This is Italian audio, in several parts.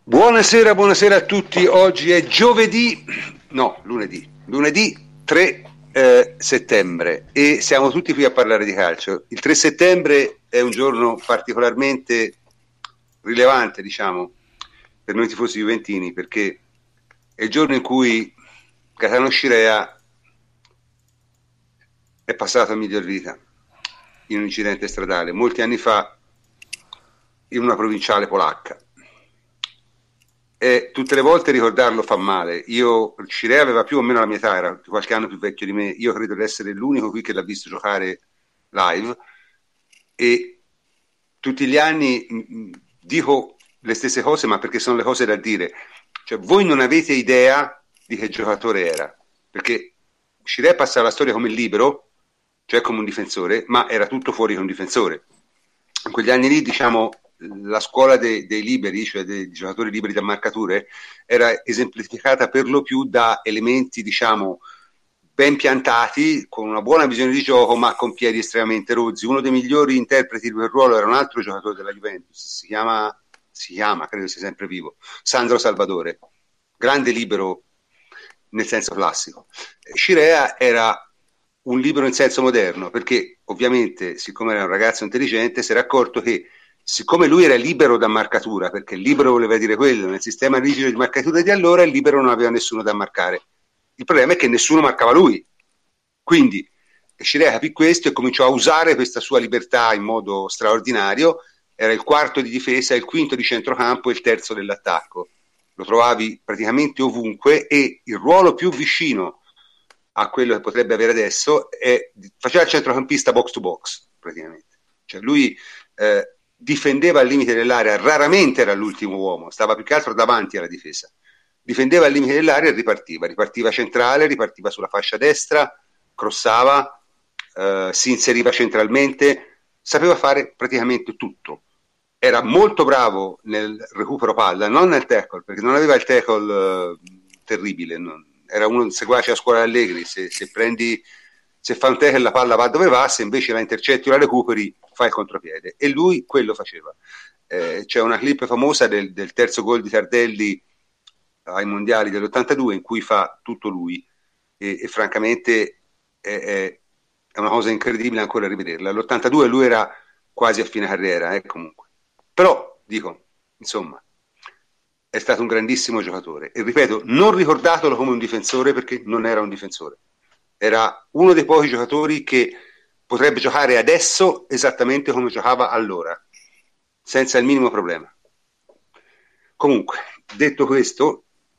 Buonasera a tutti. Oggi è lunedì 3 settembre e siamo tutti qui a parlare di calcio. Il 3 settembre è un giorno particolarmente rilevante, diciamo, per noi tifosi juventini, perché è il giorno in cui Gaetano Scirea è passato a miglior vita in un incidente stradale molti anni fa in una provinciale polacca. E tutte le volte ricordarlo fa male. Scirea aveva più o meno la mia età, era qualche anno più vecchio di me. Io credo di essere l'unico qui che l'ha visto giocare live, e tutti gli anni dico le stesse cose, ma perché sono le cose da dire. Cioè, voi non avete idea di che giocatore era, perché Scirea passa la storia come libero, cioè come un difensore, ma era tutto fuori che un difensore. In quegli anni lì, diciamo, la scuola dei liberi, cioè dei giocatori liberi da marcature, era esemplificata per lo più da elementi, diciamo, ben piantati, con una buona visione di gioco, ma con piedi estremamente rozzi. Uno dei migliori interpreti di quel ruolo era un altro giocatore della Juventus, si chiama, credo sia sempre vivo, Sandro Salvatore, grande libero nel senso classico. Scirea era un libero in senso moderno, perché ovviamente, siccome era un ragazzo intelligente, si era accorto che siccome lui era libero da marcatura, perché il libero voleva dire quello, nel sistema rigido di marcatura di allora il libero non aveva nessuno da marcare. Il problema è che nessuno marcava lui. Quindi Scirea capì questo e cominciò a usare questa sua libertà in modo straordinario. Era il quarto di difesa, il quinto di centrocampo e il terzo dell'attacco. Lo trovavi praticamente ovunque, e il ruolo più vicino a quello che potrebbe avere adesso faceva il centrocampista box to box, praticamente. Cioè lui difendeva al limite dell'area, raramente era l'ultimo uomo, stava più che altro davanti alla difesa, difendeva al limite dell'area e ripartiva centrale, ripartiva sulla fascia destra, crossava, si inseriva centralmente, sapeva fare praticamente tutto. Era molto bravo nel recupero palla, non nel tackle, perché non aveva il tackle terribile, era uno seguace a scuola Allegri. Se fa un tackle la palla va dove va, se invece la intercetti o la recuperi fa il contropiede, e lui quello faceva. C'è una clip famosa del terzo gol di Tardelli ai mondiali dell'82 in cui fa tutto lui, e francamente è una cosa incredibile ancora rivederla. All'82 lui era quasi a fine carriera, comunque, però dico, insomma, è stato un grandissimo giocatore, e ripeto, non ricordatelo come un difensore, perché non era un difensore, era uno dei pochi giocatori che potrebbe giocare adesso esattamente come giocava allora, senza il minimo problema. Comunque, detto questo,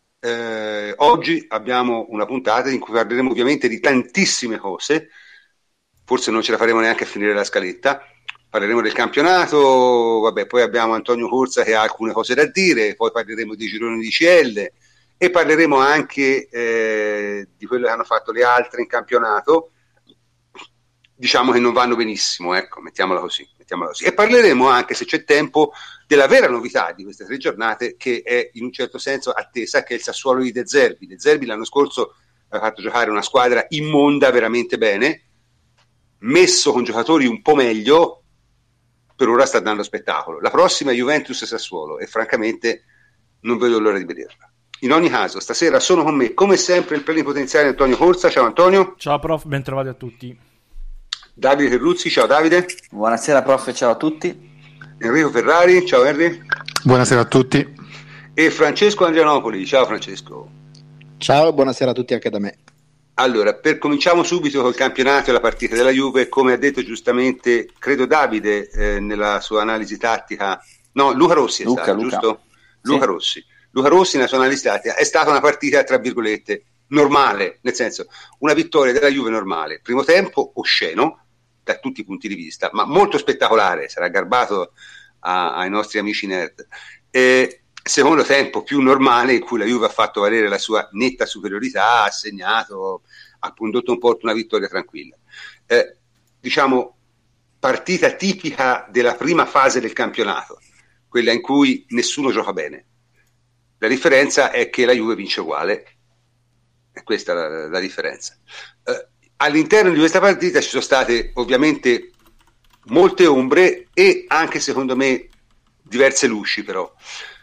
oggi abbiamo una puntata in cui parleremo ovviamente di tantissime cose, forse non ce la faremo neanche a finire la scaletta. Parleremo del campionato, vabbè, poi abbiamo Antonio Corsa che ha alcune cose da dire, poi parleremo di gironi di CL e parleremo anche di quello che hanno fatto le altre in campionato, diciamo che non vanno benissimo, ecco, mettiamola così. E parleremo anche, se c'è tempo, della vera novità di queste 3 giornate, che è in un certo senso attesa, che è il Sassuolo di De Zerbi. De Zerbi l'anno scorso ha fatto giocare una squadra immonda veramente bene, messo con giocatori un po' meglio, per ora sta dando spettacolo. La prossima è Juventus e Sassuolo, e francamente non vedo l'ora di vederla. In ogni caso, stasera sono con me, come sempre, il plenipotenziario Antonio Corsa. Ciao Antonio. Ciao prof, ben trovati a tutti. Davide Terruzzi, ciao Davide. Buonasera prof, ciao a tutti. Enrico Ferrari, ciao Henry. Buonasera a tutti. E Francesco Andrianopoli, ciao Francesco. Ciao, buonasera a tutti anche da me. Allora, cominciamo subito col campionato e la partita della Juve. Come ha detto giustamente, credo Davide, nella sua analisi tattica, no, Luca Rossi è stato, giusto? Sì. Luca Rossi nella sua analisi tattica, è stata una partita, tra virgolette, normale, nel senso, una vittoria della Juve normale. Primo tempo osceno, da tutti i punti di vista, ma molto spettacolare, sarà garbato ai nostri amici nerd. Secondo tempo più normale, in cui la Juve ha fatto valere la sua netta superiorità, ha segnato, ha condotto un po' una vittoria tranquilla. Diciamo, partita tipica della prima fase del campionato, quella in cui nessuno gioca bene. La differenza è che la Juve vince uguale, e questa è la differenza. All'interno di questa partita ci sono state ovviamente molte ombre e anche, secondo me, diverse luci, però.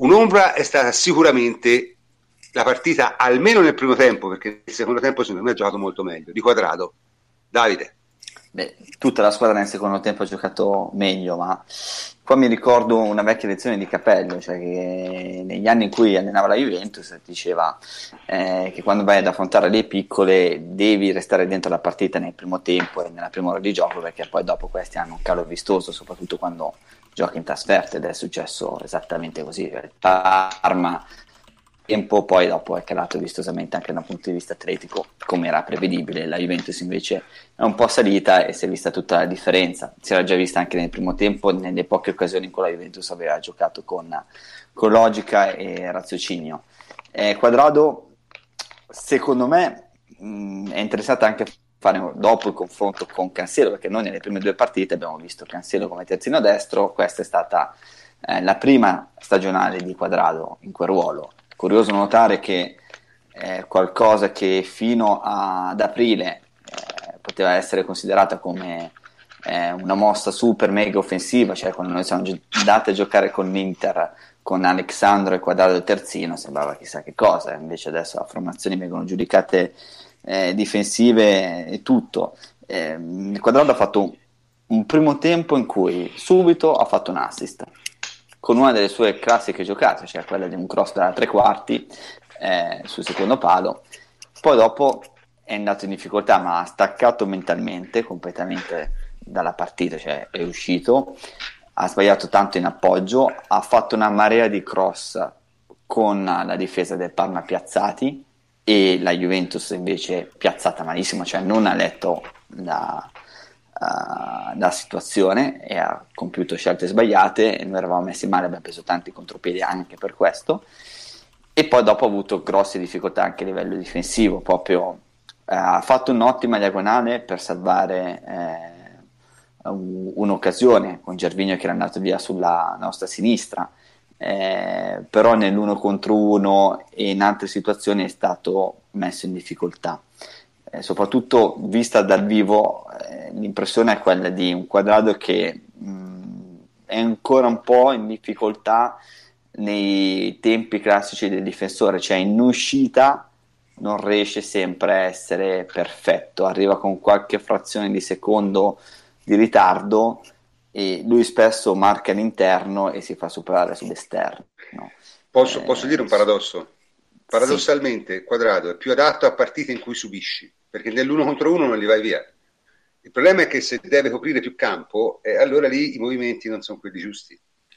Un'ombra è stata sicuramente la partita, almeno nel primo tempo, perché il secondo tempo secondo me ha giocato molto meglio, di Quadrado. Davide. Beh, tutta la squadra nel secondo tempo ha giocato meglio, ma qua mi ricordo una vecchia lezione di Capello, cioè che negli anni in cui allenava la Juventus diceva che quando vai ad affrontare le piccole devi restare dentro la partita nel primo tempo e nella prima ora di gioco, perché poi dopo questi hanno un calo vistoso, soprattutto quando giochi in trasferta, ed è successo esattamente così. Il Parma tempo, poi dopo è calato vistosamente anche dal punto di vista atletico, come era prevedibile. La Juventus invece è un po' salita e si è vista tutta la differenza. Si era già vista anche nel primo tempo, nelle poche occasioni in cui la Juventus aveva giocato con logica e raziocinio. Quadrado, secondo me, è interessato anche a fare dopo il confronto con Cancelo, perché noi nelle prime due partite abbiamo visto Cancelo come terzino destro. Questa è stata la prima stagionale di Quadrado in quel ruolo. Curioso notare che qualcosa che fino ad aprile poteva essere considerata come una mossa super mega offensiva, cioè quando noi siamo andati a giocare con l'Inter con Alexandro e Quadrado terzino sembrava chissà che cosa, invece adesso le formazioni vengono giudicate difensive e tutto. Il Quadrado ha fatto un primo tempo in cui subito ha fatto un assist con una delle sue classiche giocate, cioè quella di un cross da tre quarti sul secondo palo. Poi dopo è andato in difficoltà, ma ha staccato mentalmente completamente dalla partita, cioè è uscito, ha sbagliato tanto in appoggio, ha fatto una marea di cross con la difesa del Parma piazzati e la Juventus invece piazzata malissimo, cioè non ha letto la situazione e ha compiuto scelte sbagliate e noi eravamo messi male, abbiamo preso tanti contropiedi anche per questo. E poi dopo ha avuto grosse difficoltà anche a livello difensivo, proprio ha fatto un'ottima diagonale per salvare un'occasione con Gervinho che era andato via sulla nostra sinistra, però nell'uno contro uno e in altre situazioni è stato messo in difficoltà. Soprattutto vista dal vivo l'impressione è quella di un Quadrado che è ancora un po' in difficoltà nei tempi classici del difensore, cioè in uscita non riesce sempre a essere perfetto, arriva con qualche frazione di secondo di ritardo e lui spesso marca l'interno e si fa superare sull'esterno. Posso dire un paradosso? Paradossalmente sì. Quadrado è più adatto a partite in cui subisci, perché nell'uno contro uno non li vai via. Il problema è che se deve coprire più campo, allora lì i movimenti non sono quelli giusti.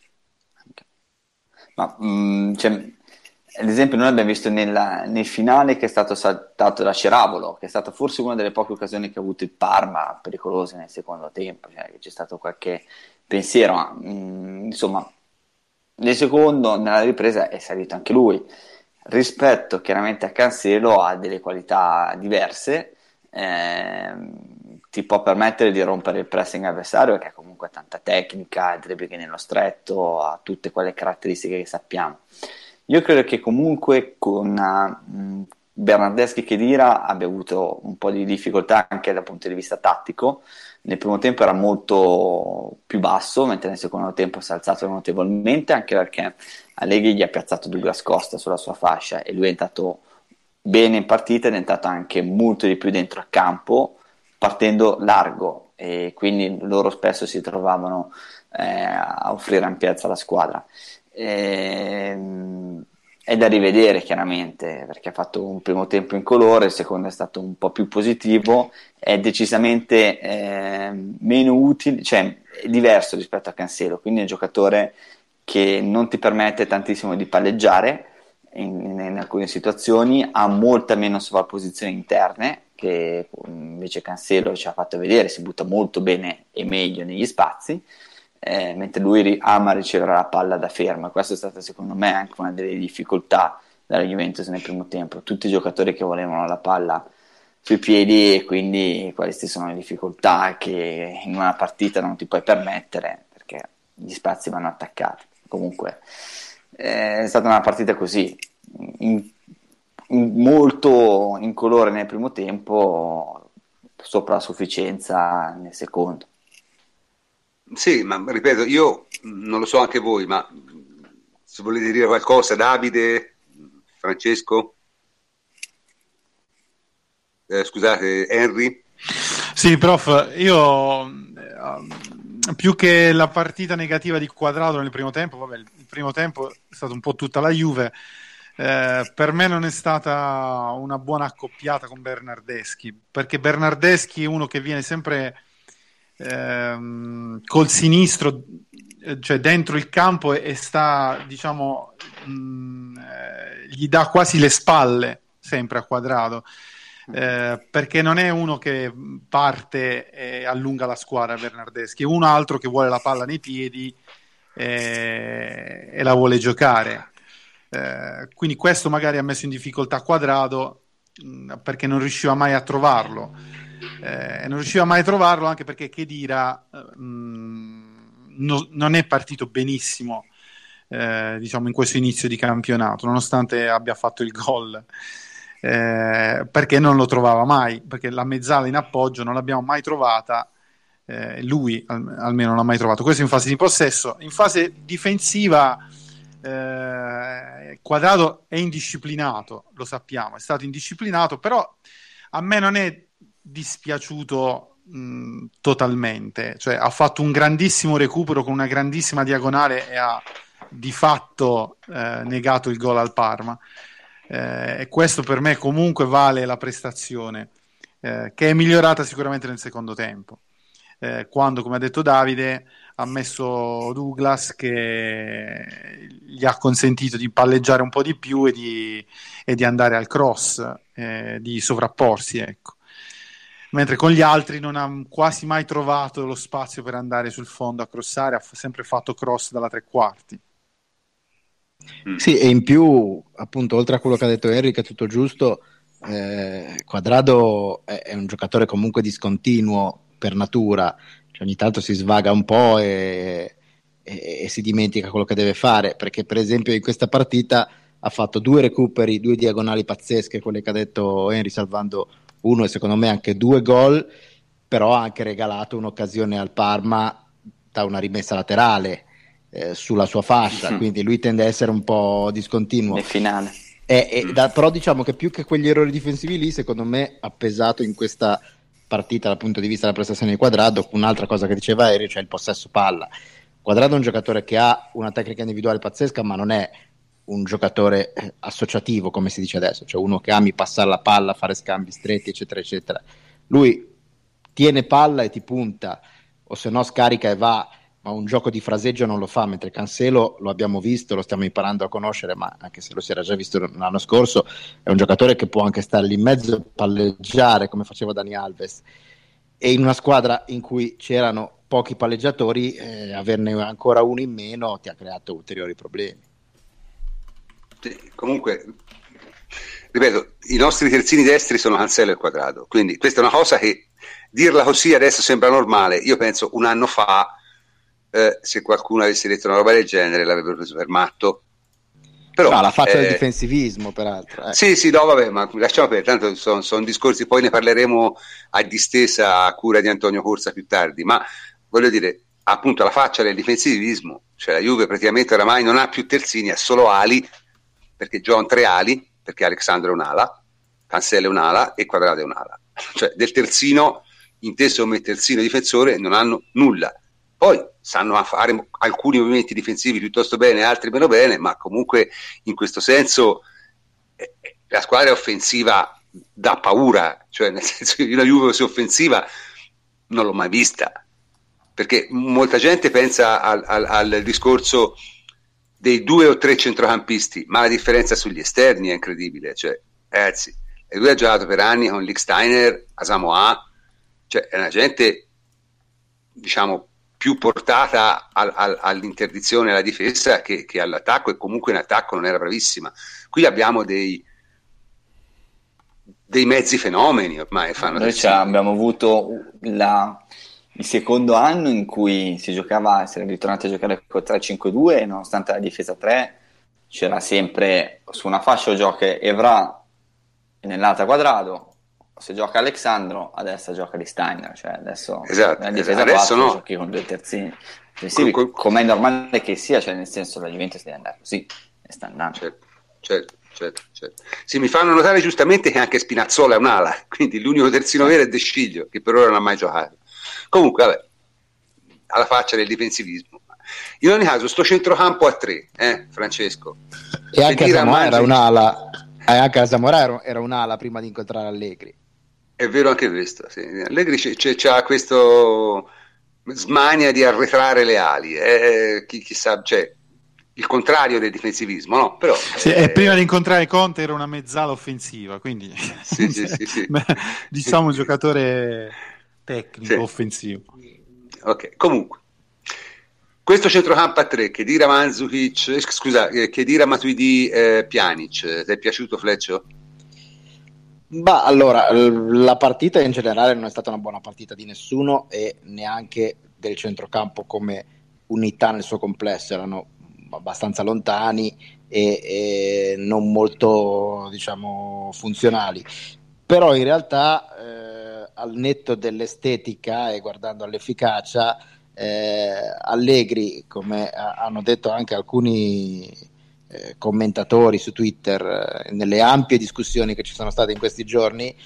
Ma cioè, ad esempio noi abbiamo visto nel finale che è stato saltato da Ceravolo, che è stata forse una delle poche occasioni che ha avuto il Parma pericolose nel secondo tempo, cioè che c'è stato qualche pensiero, ma insomma nel secondo, nella ripresa è salito anche lui. Rispetto chiaramente a Cancelo ha delle qualità diverse, ti può permettere di rompere il pressing avversario, che ha comunque tanta tecnica, dribbling nello stretto, ha tutte quelle caratteristiche che sappiamo. Io credo che comunque con Bernardeschi che Khedira abbia avuto un po' di difficoltà anche dal punto di vista tattico. Nel primo tempo era molto più basso, mentre nel secondo tempo si è alzato notevolmente, anche perché Allegri gli ha piazzato Douglas Costa sulla sua fascia e lui è entrato bene in partita, è entrato anche molto di più dentro al campo, partendo largo, e quindi loro spesso si trovavano a offrire ampiezza alla squadra. È da rivedere chiaramente, perché ha fatto un primo tempo in colore, il secondo è stato un po' più positivo, è decisamente meno utile, cioè è diverso rispetto a Cancelo, quindi è un giocatore che non ti permette tantissimo di palleggiare in alcune situazioni, ha molta meno sovrapposizioni interne che invece Cancelo ci ha fatto vedere, si butta molto bene e meglio negli spazi, mentre lui ama ricevere la palla da fermo, e questa è stata secondo me anche una delle difficoltà della Juventus nel primo tempo, tutti i giocatori che volevano la palla sui piedi, e quindi queste sono le difficoltà che in una partita non ti puoi permettere perché gli spazi vanno attaccati. Comunque è stata una partita così molto incolore nel primo tempo, sopra la sufficienza nel secondo. Sì, ma ripeto, io non lo so anche voi, ma se volete dire qualcosa, Davide, Francesco, scusate, Henry. Sì, prof, io più che la partita negativa di Quadrado nel primo tempo, vabbè, il primo tempo è stato un po' tutta la Juve, per me non è stata una buona accoppiata con Bernardeschi, perché Bernardeschi è uno che viene sempre col sinistro, cioè dentro il campo e sta, diciamo, gli dà quasi le spalle sempre a Quadrado. Perché non è uno che parte e allunga la squadra Bernardeschi, è un altro che vuole la palla nei piedi e la vuole giocare. Quindi questo magari ha messo in difficoltà Quadrado perché non riusciva mai a trovarlo. Non riusciva mai a trovarlo anche perché Khedira non è partito benissimo, diciamo, in questo inizio di campionato, nonostante abbia fatto il gol. Perché non lo trovava mai, perché la mezzala in appoggio non l'abbiamo mai trovata, lui almeno non l'ha mai trovato. Questo in fase di possesso. In fase difensiva Quadrado è indisciplinato, lo sappiamo, è stato indisciplinato, però a me non è dispiaciuto totalmente, cioè ha fatto un grandissimo recupero con una grandissima diagonale e ha di fatto negato il gol al Parma. E questo per me comunque vale la prestazione, che è migliorata sicuramente nel secondo tempo, quando, come ha detto Davide, ha messo Douglas che gli ha consentito di palleggiare un po' di più e di andare al cross, di sovrapporsi, ecco. Mentre con gli altri non ha quasi mai trovato lo spazio per andare sul fondo a crossare, ha sempre fatto cross dalla tre quarti. Sì, e in più, appunto, oltre a quello che ha detto Henry, che è tutto giusto, Quadrado è un giocatore comunque discontinuo per natura, cioè ogni tanto si svaga un po' e si dimentica quello che deve fare, perché per esempio in questa partita ha fatto 2 recuperi, 2 diagonali pazzesche, quelle che ha detto Henry, salvando uno e secondo me anche 2 gol, però ha anche regalato un'occasione al Parma da una rimessa laterale sulla sua fascia, quindi lui tende a essere un po' discontinuo. Nel finale. Però diciamo che più che quegli errori difensivi lì, secondo me ha pesato in questa partita dal punto di vista della prestazione di Quadrado un'altra cosa che diceva Eri, cioè il possesso palla. Quadrado è un giocatore che ha una tecnica individuale pazzesca, ma non è un giocatore associativo, come si dice adesso, cioè uno che ami passare la palla, fare scambi stretti, eccetera, eccetera. Lui tiene palla e ti punta, o se no scarica e va, ma un gioco di fraseggio non lo fa, mentre Cancelo lo abbiamo visto, lo stiamo imparando a conoscere, ma anche se lo si era già visto l'anno scorso, è un giocatore che può anche stare lì in mezzo, palleggiare come faceva Dani Alves, e in una squadra in cui c'erano pochi palleggiatori, averne ancora uno in meno ti ha creato ulteriori problemi. Sì, comunque, ripeto, i nostri terzini destri sono Cancelo e Quadrado, quindi questa è una cosa che dirla così adesso sembra normale. Io penso un anno fa, se qualcuno avesse detto una roba del genere, l'avrebbero preso per matto. Però, no, la faccia del difensivismo, peraltro. Sì, no, vabbè, ma lasciamo perdere, tanto sono discorsi, poi ne parleremo a distesa a cura di Antonio Corsa più tardi, ma voglio dire, appunto, la faccia del difensivismo, cioè la Juve praticamente oramai non ha più terzini, ha solo ali, perché giocano 3 ali, perché Alexandro è un'ala, Cancelo è un'ala e Quadrado è un'ala. Cioè del terzino, inteso come terzino difensore, non hanno nulla. Poi sanno fare alcuni movimenti difensivi piuttosto bene, altri meno bene, ma comunque in questo senso la squadra è offensiva da paura, cioè nel senso che una Juve così offensiva non l'ho mai vista, perché molta gente pensa al discorso dei 2 o 3 centrocampisti, ma la differenza sugli esterni è incredibile, cioè ragazzi, e lui ha giocato per anni con Lichtsteiner, Asamoah, cioè è una gente, diciamo, più portata all'interdizione e alla difesa che all'attacco, e comunque in attacco non era bravissima. Qui abbiamo dei mezzi fenomeni ormai. Noi abbiamo avuto il secondo anno in cui si era ritornati a giocare con 3-5-2 e nonostante la difesa 3 c'era sempre su una fascia gioca Evra e nell'altra Quadrado, se gioca Alexandro, a destra gioca di Steiner, cioè adesso esatto, nella difesa adesso 4 no. giochi con 2 terzini difensivi, come è normale che sia, cioè nel senso la Juventus deve andare così e sta andando. Certo. Sì, mi fanno notare giustamente che anche Spinazzola è un'ala, quindi l'unico terzino vero è De Sciglio, che per ora non ha mai giocato. Comunque, vabbè, alla faccia del difensivismo. In ogni caso, sto centrocampo a 3, Francesco. E anche Asamoah era un'ala, era un'ala prima di incontrare Allegri. È vero anche questo, sì. Allegri c'ha questo smania di arretrare le ali, chissà, cioè il contrario del difensivismo, no? Però, sì, e prima di incontrare Conte era una mezzala offensiva, quindi sì. diciamo un giocatore tecnico, offensivo. Ok, comunque questo centrocampo a 3, Khedira Mandzukic, Khedira Matuidi, Pjanic, ti è piaciuto, Fleccio? Bah, allora, la partita in generale non è stata una buona partita di nessuno e neanche del centrocampo come unità nel suo complesso, erano abbastanza lontani e non molto, diciamo, funzionali. Però in realtà, al netto dell'estetica e guardando all'efficacia, Allegri, come hanno detto anche alcuni commentatori su Twitter, nelle ampie discussioni che ci sono state in questi giorni,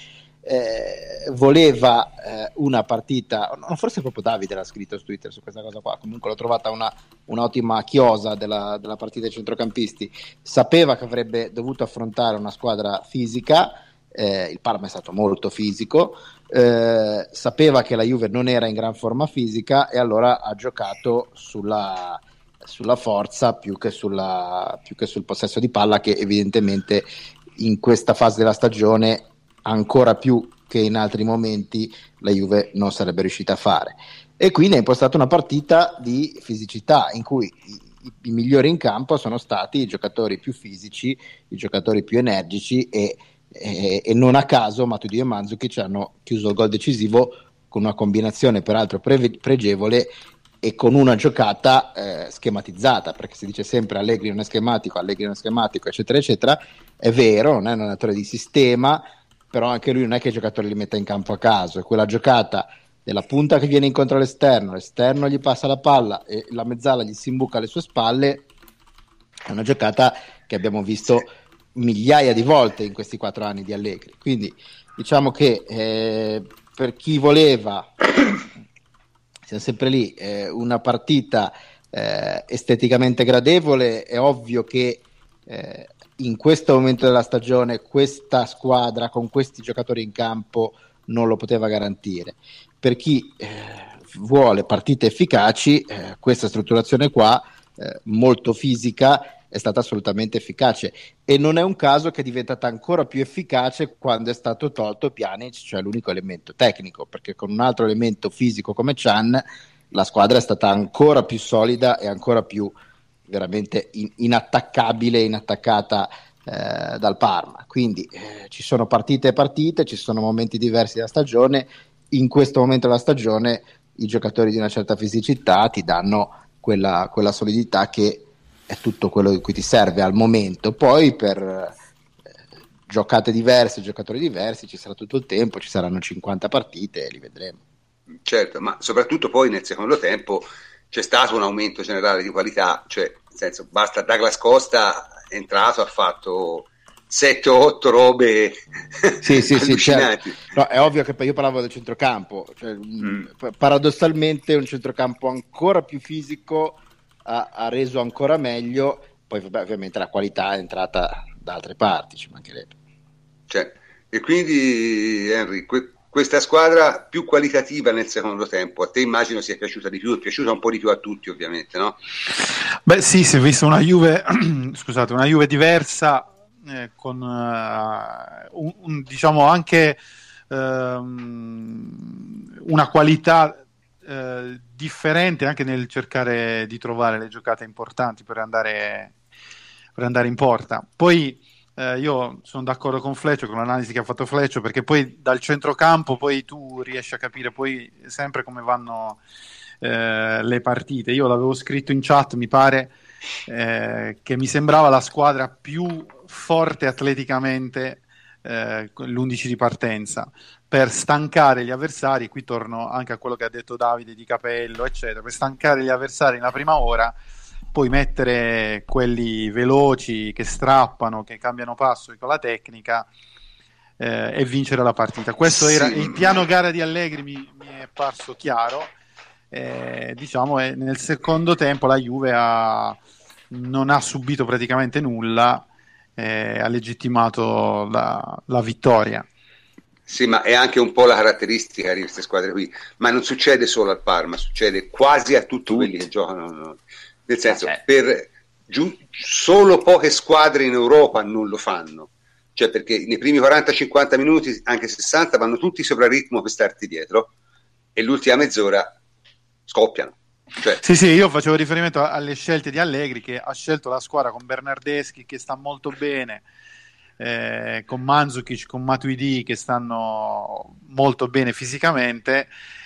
voleva una partita, forse proprio Davide l'ha scritto su Twitter su questa cosa qua, comunque l'ho trovata un'ottima chiosa della partita dei centrocampisti. Sapeva che avrebbe dovuto affrontare una squadra fisica, il Parma è stato molto fisico, sapeva che la Juve non era in gran forma fisica e allora ha giocato sulla forza più che sul possesso di palla, che evidentemente in questa fase della stagione ancora più che in altri momenti la Juve non sarebbe riuscita a fare, e quindi ha impostato una partita di fisicità in cui i migliori in campo sono stati i giocatori più fisici, i giocatori più energici e non a caso Matuidi e Mandzukic hanno chiuso il gol decisivo con una combinazione peraltro pregevole e con una giocata schematizzata, perché si dice sempre Allegri non è schematico, eccetera eccetera. È vero, non è un allenatore di sistema, però anche lui non è che i giocatori li metta in campo a caso, è quella giocata della punta che viene incontro l'esterno gli passa la palla e la mezzala gli si imbuca alle sue spalle, è una giocata che abbiamo visto migliaia di volte in questi 4 anni di Allegri. Quindi diciamo che per chi voleva, siamo sempre lì, una partita esteticamente gradevole, è ovvio che in questo momento della stagione questa squadra con questi giocatori in campo non lo poteva garantire. Per chi vuole partite efficaci, questa strutturazione qua molto fisica è stata assolutamente efficace, e non è un caso che è diventata ancora più efficace quando è stato tolto Pjanic, cioè l'unico elemento tecnico, perché con un altro elemento fisico come Can la squadra è stata ancora più solida e ancora più veramente inattaccabile, inattaccata dal Parma. Quindi ci sono partite e partite, ci sono momenti diversi della stagione. In questo momento della stagione i giocatori di una certa fisicità ti danno quella solidità che è tutto quello di cui ti serve al momento. Poi per giocate diverse, giocatori diversi, ci sarà tutto il tempo, ci saranno 50 partite e li vedremo. Certo, ma soprattutto poi nel secondo tempo c'è stato un aumento generale di qualità, cioè nel senso, basta Douglas Costa è entrato, ha fatto 7-8 robe allucinanti. No, è ovvio che io parlavo del centrocampo, cioè, paradossalmente un centrocampo ancora più fisico ha reso ancora meglio. Poi vabbè, ovviamente la qualità è entrata da altre parti, ci mancherebbe. Cioè, e quindi Henry, questa squadra più qualitativa nel secondo tempo, a te immagino sia piaciuta di più, è piaciuta un po' di più a tutti ovviamente, no? Beh sì, si è vista una Juve scusate, una Juve diversa, con diciamo anche una qualità differente anche nel cercare di trovare le giocate importanti per andare in porta. Poi io sono d'accordo con Fleccio, con l'analisi che ha fatto Fleccio, perché poi dal centrocampo poi tu riesci a capire poi sempre come vanno le partite. Io l'avevo scritto in chat, mi pare che mi sembrava la squadra più forte atleticamente l'11 di partenza, per stancare gli avversari. Qui torno anche a quello che ha detto Davide di Capello, eccetera, per stancare gli avversari nella prima ora, poi mettere quelli veloci che strappano, che cambiano passo con la tecnica, e vincere la partita. Questo era il piano gara di Allegri, mi è parso chiaro. Diciamo, nel secondo tempo la Juve non ha subito praticamente nulla, ha legittimato la vittoria. Sì, ma è anche un po' la caratteristica di queste squadre qui, ma non succede solo al Parma, succede quasi a tutti quelli che giocano, nel senso, solo poche squadre in Europa non lo fanno, cioè perché nei primi 40-50 minuti, anche 60, vanno tutti sopra il ritmo per starti dietro, e l'ultima mezz'ora scoppiano. Cioè... Sì, io facevo riferimento alle scelte di Allegri, che ha scelto la squadra con Bernardeschi, che sta molto bene, con Mandzukic, con Matuidi, che stanno molto bene fisicamente,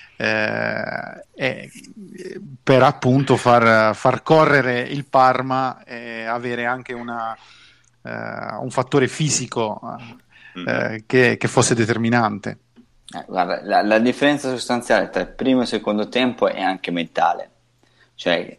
per appunto far correre il Parma e avere anche un fattore fisico che fosse determinante. Guarda, la differenza sostanziale tra il primo e il secondo tempo è anche mentale, cioè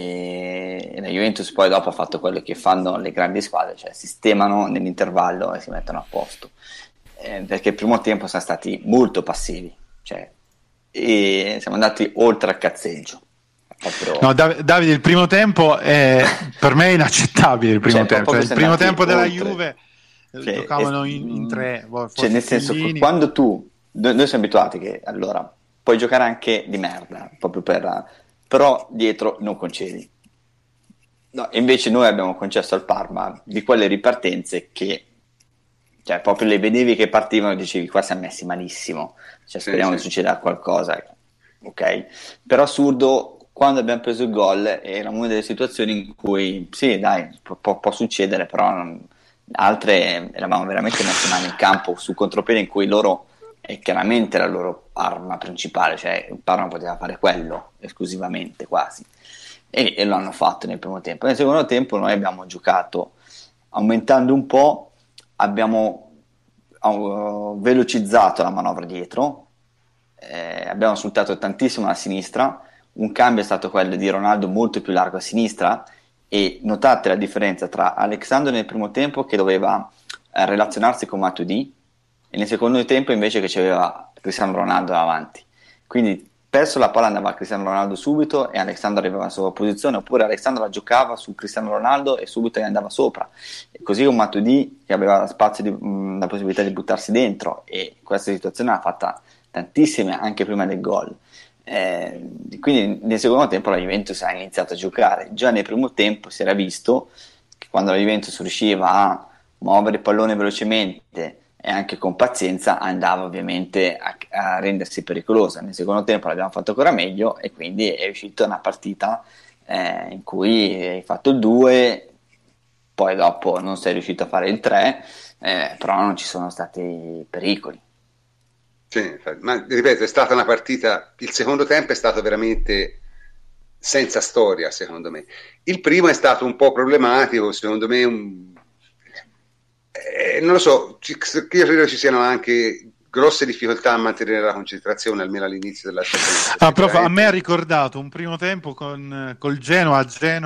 la Juventus poi dopo ha fatto quello che fanno le grandi squadre, cioè sistemano nell'intervallo e si mettono a posto, perché il primo tempo sono stati molto passivi, cioè, e siamo andati oltre al cazzeggio. No, Davide, il primo tempo per me è inaccettabile. Il primo tempo, il primo tempo della Juve giocavano in tre, cioè, nel senso, quando noi siamo abituati che allora puoi giocare anche di merda proprio però dietro non concedi, no, invece noi abbiamo concesso al Parma di quelle ripartenze che, cioè, proprio le vedevi che partivano e dicevi qua siamo messi malissimo, cioè, speriamo che succeda qualcosa, ok? Però assurdo, quando abbiamo preso il gol era una delle situazioni in cui sì dai può succedere, però altre eravamo veramente messi male in campo su contropiede in cui loro è chiaramente la loro arma principale, cioè il Parma poteva fare quello esclusivamente quasi, e lo hanno fatto nel primo tempo. Nel secondo tempo noi abbiamo giocato aumentando un po', abbiamo velocizzato la manovra dietro, abbiamo sfruttato tantissimo la sinistra, un cambio è stato quello di Ronaldo molto più largo a sinistra, e notate la differenza tra Alexandro nel primo tempo che doveva relazionarsi con Matuidi, e nel secondo tempo invece che c'aveva Cristiano Ronaldo davanti, quindi perso la palla andava a Cristiano Ronaldo subito e Alexandro arrivava alla sua posizione, oppure Alexandro la giocava su Cristiano Ronaldo e subito gli andava sopra, e così con Matuidi che aveva spazio la possibilità di buttarsi dentro, e questa situazione l'ha fatta tantissime anche prima del gol. Quindi nel secondo tempo la Juventus ha iniziato a giocare. Già nel primo tempo si era visto che quando la Juventus riusciva a muovere il pallone velocemente e anche con pazienza andava ovviamente a rendersi pericolosa. Nel secondo tempo l'abbiamo fatto ancora meglio, e quindi è uscita una partita in cui hai fatto il 2, poi dopo non sei riuscito a fare il 3, però non ci sono stati pericoli. Sì, ma ripeto, è stata una partita, il secondo tempo è stato veramente senza storia secondo me. Il primo è stato un po' problematico secondo me, non lo so, io credo ci siano anche grosse difficoltà a mantenere la concentrazione almeno all'inizio della stagione. Prof, a me ha ricordato un primo tempo col Genoa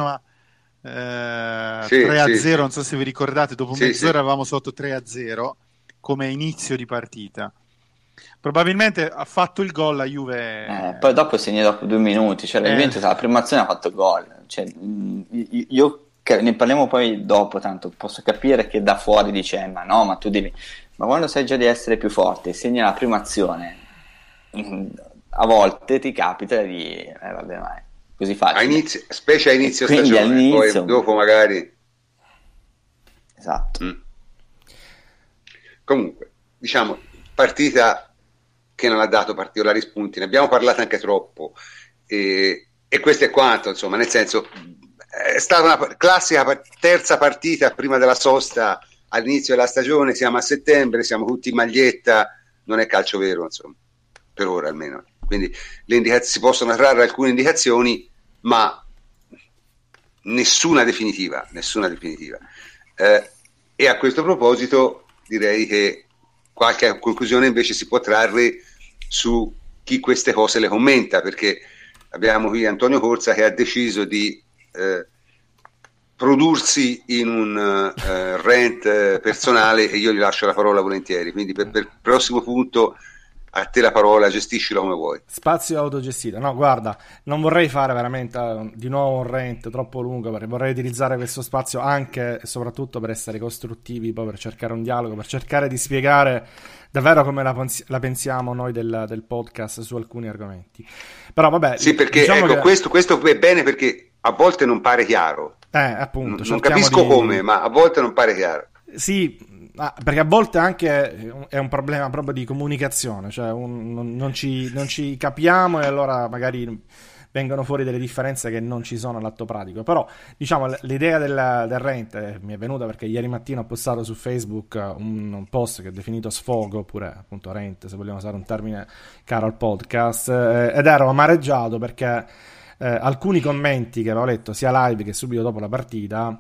3-0, non so se vi ricordate, dopo mezz'ora eravamo sotto 3-0 come inizio di partita. Probabilmente ha fatto il gol la Juve, poi dopo segna dopo 2 minuti, cioè la Juventus alla prima azione ha fatto gol, cioè, io ne parliamo poi dopo, tanto posso capire che da fuori dice ma tu devi, ma quando sai già di essere più forte segna la prima azione, a volte ti capita di vabbè, ma è così facile, specie a inizio stagione, poi dopo magari esatto. Comunque diciamo partita che non ha dato particolari spunti, ne abbiamo parlato anche troppo, e questo è quanto, insomma, nel senso è stata una classica terza partita prima della sosta all'inizio della stagione, siamo a settembre, siamo tutti in maglietta, non è calcio vero, insomma, per ora almeno, quindi si possono trarre alcune indicazioni, ma nessuna definitiva. E a questo proposito direi che qualche conclusione invece si può trarre su chi queste cose le commenta, perché abbiamo qui Antonio Corsa che ha deciso di prodursi in un rant personale, e io gli lascio la parola volentieri, quindi per il prossimo punto a te la parola, gestiscilo come vuoi. Spazio autogestito. No, guarda, non vorrei fare veramente di nuovo un rant troppo lungo, perché vorrei utilizzare questo spazio anche e soprattutto per essere costruttivi, poi per cercare un dialogo, per cercare di spiegare davvero come la pensiamo noi del podcast su alcuni argomenti. Però vabbè, sì, perché diciamo ecco, questo è bene, perché a volte non pare chiaro. Appunto, non capisco come, ma a volte non pare chiaro. Sì, perché a volte anche è un problema proprio di comunicazione, cioè non ci capiamo, e allora magari vengono fuori delle differenze che non ci sono all'atto pratico. Però diciamo l'idea del rant mi è venuta perché ieri mattina ho postato su Facebook un post che ho definito sfogo, oppure appunto rant, se vogliamo usare un termine caro al podcast, ed ero amareggiato perché alcuni commenti che avevo letto sia live che subito dopo la partita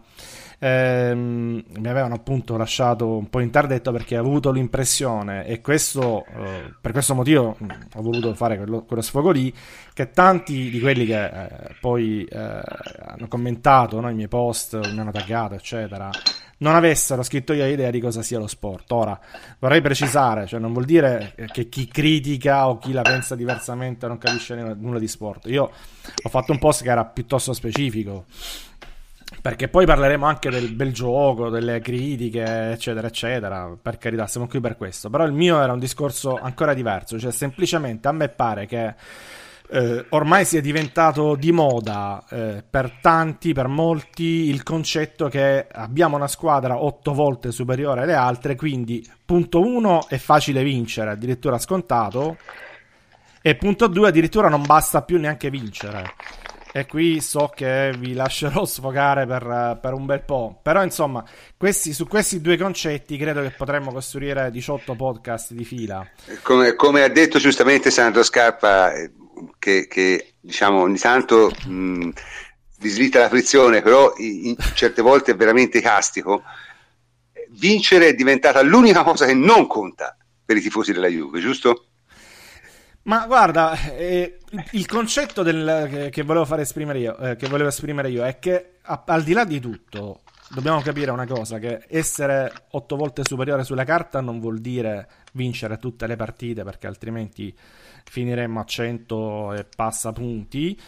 mi avevano appunto lasciato un po' interdetto, perché ho avuto l'impressione, e questo per questo motivo ho voluto fare quello sfogo lì, che tanti di quelli che poi hanno commentato, no, i miei post, mi hanno taggato eccetera, non avessero scritto io idea di cosa sia lo sport. Ora vorrei precisare, cioè non vuol dire che chi critica o chi la pensa diversamente non capisce nulla di sport. Io ho fatto un post che era piuttosto specifico, perché poi parleremo anche del bel gioco, delle critiche eccetera eccetera, per carità, siamo qui per questo. Però il mio era un discorso ancora diverso, cioè semplicemente a me pare che ormai sia diventato di moda per tanti, per molti, il concetto che abbiamo una squadra 8 volte superiore alle altre, quindi punto 1 è facile vincere, addirittura scontato, e punto 2 addirittura non basta più neanche vincere. E qui so che vi lascerò sfogare per un bel po', però insomma su questi due concetti credo che potremmo costruire 18 podcast di fila. Come ha detto giustamente Sandro Scarpa, che diciamo ogni tanto dislitta la frizione, però certe volte è veramente castico. Vincere è diventata l'unica cosa che non conta per i tifosi della Juve, giusto? Ma guarda, il concetto che volevo esprimere io è che al di là di tutto dobbiamo capire una cosa, che essere 8 volte superiore sulla carta non vuol dire vincere tutte le partite, perché altrimenti finiremmo a 100 e passa punti,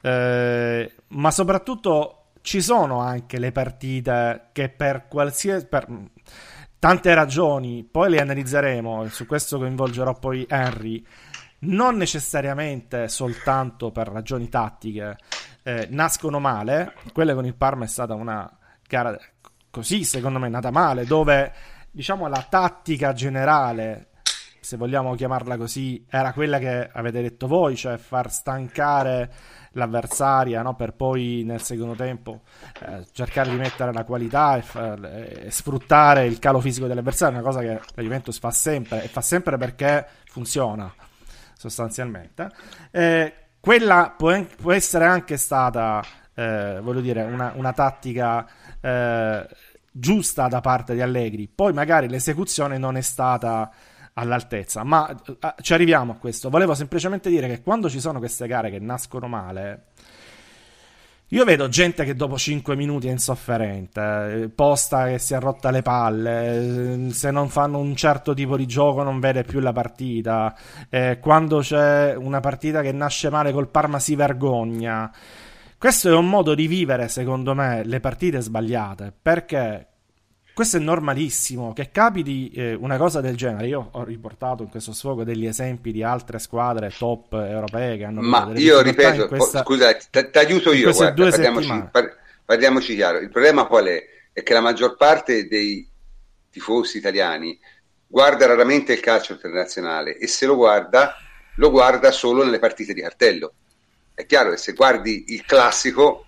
ma soprattutto ci sono anche le partite che per tante ragioni, poi le analizzeremo, e su questo coinvolgerò poi Henry, non necessariamente soltanto per ragioni tattiche, nascono male. Quella con il Parma è stata una gara così, secondo me, nata male, dove diciamo la tattica generale, se vogliamo chiamarla così, era quella che avete detto voi, cioè far stancare l'avversaria, no? Per poi nel secondo tempo cercare di mettere la qualità e sfruttare il calo fisico dell'avversario, una cosa che la Juventus fa sempre, e fa sempre perché funziona sostanzialmente. Quella può essere anche stata voglio dire una tattica giusta da parte di Allegri, poi magari l'esecuzione non è stata all'altezza, ma ci arriviamo a questo. Volevo semplicemente dire che quando ci sono queste gare che nascono male, io vedo gente che dopo 5 minuti è insofferente, posta che si è rotta le palle, se non fanno un certo tipo di gioco non vede più la partita, quando c'è una partita che nasce male col Parma si vergogna. Questo è un modo di vivere, secondo me, le partite sbagliate, perché questo è normalissimo, che capiti una cosa del genere. Io ho riportato in questo sfogo degli esempi di altre squadre top europee che hanno... Ma io ripeto, scusa, ti aiuto io, guarda, parliamoci chiaro. Il problema qual è? È che la maggior parte dei tifosi italiani guarda raramente il calcio internazionale, e se lo guarda solo nelle partite di cartello. È chiaro che se guardi il classico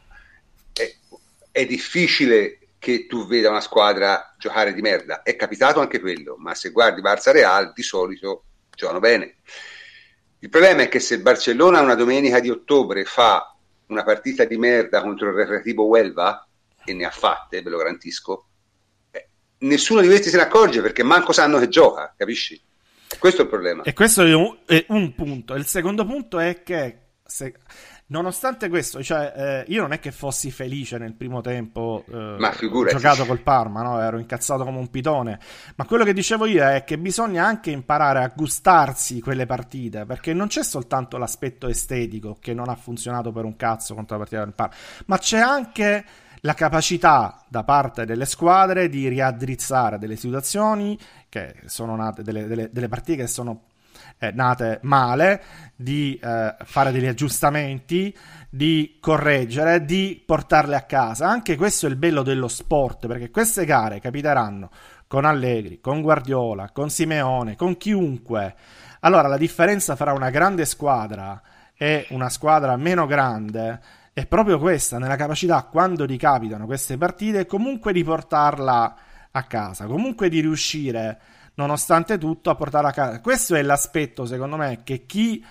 è difficile che tu veda una squadra giocare di merda. È capitato anche quello, ma se guardi Barça Real di solito giocano bene. Il problema è che se il Barcellona una domenica di ottobre fa una partita di merda contro il Recreativo Huelva, e ne ha fatte, ve lo garantisco, nessuno di questi se ne accorge perché manco sanno che gioca, capisci? Questo è il problema. E questo è un punto. Il secondo punto è che nonostante questo, cioè, io non è che fossi felice nel primo tempo, Ma figurati. giocato col Parma, no? Ero incazzato come un pitone, ma quello che dicevo io è che bisogna anche imparare a gustarsi quelle partite, perché non c'è soltanto l'aspetto estetico che non ha funzionato per un cazzo contro la partita del Parma, ma c'è anche la capacità da parte delle squadre di riaddrizzare delle situazioni che sono nate, delle partite che sono nate male, di fare degli aggiustamenti, di correggere, di portarle a casa. Anche questo è il bello dello sport, perché queste gare capiteranno con Allegri, con Guardiola, con Simeone, con chiunque. Allora la differenza fra una grande squadra e una squadra meno grande è proprio questa, nella capacità, quando ricapitano queste partite, comunque di portarla a casa, comunque di riuscire, nonostante tutto, a portarla a casa. Questo è l'aspetto, secondo me, che chi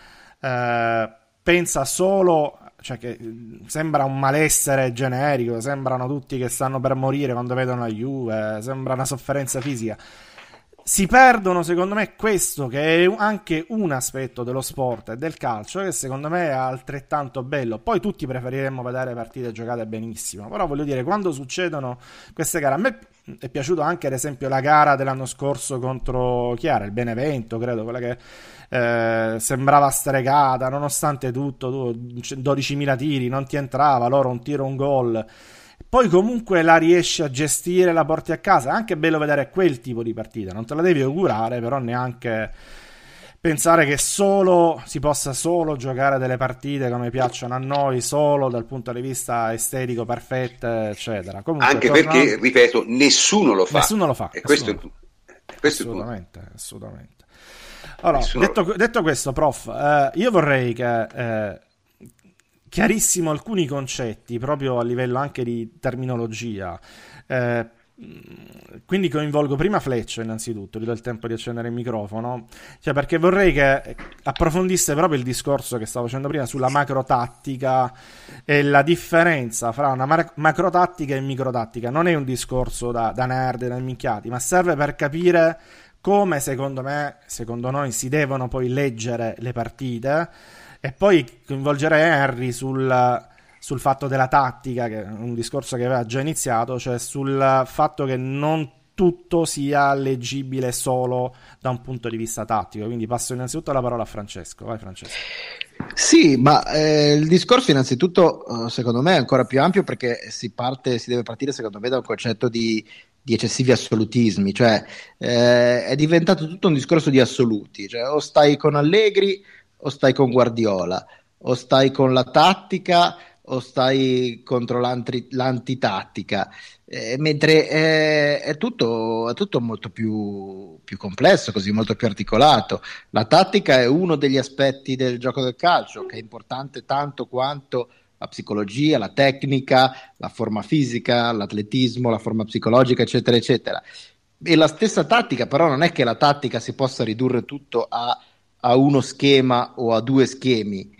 pensa solo, cioè che sembra un malessere generico, sembrano tutti che stanno per morire quando vedono la Juve, sembra una sofferenza fisica. Si perdono, secondo me, questo che è anche un aspetto dello sport e del calcio che secondo me è altrettanto bello. Poi tutti preferiremmo vedere partite giocate benissimo, però voglio dire, quando succedono queste gare, a me è piaciuto anche ad esempio la gara dell'anno scorso contro Chiara, il Benevento, credo, quella che sembrava stregata, nonostante tutto, 12.000 tiri, non ti entrava, loro un tiro, un gol. Poi comunque la riesci a gestire, la porti a casa. È anche bello vedere quel tipo di partita. Non te la devi augurare, però neanche pensare che si possa solo giocare delle partite come piacciono a noi, solo dal punto di vista estetico, perfette, eccetera. Comunque, anche perché, ripeto, nessuno lo fa. Nessuno lo fa. E questo assolutamente, assolutamente. Allora, detto questo, prof, io vorrei che chiarissimo alcuni concetti proprio a livello anche di terminologia, quindi coinvolgo prima Fleccio innanzitutto, gli do il tempo di accendere il microfono, cioè perché vorrei che approfondisse proprio il discorso che stavo facendo prima sulla macrotattica e la differenza fra una macrotattica e microtattica. Non è un discorso da nerd, da minchiati, ma serve per capire come secondo noi si devono poi leggere le partite. E poi coinvolgerei Henry sul fatto della tattica, che è un discorso che aveva già iniziato, cioè sul fatto che non tutto sia leggibile solo da un punto di vista tattico. Quindi passo innanzitutto la parola a Francesco. Vai Francesco. Sì, ma il discorso innanzitutto secondo me è ancora più ampio, perché si deve partire secondo me da un concetto di eccessivi assolutismi, cioè è diventato tutto un discorso di assoluti, cioè o stai con Allegri o stai con Guardiola, o stai con la tattica o stai contro l'antitattica, mentre è tutto molto più complesso, così molto più articolato. La tattica è uno degli aspetti del gioco del calcio, che è importante tanto quanto la psicologia, la tecnica, la forma fisica, l'atletismo, la forma psicologica, eccetera, eccetera. E la stessa tattica, però, non è che la tattica si possa ridurre tutto a uno schema o a due schemi,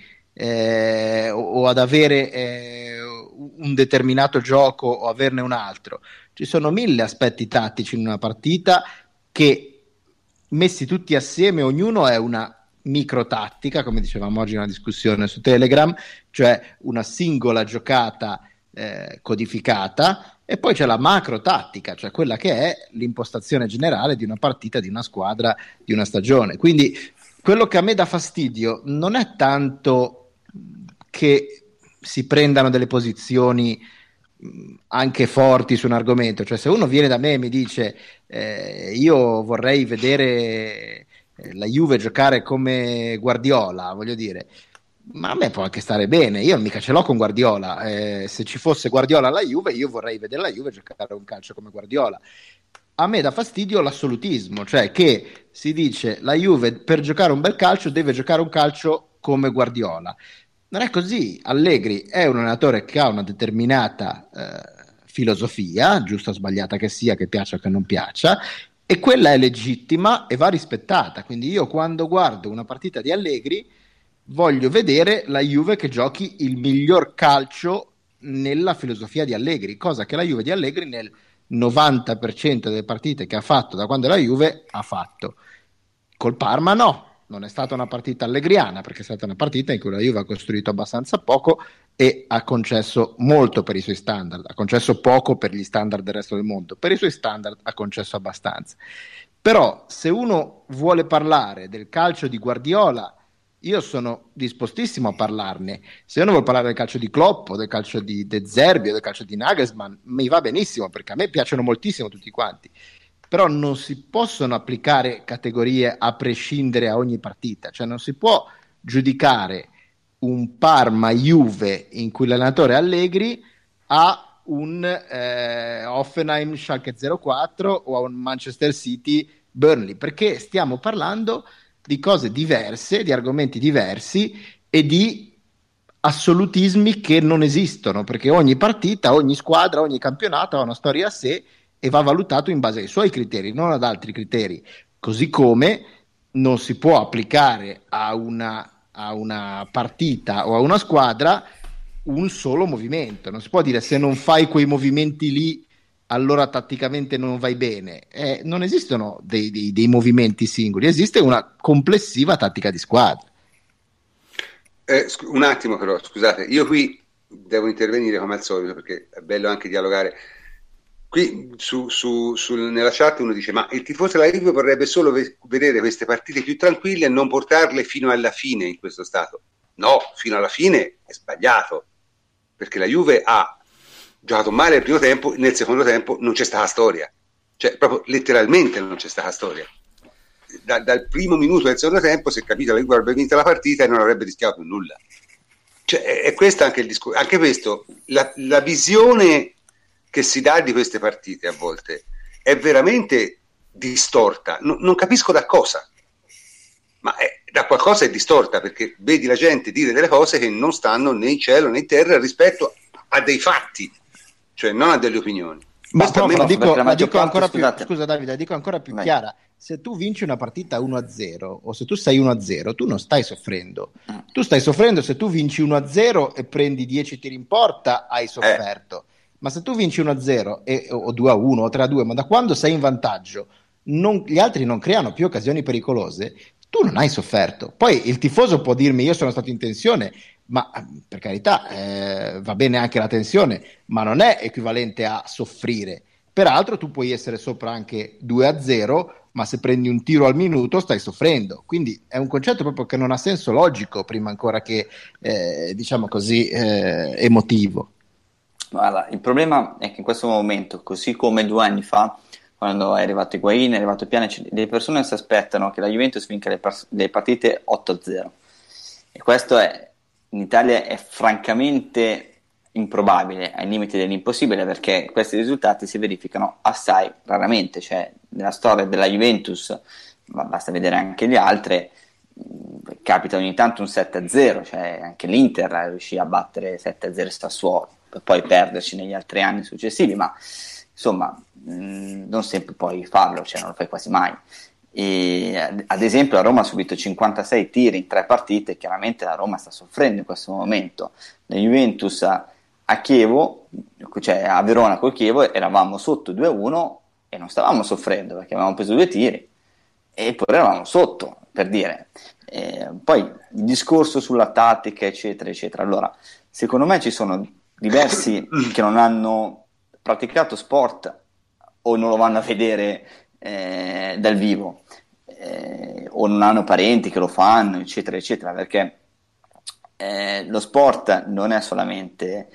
o ad avere un determinato gioco o averne un altro. Ci sono 1000 aspetti tattici in una partita che, messi tutti assieme, ognuno è una microtattica, come dicevamo oggi in una discussione su Telegram, cioè una singola giocata codificata, e poi c'è la macrotattica, cioè quella che è l'impostazione generale di una partita, di una squadra, di una stagione. Quindi quello che a me dà fastidio non è tanto che si prendano delle posizioni anche forti su un argomento, cioè se uno viene da me e mi dice io vorrei vedere la Juve giocare come Guardiola, voglio dire, ma a me può anche stare bene, io mica ce l'ho con Guardiola, se ci fosse Guardiola alla Juve io vorrei vedere la Juve giocare un calcio come Guardiola. A me dà fastidio l'assolutismo, cioè che si dice la Juve per giocare un bel calcio deve giocare un calcio come Guardiola. Non è così. Allegri è un allenatore che ha una determinata filosofia, giusta o sbagliata che sia, che piaccia o che non piaccia, e quella è legittima e va rispettata. Quindi io, quando guardo una partita di Allegri, voglio vedere la Juve che giochi il miglior calcio nella filosofia di Allegri, cosa che la Juve di Allegri 90% delle partite che ha fatto da quando è la Juve ha fatto. Col Parma no, non è stata una partita allegriana, perché è stata una partita in cui la Juve ha costruito abbastanza poco e ha concesso molto per i suoi standard, ha concesso poco per gli standard del resto del mondo, per i suoi standard ha concesso abbastanza. Però se uno vuole parlare del calcio di Guardiola, io sono dispostissimo a parlarne. Se uno vuole parlare del calcio di Klopp o del calcio di De Zerbi o del calcio di Nagelsmann, mi va benissimo, perché a me piacciono moltissimo tutti quanti. Però non si possono applicare categorie a prescindere a ogni partita, cioè non si può giudicare un Parma-Juve in cui l'allenatore è Allegri a un Hoffenheim Schalke 04 o a un Manchester City Burnley, perché stiamo parlando di cose diverse, di argomenti diversi e di assolutismi che non esistono, perché ogni partita, ogni squadra, ogni campionato ha una storia a sé e va valutato in base ai suoi criteri, non ad altri criteri, così come non si può applicare a una partita o a una squadra un solo movimento, non si può dire se non fai quei movimenti lì allora tatticamente non vai bene. Non esistono dei movimenti singoli, esiste una complessiva tattica di squadra. Un attimo però, scusate, io qui devo intervenire come al solito perché è bello anche dialogare. Qui nella chat uno dice: ma il tifoso della Juve vorrebbe solo vedere queste partite più tranquille e non portarle fino alla fine in questo stato. No, fino alla fine è sbagliato, perché la Juve ha giocato male il primo tempo, nel secondo tempo non c'è stata storia, cioè proprio letteralmente non c'è stata storia. Dal primo minuto del secondo tempo si è capito che la Juve avrebbe vinto la partita e non avrebbe rischiato nulla. Cioè, è questo anche il discorso, anche questo, la visione che si dà di queste partite a volte è veramente distorta, non capisco da cosa, ma da qualcosa è distorta, perché vedi la gente dire delle cose che non stanno né in cielo né in terra rispetto a dei fatti, cioè non a delle opinioni. Ma la dico ancora più, scusate. scusa Davide, la dico ancora più Vai. chiara. Se tu vinci una partita 1-0 o se tu sei 1-0, tu non stai soffrendo. Tu stai soffrendo se tu vinci 1-0 e prendi 10 tiri in porta, hai sofferto. Ma se tu vinci 1-0 o 2-1 o 3-2, ma da quando sei in vantaggio gli altri non creano più occasioni pericolose, tu non hai sofferto. Poi il tifoso può dirmi: io sono stato in tensione, ma per carità va bene anche la tensione, ma non è equivalente a soffrire. Peraltro tu puoi essere sopra anche 2-0, ma se prendi un tiro al minuto stai soffrendo. Quindi è un concetto proprio che non ha senso logico, prima ancora che diciamo così emotivo. Guarda, il problema è che in questo momento, così come 2 anni fa, quando è arrivato Higuain, è arrivato Pjanic, le persone si aspettano che la Juventus vinca le partite 8-0, e questo in Italia è francamente improbabile, ai limiti dell'impossibile, perché questi risultati si verificano assai raramente. Cioè, nella storia della Juventus, ma basta vedere anche le altre, capita ogni tanto un 7-0, cioè anche l'Inter riuscì a battere 7-0 Sassuolo per poi perderci negli altri anni successivi, ma insomma non sempre puoi farlo, cioè non lo fai quasi mai. E, ad esempio, la Roma ha subito 56 tiri in 3 partite, chiaramente la Roma sta soffrendo in questo momento. La Juventus a Chievo, cioè a Verona col Chievo, eravamo sotto 2-1 e non stavamo soffrendo perché avevamo preso 2 tiri e poi eravamo sotto, per dire. Poi il discorso sulla tattica eccetera eccetera, allora secondo me ci sono diversi che non hanno praticato sport o non lo vanno a vedere dal vivo, o non hanno parenti che lo fanno eccetera eccetera, perché lo sport non è solamente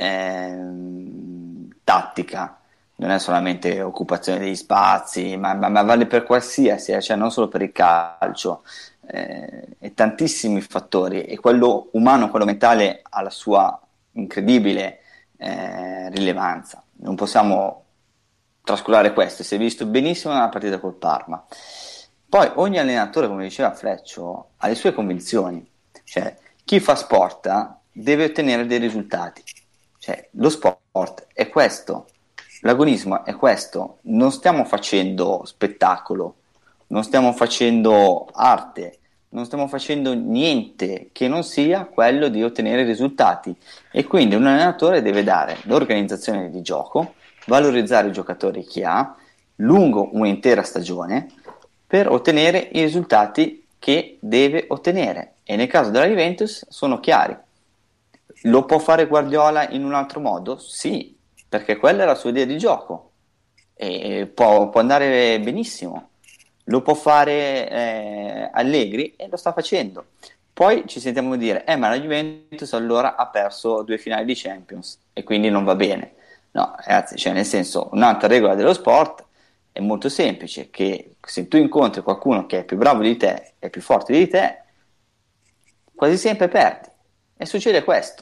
tattica, non è solamente occupazione degli spazi, ma vale per qualsiasi, cioè non solo per il calcio, e tantissimi fattori, e quello umano, quello mentale ha la sua incredibile rilevanza. Non possiamo trascurare questo. Si è visto benissimo nella partita col Parma. Poi ogni allenatore, come diceva Fleccio, ha le sue convinzioni, cioè chi fa sport deve ottenere dei risultati, cioè lo sport è questo, l'agonismo è questo, non stiamo facendo spettacolo, non stiamo facendo arte, non stiamo facendo niente che non sia quello di ottenere risultati, e quindi un allenatore deve dare l'organizzazione di gioco, valorizzare i giocatori che ha lungo un'intera stagione per ottenere i risultati che deve ottenere, e nel caso della Juventus sono chiari. Lo può fare Guardiola in un altro modo? Sì, perché quella è la sua idea di gioco e può andare benissimo. Lo può fare Allegri e lo sta facendo. Poi ci sentiamo dire ma la Juventus allora ha perso 2 finali di Champions e quindi non va bene. No, ragazzi, cioè nel senso, un'altra regola dello sport è molto semplice, che se tu incontri qualcuno che è più bravo di te e più forte di te, quasi sempre perdi. E succede questo.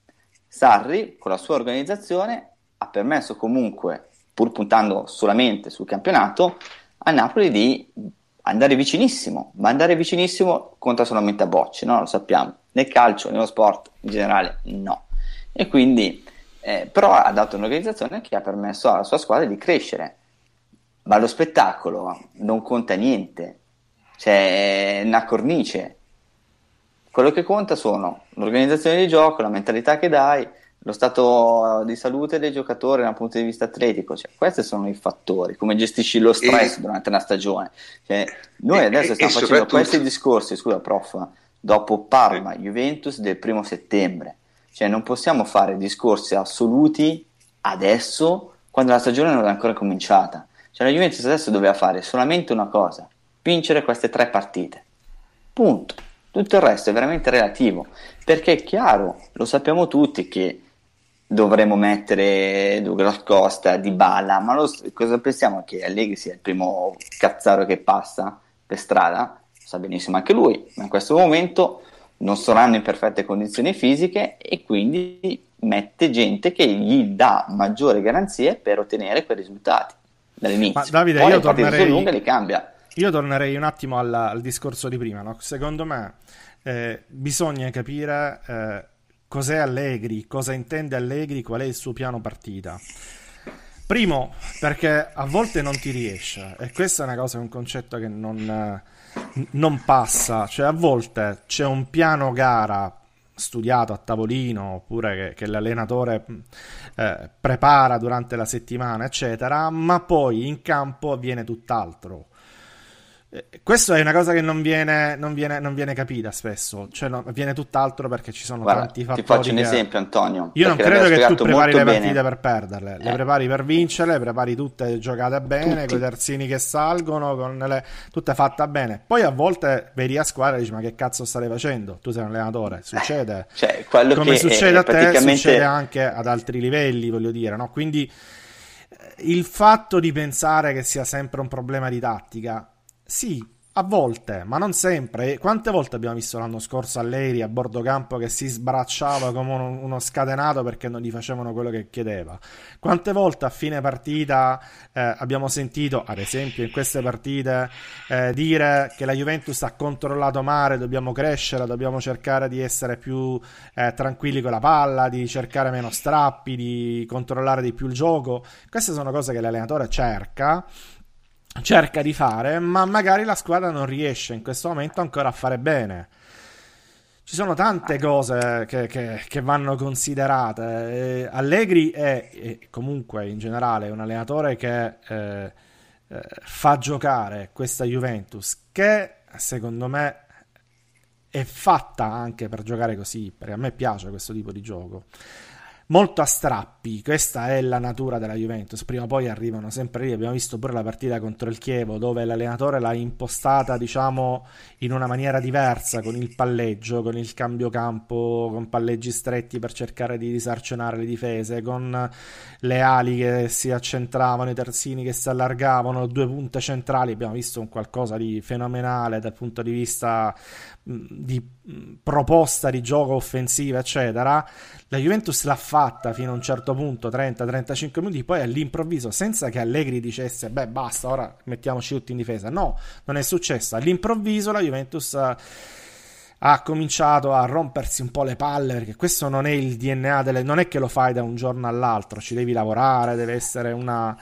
Sarri, con la sua organizzazione, ha permesso comunque, pur puntando solamente sul campionato, a Napoli di andare vicinissimo, ma andare vicinissimo conta solamente a bocce, no? Lo sappiamo. Nel calcio, nello sport in generale, no. E quindi, però ha dato un'organizzazione che ha permesso alla sua squadra di crescere. Ma lo spettacolo non conta niente, c'è una cornice. Quello che conta sono l'organizzazione di gioco, la mentalità che dai, lo stato di salute dei giocatori dal punto di vista atletico, cioè, questi sono i fattori, come gestisci lo stress durante una stagione. Cioè, noi adesso stiamo facendo questi discorsi, scusa prof, dopo Parma, Juventus del 1° settembre, cioè non possiamo fare discorsi assoluti adesso quando la stagione non è ancora cominciata. Cioè la Juventus adesso doveva fare solamente una cosa: vincere queste 3 partite, punto. Tutto il resto è veramente relativo, perché è chiaro, lo sappiamo tutti che dovremmo mettere Douglas Costa, Dybala, ma cosa pensiamo, che Allegri sia il primo cazzaro che passa per strada? Lo sa benissimo anche lui, ma in questo momento non saranno in perfette condizioni fisiche e quindi mette gente che gli dà maggiori garanzie per ottenere quei risultati dall'inizio. Ma Davide, poi io le partite tornerei... sono lunghe, li cambia. Io tornerei un attimo al discorso di prima, no? Secondo me bisogna capire cos'è Allegri, cosa intende Allegri, qual è il suo piano partita. Primo, perché a volte non ti riesce, e questa è una cosa, un concetto che non passa, cioè a volte c'è un piano gara studiato a tavolino, oppure che l'allenatore prepara durante la settimana, eccetera, ma poi in campo avviene tutt'altro. Questo è una cosa che non viene capita spesso, cioè avviene tutt'altro perché ci sono tanti fattori. Ti faccio un esempio, Antonio. Io non credo che tu prepari le partite bene per perderle, le prepari per vincerle, le prepari tutte giocate bene, con i terzini che salgono, tutte fatte bene. Poi a volte vedi a squadra e dici: ma che cazzo stai facendo? Tu sei un allenatore, succede. Cioè, quello come che succede a te, praticamente... succede anche ad altri livelli, voglio dire, no? Quindi il fatto di pensare che sia sempre un problema di tattica, sì, a volte, ma non sempre. Quante volte abbiamo visto l'anno scorso Allegri a bordo campo che si sbracciava come uno scatenato perché non gli facevano quello che chiedeva? Quante volte a fine partita abbiamo sentito, ad esempio in queste partite, dire che la Juventus ha controllato male, dobbiamo crescere, dobbiamo cercare di essere più tranquilli con la palla, di cercare meno strappi, di controllare di più il gioco. Queste sono cose che l'allenatore cerca di fare, ma magari la squadra non riesce in questo momento ancora a fare bene. Ci sono tante cose che vanno considerate. Allegri è comunque in generale un allenatore che fa giocare questa Juventus, che secondo me è fatta anche per giocare così, perché a me piace questo tipo di gioco. Molto a strappi, questa è la natura della Juventus, prima o poi arrivano sempre lì. Abbiamo visto pure la partita contro il Chievo, dove l'allenatore l'ha impostata, diciamo, in una maniera diversa, con il palleggio, con il cambio campo, con palleggi stretti per cercare di risarcionare le difese, con le ali che si accentravano, i terzini che si allargavano, 2 punte centrali. Abbiamo visto un qualcosa di fenomenale dal punto di vista di proposta di gioco offensiva, eccetera. La Juventus l'ha fatta fino a un certo punto, 30-35 minuti, poi all'improvviso, senza che Allegri dicesse beh basta, ora mettiamoci tutti in difesa, no, non è successo. All'improvviso la Juventus ha cominciato a rompersi un po' le palle, perché questo non è il DNA non è che lo fai da un giorno all'altro, ci devi lavorare, deve essere un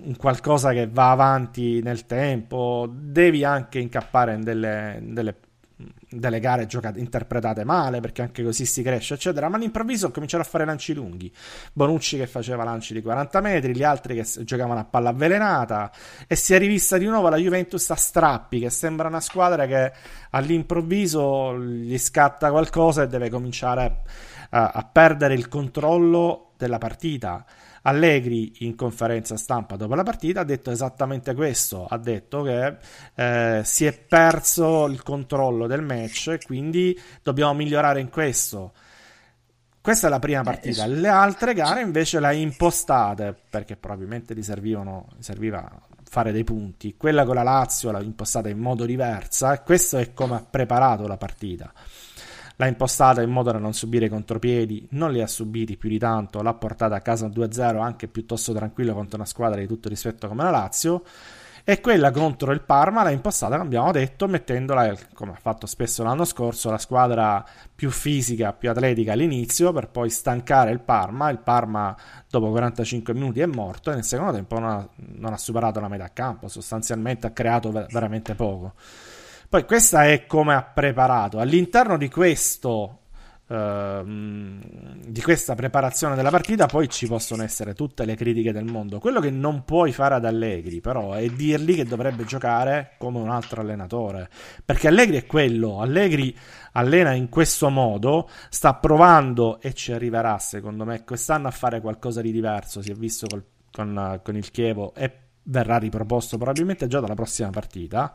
qualcosa che va avanti nel tempo, devi anche incappare in delle delle gare interpretate male, perché anche così si cresce, eccetera, ma all'improvviso cominciano a fare lanci lunghi. Bonucci che faceva lanci di 40 metri, gli altri che giocavano a palla avvelenata, e si è rivista di nuovo la Juventus a strappi, che sembra una squadra che all'improvviso gli scatta qualcosa e deve cominciare a perdere il controllo della partita. Allegri in conferenza stampa dopo la partita ha detto esattamente questo, ha detto che si è perso il controllo del match e quindi dobbiamo migliorare in questo. Questa è la prima partita, le altre gare invece le ha impostate, perché probabilmente gli serviva fare dei punti. Quella con la Lazio l'ha impostata in modo diverso, e questo è come ha preparato la partita. L'ha impostata in modo da non subire contropiedi, non li ha subiti più di tanto, l'ha portata a casa 2-0 anche piuttosto tranquillo contro una squadra di tutto rispetto come la Lazio, e quella contro il Parma l'ha impostata, come abbiamo detto, mettendola, come ha fatto spesso l'anno scorso, la squadra più fisica, più atletica all'inizio, per poi stancare il Parma. Il Parma dopo 45 minuti è morto, e nel secondo tempo non ha superato la metà campo, sostanzialmente ha creato veramente poco. Poi questa è come ha preparato. All'interno di questo di questa preparazione della partita poi ci possono essere tutte le critiche del mondo. Quello che non puoi fare ad Allegri però è dirgli che dovrebbe giocare come un altro allenatore, perché Allegri è quello. Allegri allena in questo modo, sta provando, e ci arriverà secondo me quest'anno, a fare qualcosa di diverso. Si è visto con il Chievo, e verrà riproposto probabilmente già dalla prossima partita.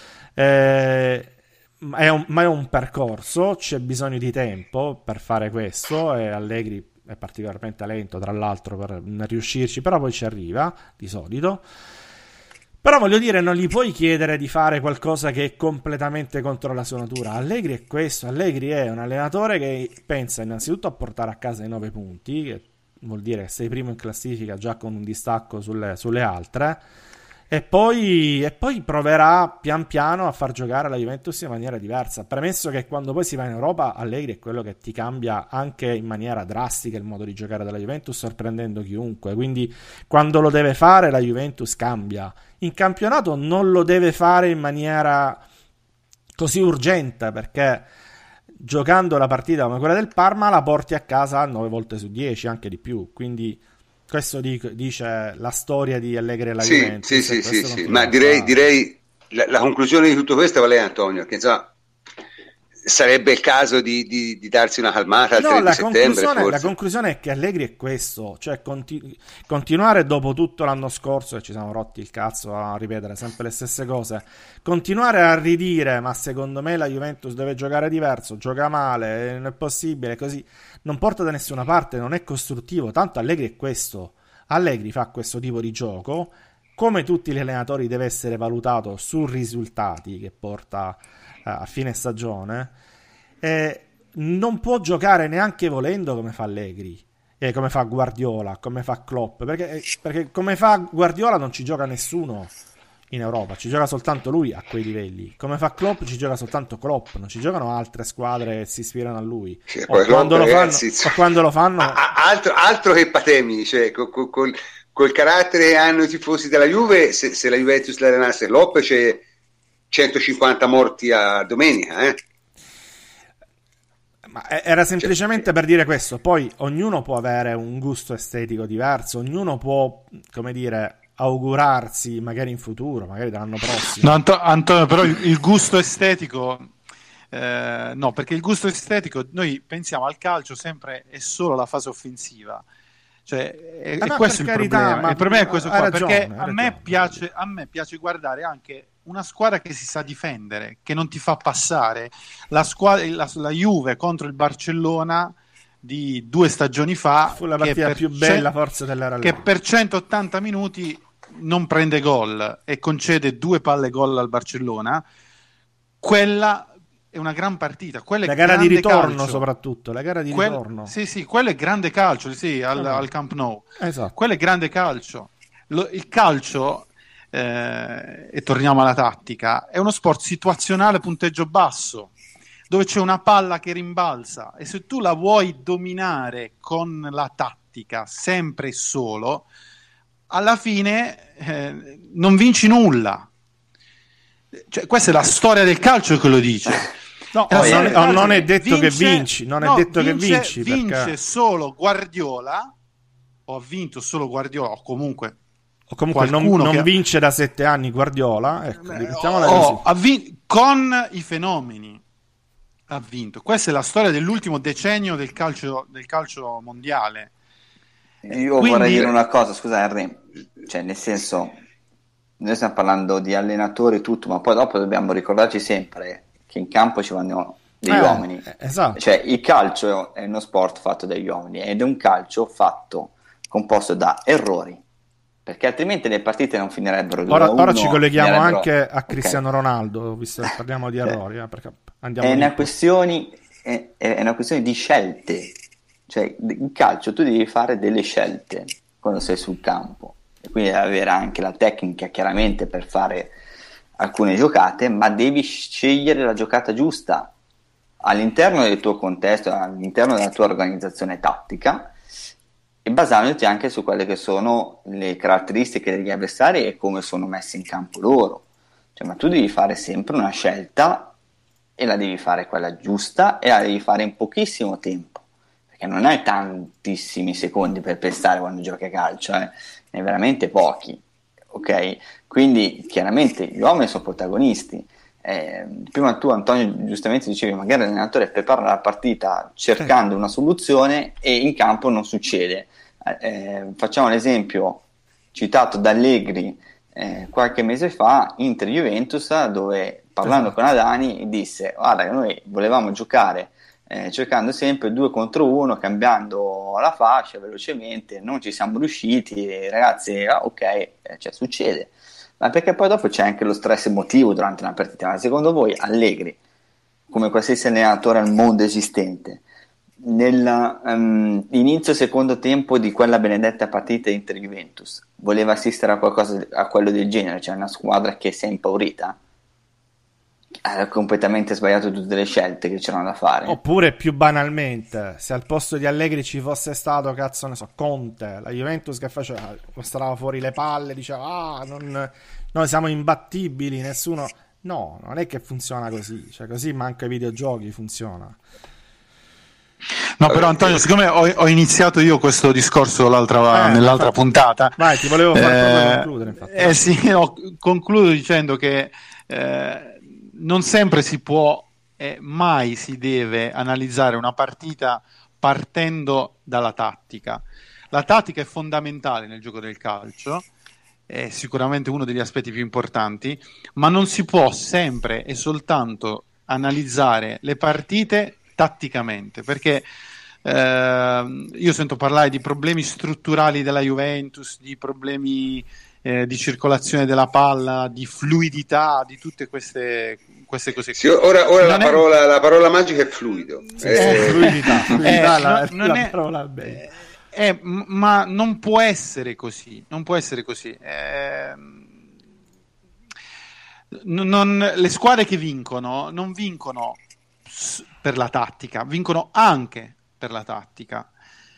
Ma è un percorso, c'è bisogno di tempo per fare questo, e Allegri è particolarmente lento tra l'altro per riuscirci, però poi ci arriva di solito. Però voglio dire, non gli puoi chiedere di fare qualcosa che è completamente contro la sua natura. Allegri è questo, Allegri è un allenatore che pensa innanzitutto a portare a casa i 9 punti, che vuol dire che sei primo in classifica già con un distacco sulle altre. E poi proverà pian piano a far giocare la Juventus in maniera diversa, premesso che quando poi si va in Europa Allegri è quello che ti cambia anche in maniera drastica il modo di giocare della Juventus, sorprendendo chiunque. Quindi quando lo deve fare la Juventus cambia. In campionato non lo deve fare in maniera così urgente, perché giocando la partita come quella del Parma la porti a casa 9 volte su 10, anche di più. Quindi questo dice la storia di Allegri e la Juventus. Sì. Ma direi la conclusione di tutto questo, qual è, Antonio? Che sarebbe il caso di darsi una calmata al 3 di settembre, forse. La conclusione è che Allegri è questo, cioè continuare dopo tutto l'anno scorso, e ci siamo rotti il cazzo a ripetere sempre le stesse cose, continuare a ridire ma secondo me la Juventus deve giocare diverso, gioca male, non è possibile, così non porta da nessuna parte, non è costruttivo. Tanto Allegri è questo, Allegri fa questo tipo di gioco, come tutti gli allenatori deve essere valutato su risultati che porta a fine stagione. Non può giocare neanche volendo come fa Allegri, come fa Guardiola, come fa Klopp, perché come fa Guardiola non ci gioca nessuno in Europa, ci gioca soltanto lui a quei livelli. Come fa Klopp ci gioca soltanto Klopp, non ci giocano altre squadre che si ispirano a lui, o quando lo fanno altro che patemi, cioè col carattere che hanno i tifosi della Juve, se la Juventus l'allenasse Klopp c'è 150 morti a domenica, Ma era semplicemente per dire questo. Poi ognuno può avere un gusto estetico diverso, ognuno può, come dire, augurarsi magari in futuro, magari dall'anno prossimo. No, Antonio, però il gusto estetico no, perché il gusto estetico, noi pensiamo al calcio sempre e solo la fase offensiva, cioè è questo il problema. Il problema è questo qua, perché a me piace guardare anche una squadra che si sa difendere, che non ti fa passare. La Juve contro il Barcellona di 2 stagioni fa fu la partita più bella forse dell'era, che per 180 minuti non prende gol e concede 2 palle gol al Barcellona. Quella è una gran partita, la gara di ritorno calcio. Soprattutto la gara di ritorno, sì, quello è grande calcio, sì, al Camp Nou, esatto. Quello è grande calcio. Il calcio, e torniamo alla tattica, è uno sport situazionale, punteggio basso, dove c'è una palla che rimbalza, e se tu la vuoi dominare con la tattica sempre e solo, alla fine non vinci nulla. Cioè, questa è la storia del calcio che lo dice. No, non è detto che vinci, non è detto che vinci. Vince perché... solo Guardiola, o ha vinto solo Guardiola, o comunque non vince da 7 anni Guardiola, ecco, con i fenomeni ha vinto. Questa è la storia dell'ultimo decennio del calcio mondiale. Io vorrei dire una cosa, scusa Henry, cioè nel senso, noi stiamo parlando di allenatori e tutto, ma poi dopo dobbiamo ricordarci sempre che in campo ci vanno degli uomini. Esatto. Cioè il calcio è uno sport fatto dagli uomini ed è un calcio composto da errori, perché altrimenti le partite non finirebbero 2-1. Ora ci colleghiamo anche a Cristiano Ronaldo, visto che parliamo di errori, perché andiamo è una questione di scelte. Cioè in calcio tu devi fare delle scelte quando sei sul campo, e quindi devi avere anche la tecnica chiaramente per fare alcune giocate, ma devi scegliere la giocata giusta all'interno del tuo contesto, all'interno della tua organizzazione tattica, e basandoti anche su quelle che sono le caratteristiche degli avversari e come sono messi in campo loro. Cioè, ma tu devi fare sempre una scelta e la devi fare quella giusta e la devi fare in pochissimo tempo, perché non hai tantissimi secondi per pestare quando giochi a calcio, ne hai veramente pochi, ok? Quindi chiaramente gli uomini sono protagonisti. Prima tu, Antonio, giustamente dicevi magari l'allenatore prepara la partita cercando una soluzione e in campo non succede. Facciamo l'esempio citato da Allegri qualche mese fa, Inter-Juventus, dove parlando con Adani disse: guarda, noi volevamo giocare cercando sempre 2 contro 1, cambiando la fascia velocemente, non ci siamo riusciti, ragazzi, ok, cioè succede, ma perché poi dopo c'è anche lo stress emotivo durante una partita. Ma secondo voi Allegri, come qualsiasi allenatore al mondo esistente, nell'inizio secondo tempo di quella benedetta partita Inter-Juventus voleva assistere a quello del genere, cioè una squadra che si è impaurita? Ha completamente sbagliato tutte le scelte che c'erano da fare. Oppure più banalmente, se al posto di Allegri ci fosse stato, cazzo ne so, Conte, la Juventus che faceva, mostrava fuori le palle, diceva noi siamo imbattibili, nessuno... No, non è che funziona così, cioè così manca i videogiochi, funziona. No, però Antonio, siccome ho iniziato io questo discorso nell'altra puntata, vai, ti volevo far concludere, infatti. Sì, concludo dicendo che non sempre si può e mai si deve analizzare una partita partendo dalla tattica. La tattica è fondamentale nel gioco del calcio, è sicuramente uno degli aspetti più importanti, ma non si può sempre e soltanto analizzare le partite tatticamente, perché io sento parlare di problemi strutturali della Juventus, di problemi di circolazione della palla, di fluidità, di tutte queste cose. Sì, ora la parola magica è fluido. Fluidità, la parola bene. Ma non può essere così, le squadre che vincono non vincono per la tattica, vincono anche per la tattica.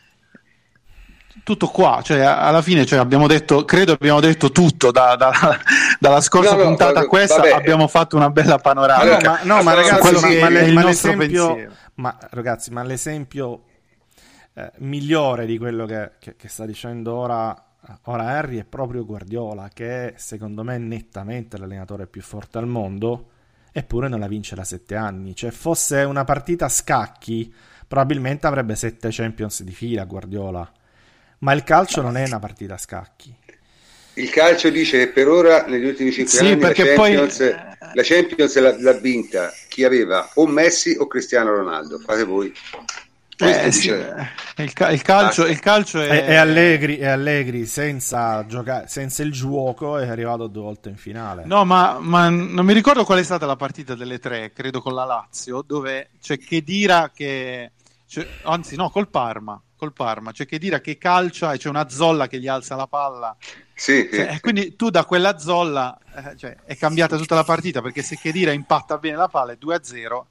Tutto qua, cioè alla fine abbiamo detto tutto dalla scorsa puntata a questa. Vabbè. Abbiamo fatto una bella panoramica. Ma ragazzi, ragazzi, ma l'esempio migliore di quello che sta dicendo ora Harry è proprio Guardiola, che è secondo me nettamente l'allenatore più forte al mondo, eppure non la vince da 7 anni. Cioè, fosse una partita a scacchi probabilmente avrebbe 7 Champions di fila Guardiola, ma il calcio non è una partita a scacchi. Il calcio dice che per ora negli ultimi 5 anni la Champions l'ha vinta chi aveva o Messi o Cristiano Ronaldo. Fate voi. Sì. Il calcio è Allegri senza il gioco è arrivato 2 volte in finale. No, ma non mi ricordo qual è stata la partita delle 3, credo con la Lazio, dove c'è Khedira col Parma, c'è Khedira che calcia e c'è una Zolla che gli alza la palla. Sì. Quindi tu da quella Zolla è cambiata tutta la partita, perché se Khedira impatta bene la palla è 2-0.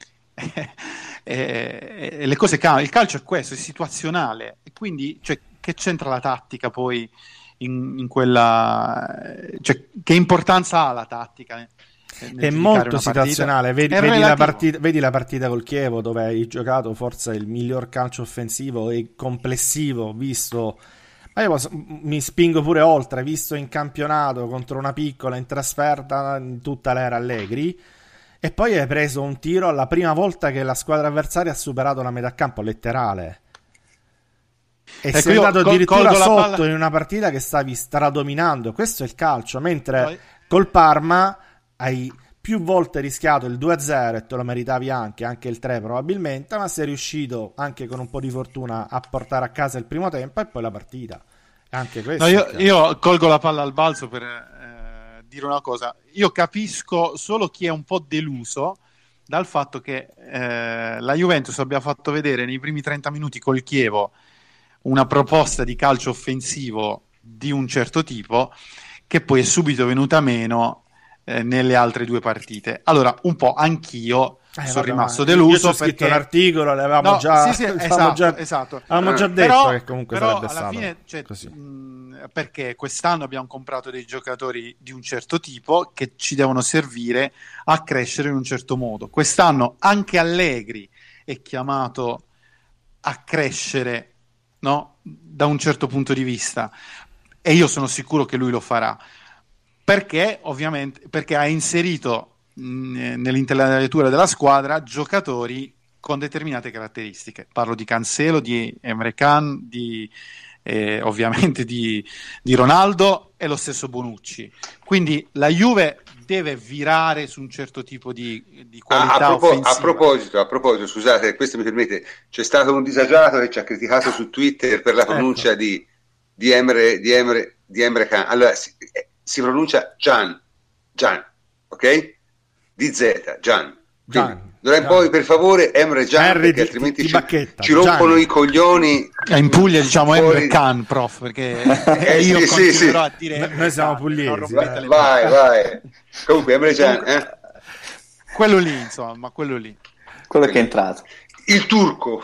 E le cose cambiano. Il calcio è questo, è situazionale, e quindi che c'entra la tattica poi in quella, che importanza ha la tattica? È molto situazionale. Vedi la partita col Chievo, dove hai giocato forse il miglior calcio offensivo e complessivo visto. Ma io mi spingo pure oltre, visto in campionato contro una piccola, in trasferta in tutta l'era Allegri, e poi hai preso un tiro alla prima volta che la squadra avversaria ha superato la metà campo, letterale. E sei andato addirittura sotto in una partita che stavi stradominando. Questo è il calcio, mentre col Parma hai più volte rischiato il 2-0 e te lo meritavi anche il 3 probabilmente, ma sei riuscito anche con un po' di fortuna a portare a casa il primo tempo e poi la partita. Anche questo. No, io colgo la palla al balzo per dire una cosa. Io capisco solo chi è un po' deluso dal fatto che la Juventus abbia fatto vedere nei primi 30 minuti col Chievo una proposta di calcio offensivo di un certo tipo, che poi è subito venuta meno nelle altre due partite. Allora, un po' anch'io sono rimasto deluso. Io ho scritto l'articolo, l'avevamo già esatto. Avevamo già detto che comunque però sarebbe alla stato fine, così. Perché quest'anno abbiamo comprato dei giocatori di un certo tipo che ci devono servire a crescere in un certo modo. Quest'anno anche Allegri è chiamato a crescere, no? Da un certo punto di vista, e io sono sicuro che lui lo farà, perché ha inserito nell'intellettualità della squadra giocatori con determinate caratteristiche. Parlo di Cancelo, di Emre Can, ovviamente di Ronaldo e lo stesso Bonucci. Quindi la Juve deve virare su un certo tipo di qualità offensiva. A proposito, scusate, questo mi permette, c'è stato un disagiato che ci ha criticato su Twitter per la pronuncia di Emre Can. Allora si pronuncia Gian, ok? Di Z, Gian. D'ora in poi, per favore, Emre Can, perché altrimenti ci rompono i coglioni. In Puglia diciamo Emre Can, prof, perché io continuerò a dire noi siamo pugliesi. Vai. Comunque Emre Can, quello lì, insomma, quello lì. Quello che è entrato. Il turco.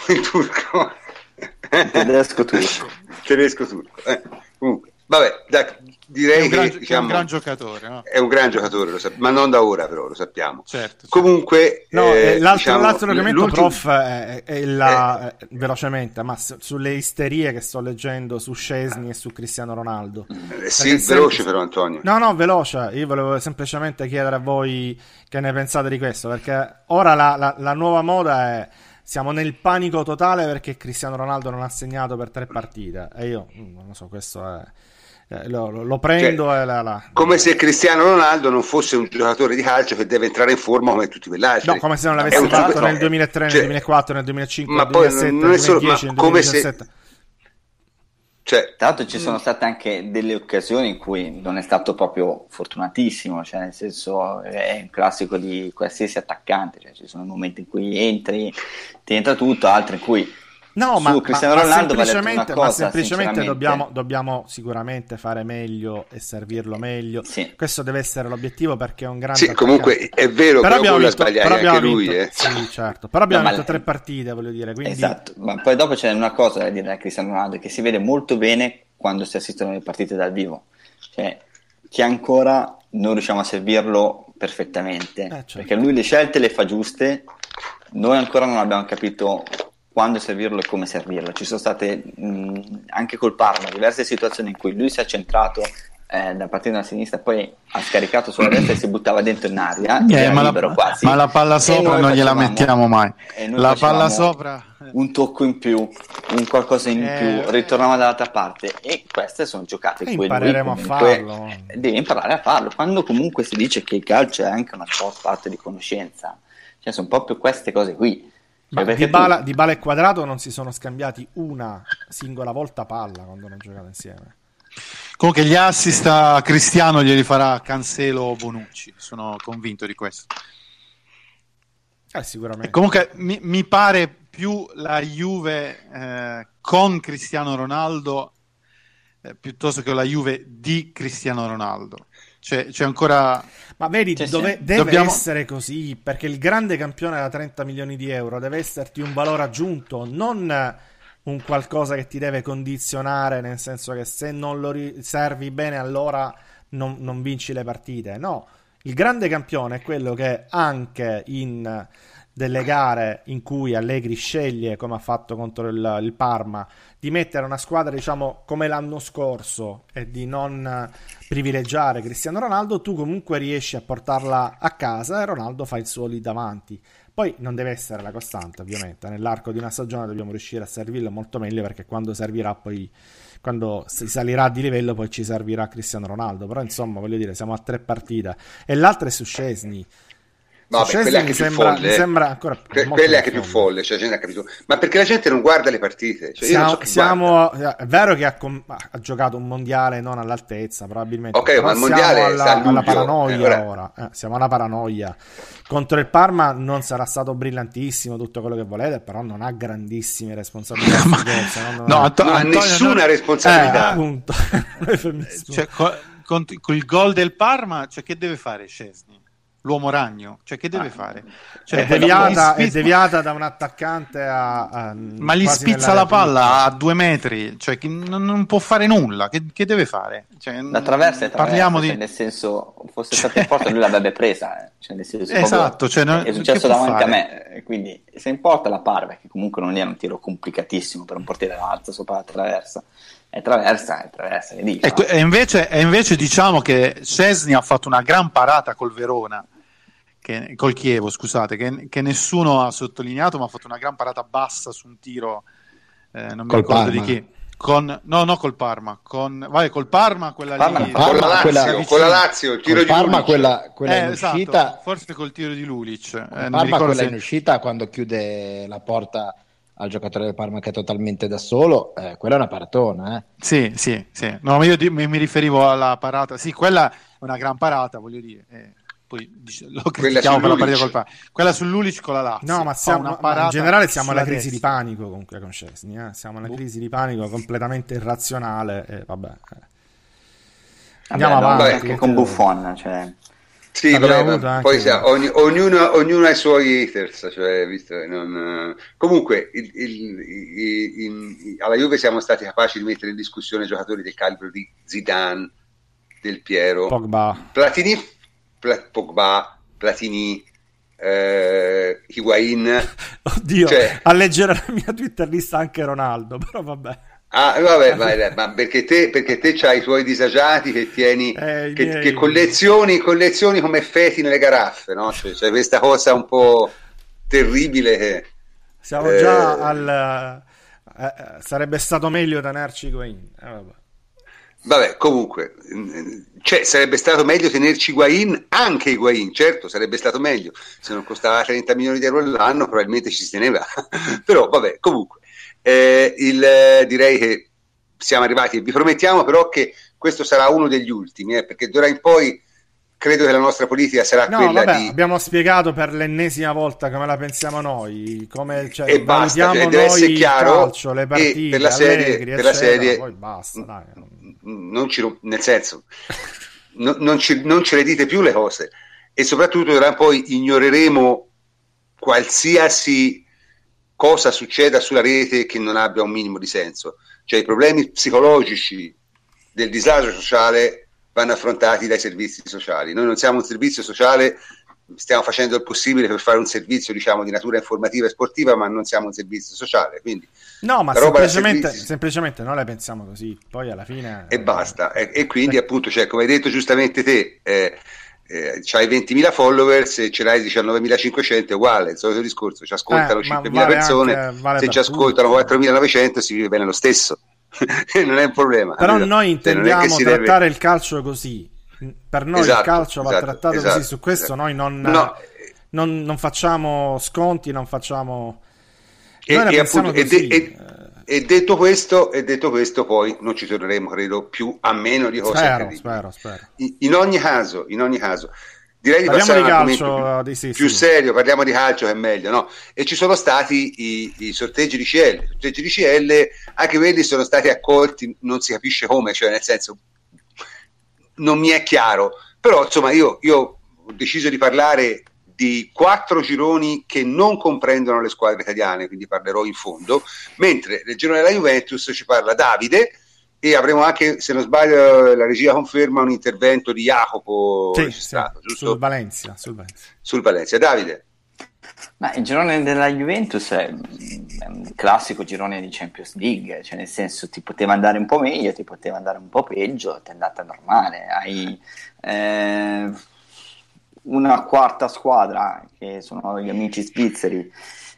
Tedesco turco. Comunque, vabbè, direi che è un gran giocatore, no? È un gran giocatore, ma non da ora, però lo sappiamo. Certo. Comunque, l'altro argomento, prof, è velocemente, ma sulle isterie che sto leggendo su Szczesny e su Cristiano Ronaldo. Sì, veloce però, Antonio. No, veloce. Io volevo semplicemente chiedere a voi che ne pensate di questo, perché ora la nuova moda è: siamo nel panico totale perché Cristiano Ronaldo non ha segnato per 3 partite, e io non lo so, questo è lo prendo, come se Cristiano Ronaldo non fosse un giocatore di calcio che deve entrare in forma come tutti quegli altri. No, come se non l'avesse fatto nel 2003, nel 2004, nel 2005, nel 2007, nel 2010, nel 2017. Tra l'altro ci sono state anche delle occasioni in cui non è stato proprio fortunatissimo, cioè nel senso è un classico di qualsiasi attaccante, cioè ci sono momenti in cui entri, ti entra tutto, altri in cui Cristiano Ronaldo semplicemente dobbiamo sicuramente fare meglio e servirlo meglio. Sì. Questo deve essere l'obiettivo, perché è un grande attaccante. Comunque è vero, però vuole sbagliare anche lui. Sì, certo. Però abbiamo vinto 3 partite, voglio dire. Quindi... Esatto, ma poi dopo c'è una cosa da dire a Cristiano Ronaldo, che si vede molto bene quando si assistono alle partite dal vivo. Cioè, che ancora non riusciamo a servirlo perfettamente. Certo. Perché lui le scelte le fa giuste, noi ancora non abbiamo capito quando servirlo e come servirlo. Ci sono state anche col Parma diverse situazioni in cui lui si è centrato da partire da sinistra, poi ha scaricato sulla destra e si buttava dentro in aria, ma la palla sopra non gliela mettiamo mai. La palla sopra, un tocco in più, un qualcosa in più, ritornava dall'altra parte, e queste sono giocate in cui impareremo a farlo. Devi imparare a farlo, quando comunque si dice che il calcio è anche una sport parte di conoscenza, cioè sono proprio queste cose qui. Ma Dybala e Quadrato non si sono scambiati una singola volta palla quando hanno giocato insieme. Comunque gli assist a Cristiano glieli farà Cancelo o Bonucci, sono convinto di questo. Sicuramente. E comunque mi pare più la Juve con Cristiano Ronaldo piuttosto che la Juve di Cristiano Ronaldo. C'è ancora... Ma vedi, deve essere così, perché il grande campione da 30 milioni di euro deve esserti un valore aggiunto, non un qualcosa che ti deve condizionare, nel senso che se non lo servi bene allora non vinci le partite. No, Il grande campione è quello che anche in delle gare in cui Allegri sceglie, come ha fatto contro il Parma, di mettere una squadra, diciamo, come l'anno scorso e di non privilegiare Cristiano Ronaldo, tu comunque riesci a portarla a casa e Ronaldo fa il suo lì davanti. Poi non deve essere la costante, ovviamente. Nell'arco di una stagione dobbiamo riuscire a servirlo molto meglio, perché quando servirà poi, quando si salirà di livello, poi ci servirà Cristiano Ronaldo. Però insomma, voglio dire, siamo a 3 partite e l'altra è su Szczęsny. Vabbè, quella è anche più folle. Mi sembra ancora quella è anche più folle, cioè, gente ha capito. Ma perché la gente non guarda le partite? Cioè, è vero che ha giocato un mondiale non all'altezza, probabilmente. Ok, ma il mondiale alla paranoia ora. Siamo alla paranoia. Contro il Parma non sarà stato brillantissimo, tutto quello che volete, però non ha grandissime responsabilità. Non ha nessuna responsabilità. Appunto. Cioè, con il gol del Parma, cioè, che deve fare Szczęsny? L'uomo ragno, cioè che deve fare? Cioè, è deviata da un attaccante ma gli spizza la palla a 2 metri, cioè non può fare nulla, che deve fare? Cioè, la traversa parliamo cioè, di... nel senso, fosse stata in porta lui l'avrebbe presa, cioè, nel senso, esatto, cioè, è successo davanti a me, quindi se in porta la parve, che comunque non era un tiro complicatissimo per un portiere alto sopra la traversa, è traversa, che dice, e invece diciamo che Szczęsny ha fatto una gran parata col Verona, col Chievo, scusate, che nessuno ha sottolineato, ma ha fatto una gran parata bassa su un tiro, non mi ricordo Parma. Di chi. No, col Parma, col Parma, quella lì, con la Lazio, il tiro di Parma, Lulic. quella in uscita, esatto, forse col tiro di Lulic. Parma, quella in uscita, quando chiude la porta al giocatore del Parma che è totalmente da solo, quella è una paratona. Sì. No, ma io mi riferivo alla parata. Sì, quella è una gran parata, voglio dire. Poi lo critichiamo per la partita col Parma. Quella sull'Ulic con la Lazio. No, ma in generale siamo alla crisi di panico comunque con Szczęsny, siamo alla crisi di panico completamente irrazionale, vabbè. Andiamo avanti anche con Buffon, cioè. Sì, vabbè, poi ognuno ha i suoi haters, cioè, visto, comunque alla Juve siamo stati capaci di mettere in discussione giocatori del calibro di Zidane, Del Piero, Pogba, Platini, Higuain. Oddio, cioè, a leggere la mia Twitter lista anche Ronaldo, però vabbè. Vabbè, ma perché te c'hai i tuoi disagiati che tieni, che collezioni come feti nelle garaffe, no? Cioè questa cosa un po' terribile che... Siamo già sarebbe stato meglio tenerci Higuain. Vabbè, comunque, cioè, sarebbe stato meglio tenerci Higuain, anche Higuain, certo, sarebbe stato meglio. Se non costava 30 milioni di euro all'anno, probabilmente ci si teneva. Però, vabbè, comunque, direi che siamo arrivati e vi promettiamo però che questo sarà uno degli ultimi, perché d'ora in poi credo che la nostra politica sarà quella di... Abbiamo spiegato per l'ennesima volta come la pensiamo noi, come e basta, cioè, deve essere chiaro, il calcio, le partite, per la serie, poi basta, dai. Nel senso, non ce le dite più le cose, e soprattutto d'ora in poi ignoreremo qualsiasi cosa succeda sulla rete che non abbia un minimo di senso. Cioè i problemi psicologici del disagio sociale vanno affrontati dai servizi sociali. Noi non siamo un servizio sociale, stiamo facendo il possibile per fare un servizio, diciamo, di natura informativa e sportiva, ma non siamo un servizio sociale, quindi no, ma semplicemente noi la pensiamo così, poi alla fine e basta, e quindi appunto, cioè, come hai detto giustamente te, c'hai 20.000 followers e ce l'hai 19.500, è uguale, il solito discorso, ci ascoltano 5.000 persone, se ci ascoltano 4.900 si vive bene lo stesso. Non è un problema. Però noi intendiamo trattare il calcio così, per noi il calcio va trattato così, su questo noi non facciamo sconti, non facciamo... E detto questo, poi non ci torneremo, credo, più a meno di cose. Spero. In ogni caso, direi di passare a un argomento più serio, parliamo di calcio che è meglio, no? E ci sono stati i sorteggi di CL. I sorteggi di CL, anche quelli sono stati accolti, non si capisce come, cioè nel senso, non mi è chiaro. Però, insomma, io ho deciso di parlare di 4 gironi che non comprendono le squadre italiane, quindi parlerò in fondo, mentre nel girone della Juventus ci parla Davide e avremo anche, se non sbaglio, la regia conferma un intervento di Jacopo giusto? Sul Valencia. Sul Valencia. Davide? Ma il girone della Juventus è un classico girone di Champions League, cioè nel senso ti poteva andare un po' meglio, ti poteva andare un po' peggio, ti è andata normale. Hai una quarta squadra che sono gli amici svizzeri,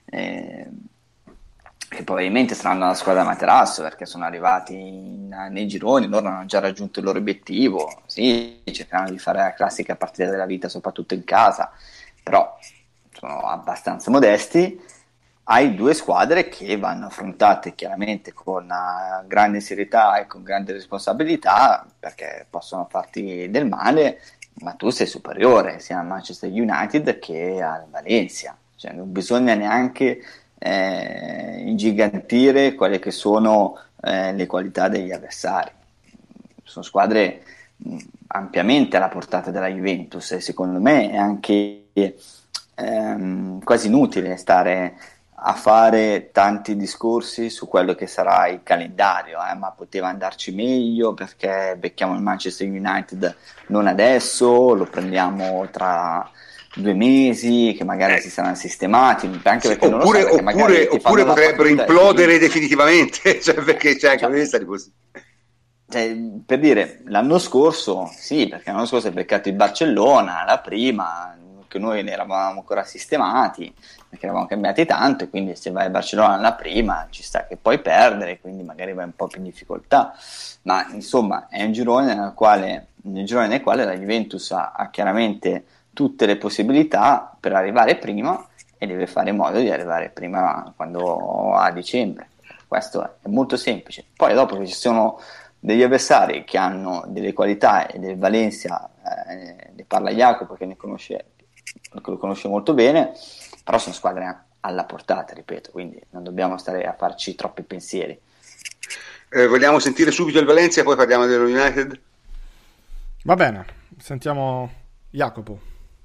che probabilmente saranno la squadra materasso perché sono arrivati nei gironi, loro hanno già raggiunto il loro obiettivo, sì, cercano di fare la classica partita della vita soprattutto in casa, però sono abbastanza modesti. Hai due squadre che vanno affrontate chiaramente con grande serietà e con grande responsabilità, perché possono farti del male, ma tu sei superiore sia al Manchester United che al Valencia, cioè non bisogna neanche ingigantire quelle che sono le qualità degli avversari. Sono squadre ampiamente alla portata della Juventus e secondo me è anche quasi inutile stare a fare tanti discorsi su quello che sarà il calendario, ma poteva andarci meglio perché becchiamo il Manchester United non adesso, lo prendiamo tra 2 mesi che magari si saranno sistemati, anche perché oppure potrebbero implodere definitivamente, cioè perché c'è anche questa per dire, l'anno scorso sì, perché l'anno scorso è beccato il Barcellona la prima, che noi ne eravamo ancora sistemati perché eravamo cambiati tanto, e quindi se vai a Barcellona alla prima ci sta che puoi perdere, quindi magari vai un po' più in difficoltà, ma insomma è un girone nel quale la Juventus ha chiaramente tutte le possibilità per arrivare prima e deve fare in modo di arrivare prima quando a dicembre. Questo è molto semplice. Poi dopo che ci sono degli avversari che hanno delle qualità, e del Valencia ne parla Jacopo che lo conosce molto bene, però sono squadre alla portata, ripeto, quindi non dobbiamo stare a farci troppi pensieri. Vogliamo sentire subito il Valencia, poi parliamo dello United? Va bene, sentiamo Jacopo.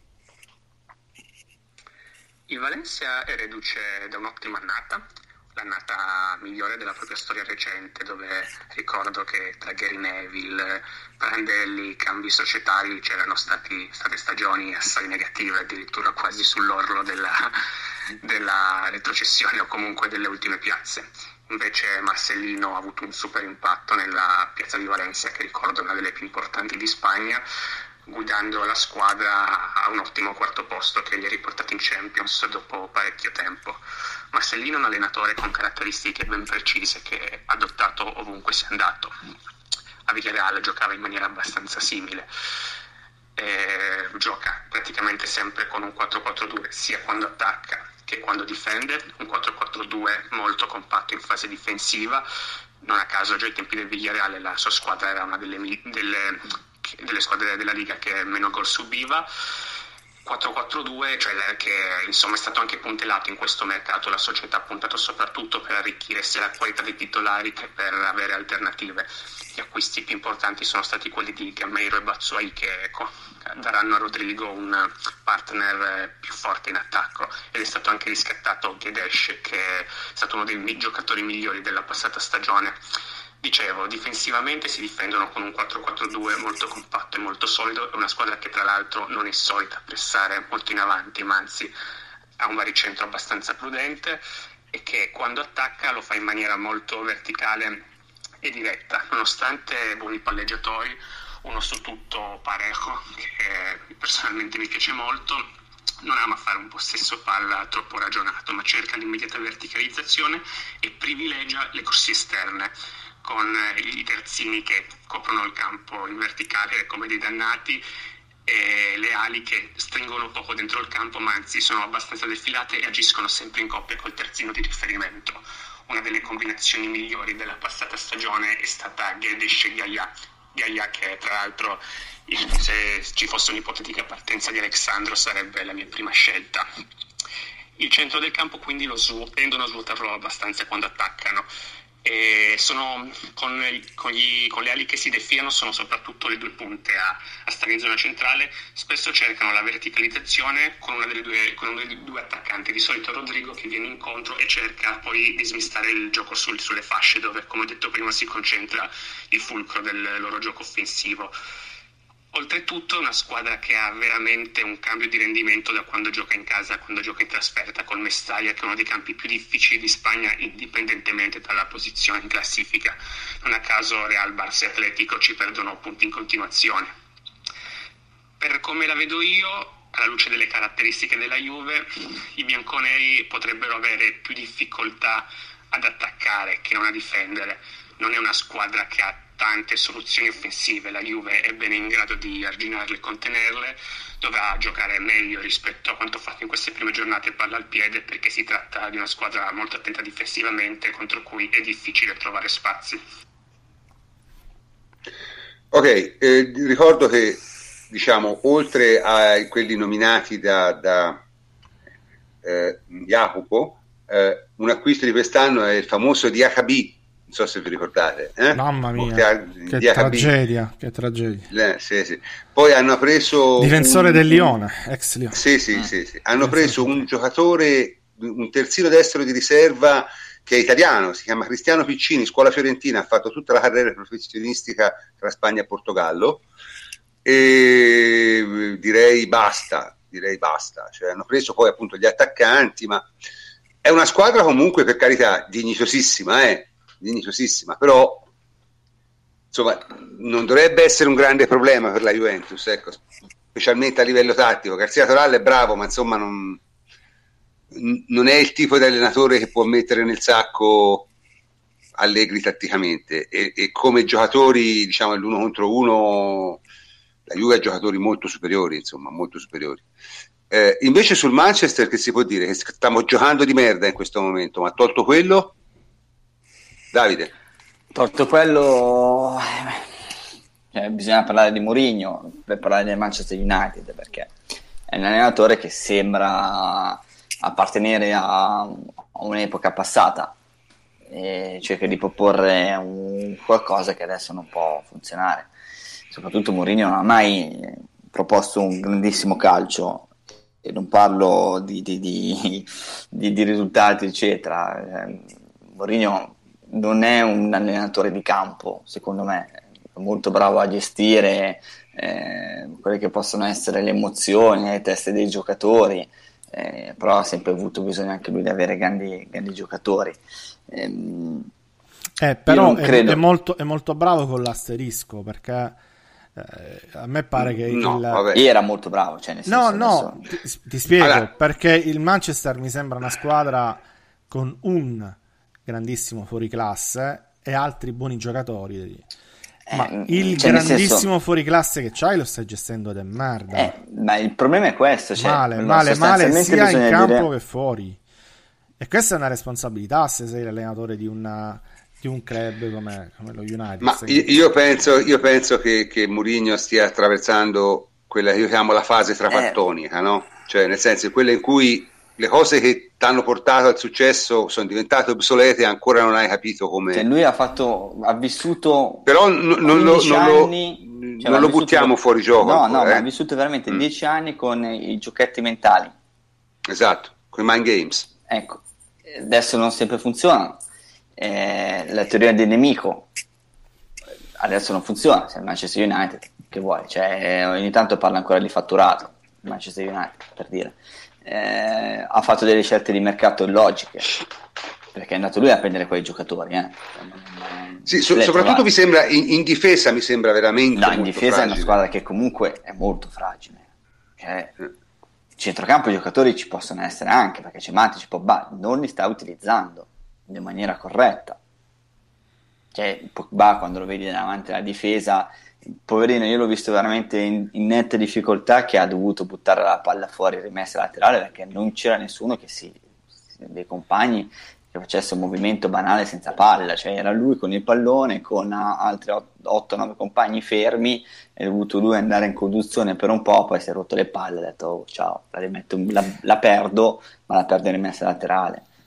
Il Valencia è reduce da un'ottima annata, l'annata migliore della propria storia recente, dove ricordo che tra Gary Neville, Prandelli, cambi societari c'erano state stagioni assai negative, addirittura quasi sull'orlo della retrocessione o comunque delle ultime piazze. Invece Marcellino ha avuto un super impatto nella piazza di Valencia, che ricordo è una delle più importanti di Spagna, guidando la squadra a un ottimo quarto posto che li ha riportati in Champions dopo parecchio tempo. Marcellino è un allenatore con caratteristiche ben precise che ha adottato ovunque sia andato. A Villarreal giocava in maniera abbastanza simile, gioca praticamente sempre con un 4-4-2 sia quando attacca che quando difende, un 4-4-2 molto compatto in fase difensiva. Non a caso già ai tempi del Villarreal la sua squadra era una delle squadre della Liga che meno gol subiva. 4-4-2, cioè che insomma è stato anche puntellato in questo mercato. La società ha puntato soprattutto per arricchire sia la qualità dei titolari che per avere alternative. Gli acquisti più importanti sono stati quelli di Gameiro e Batshuayi, che daranno a Rodrigo un partner più forte in attacco, ed è stato anche riscattato Guedes, che è stato uno dei giocatori migliori della passata stagione. Dicevo, difensivamente si difendono con un 4-4-2 molto compatto e molto solido, è una squadra che tra l'altro non è solita pressare molto in avanti, ma anzi ha un baricentro abbastanza prudente, e che quando attacca lo fa in maniera molto verticale e diretta, nonostante buoni palleggiatori, uno su tutto Parejo, che personalmente mi piace molto. Non ama fare un possesso palla troppo ragionato, ma cerca l'immediata verticalizzazione e privilegia le corsie esterne, con i terzini che coprono il campo in verticale come dei dannati, e le ali che stringono poco dentro il campo, ma anzi sono abbastanza defilate e agiscono sempre in coppia col terzino di riferimento. Una delle combinazioni migliori della passata stagione è stata Guedes e Gaia, che tra l'altro, se ci fosse un'ipotetica partenza di Alexandro, sarebbe la mia prima scelta. Il centro del campo quindi tendono a svuotarlo abbastanza quando attaccano. E sono con le ali che si defilano, sono soprattutto le due punte a stare in zona centrale. Spesso cercano la verticalizzazione con uno dei due attaccanti, di solito Rodrigo, che viene incontro e cerca poi di smistare il gioco sulle fasce, dove, come ho detto prima, si concentra il fulcro del loro gioco offensivo. Oltretutto è una squadra che ha veramente un cambio di rendimento da quando gioca in casa a quando gioca in trasferta, col Mestalla, che è uno dei campi più difficili di Spagna indipendentemente dalla posizione in classifica. Non a caso Real, Barça e Atletico ci perdono punti in continuazione. Per come la vedo io, alla luce delle caratteristiche della Juve, i bianconeri potrebbero avere più difficoltà ad attaccare che non a difendere. Non è una squadra che ha tante soluzioni offensive, la Juve è bene in grado di arginarle e contenerle, dovrà giocare meglio rispetto a quanto fatto in queste prime giornate palla al piede, perché si tratta di una squadra molto attenta difensivamente, contro cui è difficile trovare spazi. Ok, ricordo che, diciamo, oltre a quelli nominati da Jacopo, un acquisto di quest'anno è il famoso Diakhaby. Non so se vi ricordate. Mamma mia, che tragedia, che tragedia. Sì. Poi hanno preso difensore del Lione, ex Lione. Sì. Hanno preso un giocatore, un terzino destro di riserva che è italiano, si chiama Cristiano Piccini, scuola fiorentina, ha fatto tutta la carriera professionistica tra Spagna e Portogallo, e direi basta. Cioè, hanno preso poi appunto gli attaccanti, ma è una squadra comunque, per carità, dignitosissima, però insomma non dovrebbe essere un grande problema per la Juventus, ecco, specialmente a livello tattico. Garcia Toral è bravo, ma insomma non è il tipo di allenatore che può mettere nel sacco Allegri tatticamente, e come giocatori, diciamo, l'uno contro uno la Juve ha giocatori molto superiori. Invece sul Manchester, che si può dire? Che stiamo giocando di merda in questo momento, ma tolto quello, Davide? Tolto quello, bisogna parlare di Mourinho per parlare del Manchester United, perché è un allenatore che sembra appartenere a un'epoca passata, e cerca di proporre qualcosa che adesso non può funzionare. Soprattutto Mourinho non ha mai proposto un grandissimo calcio, e non parlo di risultati eccetera. Mourinho non è un allenatore di campo, secondo me, è molto bravo a gestire quelle che possono essere le emozioni, le teste dei giocatori, però ha sempre avuto bisogno anche lui di avere grandi giocatori. Però è molto bravo con l'asterisco, perché a me pare che era molto bravo, cioè nel senso, ti spiego, perché il Manchester mi sembra una squadra con un grandissimo fuoriclasse e altri buoni giocatori, ma il grandissimo fuoriclasse che c'hai lo stai gestendo de merda. Ma il problema è questo, cioè, male sia in campo che fuori, e questa è una responsabilità se sei l'allenatore di un club come lo United. Ma io penso che Mourinho stia attraversando quella che io chiamo la fase trafattonica, no? Cioè, nel senso, quella in cui le cose che ti hanno portato al successo sono diventate obsolete e ancora non hai capito come. Cioè, lui ha vissuto, però non lo buttiamo fuori gioco. No, ha vissuto veramente 10 anni con i giochetti mentali. Esatto, con i mind games. Ecco, adesso non sempre funzionano. La teoria del nemico adesso non funziona. Se il Manchester United, che vuoi, cioè, ogni tanto parla ancora di fatturato il Manchester United, per dire. Ha fatto delle scelte di mercato logiche, perché è andato lui a prendere quei giocatori, sì, soprattutto mi sembra in difesa, mi sembra veramente molto in difesa fragile. È una squadra che comunque è molto fragile, cioè, centrocampo i giocatori ci possono essere anche, perché c'è Matic, Pogba, non li sta utilizzando in maniera corretta. Cioè Pogba, quando lo vedi davanti alla difesa, poverino, io l'ho visto veramente in netta difficoltà, che ha dovuto buttare la palla fuori rimessa laterale, perché non c'era nessuno dei compagni che facesse un movimento banale senza palla. Cioè era lui con il pallone, con altri 8-9 compagni fermi, è dovuto lui andare in conduzione per un po', poi si è rotto le palle, ha detto ciao, la perdo, ma la perdo in rimessa laterale.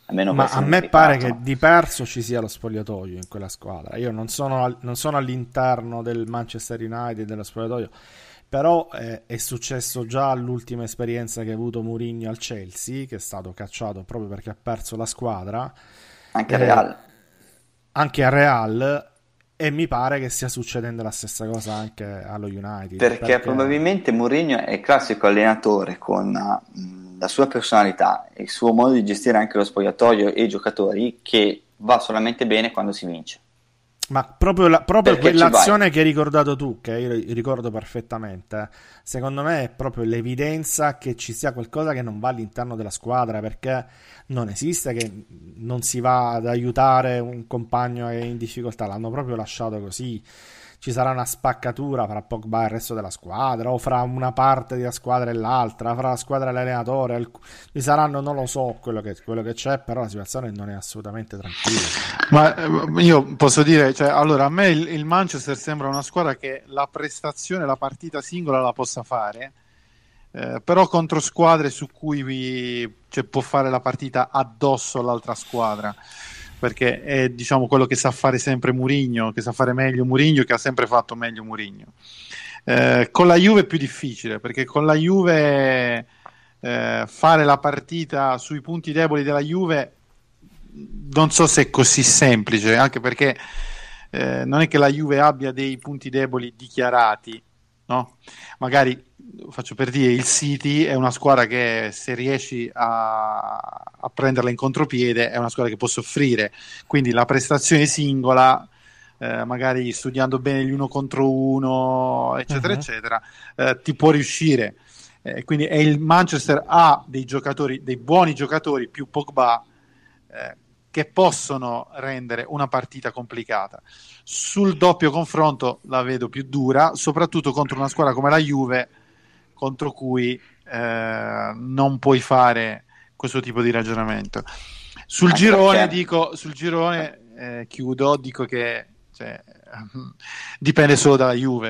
almeno Ma questo a è me indicato. pare che di perso ci sia lo spogliatoio in quella squadra. Io non sono all'interno del Manchester United, dello spogliatoio, però è successo già all'ultima esperienza che ha avuto Mourinho al Chelsea, che è stato cacciato proprio perché ha perso la squadra. Anche il Real. Anche a Real, e mi pare che stia succedendo la stessa cosa anche allo United. Perché probabilmente Mourinho è il classico allenatore con la sua personalità e il suo modo di gestire anche lo spogliatoio e i giocatori, che va solamente bene quando si vince. Ma proprio Perché quell'azione che hai ricordato tu, che io ricordo perfettamente, secondo me è proprio l'evidenza che ci sia qualcosa che non va all'interno della squadra, perché non esiste che non si va ad aiutare un compagno che è in difficoltà, l'hanno proprio lasciato così. Ci sarà una spaccatura fra Pogba e il resto della squadra, o fra una parte della squadra e l'altra, fra la squadra e l'allenatore. Ci saranno, non lo so quello che c'è, però la situazione non è assolutamente tranquilla. Ma io posso dire, cioè, allora, a me il Manchester sembra una squadra che la prestazione, la partita singola la possa fare, però contro squadre su cui può fare la partita addosso all'altra squadra, perché è, diciamo, quello che sa fare sempre Mourinho, che sa fare meglio Mourinho, che ha sempre fatto meglio Mourinho. Con la Juve è più difficile, perché con la Juve fare la partita sui punti deboli della Juve non so se è così semplice, anche perché non è che la Juve abbia dei punti deboli dichiarati, no? Magari, faccio per dire, il City è una squadra che, se riesci a prenderla in contropiede, è una squadra che può soffrire, quindi la prestazione singola, magari studiando bene gli uno contro uno, eccetera, eccetera, ti può riuscire. Quindi il Manchester ha dei giocatori, dei buoni giocatori più Pogba, che possono rendere una partita complicata. Sul doppio confronto la vedo più dura, soprattutto contro una squadra come la Juve, contro cui non puoi fare questo tipo di ragionamento. Sul girone, chiudo, dico che dipende solo dalla Juve,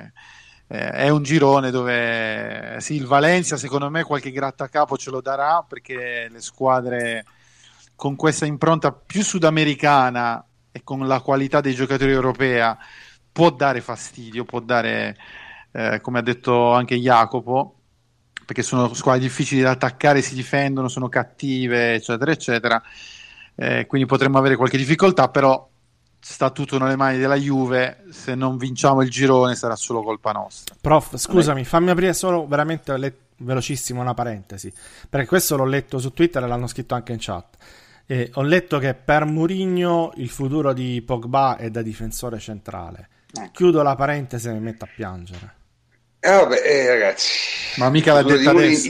è un girone dove sì, il Valencia secondo me qualche grattacapo ce lo darà, perché le squadre con questa impronta più sudamericana e con la qualità dei giocatori europea può dare fastidio, può dare, come ha detto anche Jacopo, perché sono squadre difficili da attaccare, si difendono, sono cattive, eccetera, eccetera. Quindi potremmo avere qualche difficoltà, però sta tutto nelle mani della Juve. Se non vinciamo il girone sarà solo colpa nostra. Prof, scusami, fammi aprire solo veramente velocissimo una parentesi, perché questo l'ho letto su Twitter e l'hanno scritto anche in chat. Ho letto che per Mourinho il futuro di Pogba è da difensore centrale. Chiudo la parentesi e mi metto a piangere. Vabbè, ragazzi, ma mica l'ha detta adesso.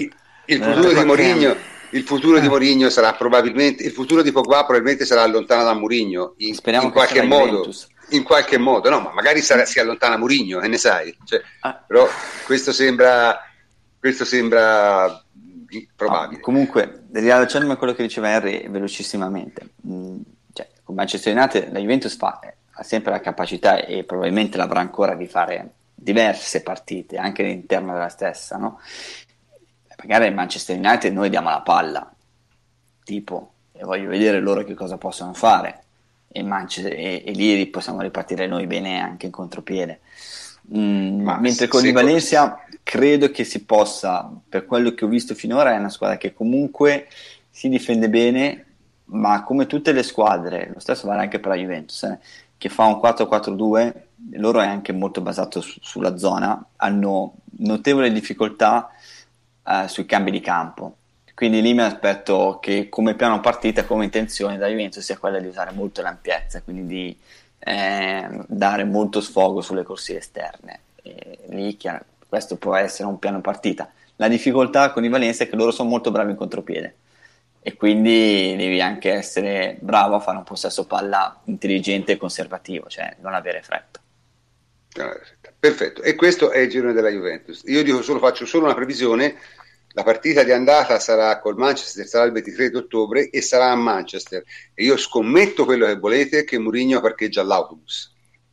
Il futuro di Mourinho sarà probabilmente, il futuro di Pogba probabilmente sarà lontano da Mourinho in qualche modo, no, ma magari si allontana Mourinho, che ne sai, però questo sembra probabile. Comunque, riallacciandomi a quello che diceva Henry velocissimamente, con Manchester United la Juventus ha sempre la capacità, e probabilmente l'avrà ancora, di fare diverse partite anche all'interno della stessa, no? Magari in Manchester United noi diamo la palla, tipo, e voglio vedere loro che cosa possono fare, e lì possiamo ripartire noi bene anche in contropiede. Mentre con il Valencia credo che si possa, per quello che ho visto finora, è una squadra che comunque si difende bene, ma come tutte le squadre, lo stesso vale anche per la Juventus, che fa un 4-4-2, loro è anche molto basato sulla zona, hanno notevole difficoltà sui cambi di campo, quindi lì mi aspetto che come piano partita, come intenzione da Juventus sia quella di usare molto l'ampiezza, quindi di dare molto sfogo sulle corsie esterne, e lì questo può essere un piano partita. La difficoltà con i Valencia è che loro sono molto bravi in contropiede, e quindi devi anche essere bravo a fare un possesso palla intelligente e conservativo, non avere fretta. Perfetto, e questo è il girone della Juventus. Io faccio solo una previsione: la partita di andata sarà col Manchester, sarà il 23 di ottobre e sarà a Manchester, e io scommetto quello che volete, che Mourinho parcheggia l'autobus,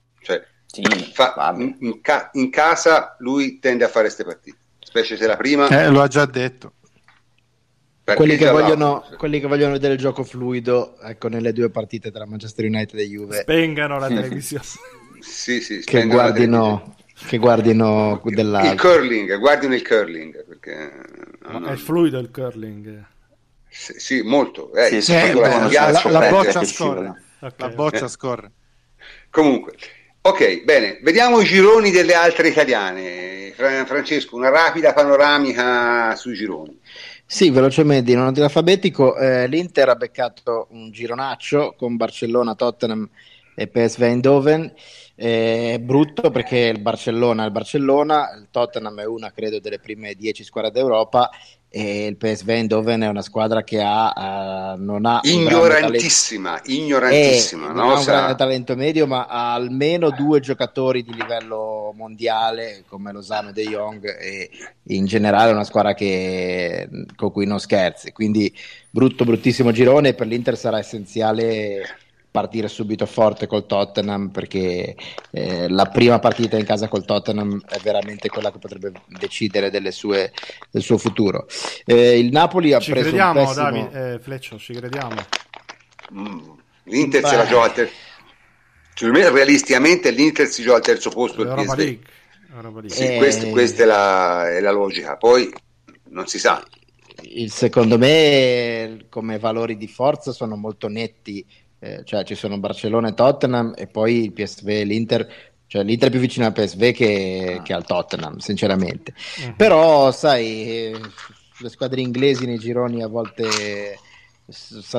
in casa lui tende a fare queste partite, specie se la prima lo ha già detto. Quelli che, Partita quelli che vogliono vedere il gioco fluido, ecco, nelle due partite tra Manchester United e Juve, Spengano la televisione. sì, che guardino il dell'altro. curling, guardino il curling perché Ma è fluido il curling. sì, molto. Sì, soprattutto quando c'è ghiaccio, la scoperta boccia che scorre. scivola. Ok. La boccia scorre. Comunque, ok, bene, vediamo i gironi delle altre italiane. Francesco, una rapida panoramica sui gironi. Sì, velocemente, in ordine alfabetico, l'Inter ha beccato un gironaccio con Barcellona, Tottenham e PSV Eindhoven. Brutto perché il Barcellona è il Barcellona, il Tottenham è una, credo, delle prime 10 squadre d'Europa, e il PSV Eindhoven è una squadra che non ha un grande ignorantissima, non ha un grande talento medio, ma ha almeno due giocatori di livello mondiale come Lozano e De Jong, e in generale è una squadra con cui non scherzi. Quindi bruttissimo girone. Per l'Inter sarà essenziale partire subito forte col Tottenham, perché la prima partita in casa col Tottenham è veramente quella che potrebbe decidere del suo futuro. Il Napoli ha Ci preso crediamo, un pessimo... Davide, Fleccio, ci crediamo. L'Inter se la gioca al secondo me, realisticamente l'Inter si gioca al terzo posto del Europa PSV. League. Sì, questa è la logica, poi non si sa. Secondo me come valori di forza sono molto netti, cioè ci sono Barcellona e Tottenham, e poi il PSV e l'Inter, cioè l'Inter è più vicino al PSV che al Tottenham, sinceramente. Però sai, le squadre inglesi nei gironi a volte si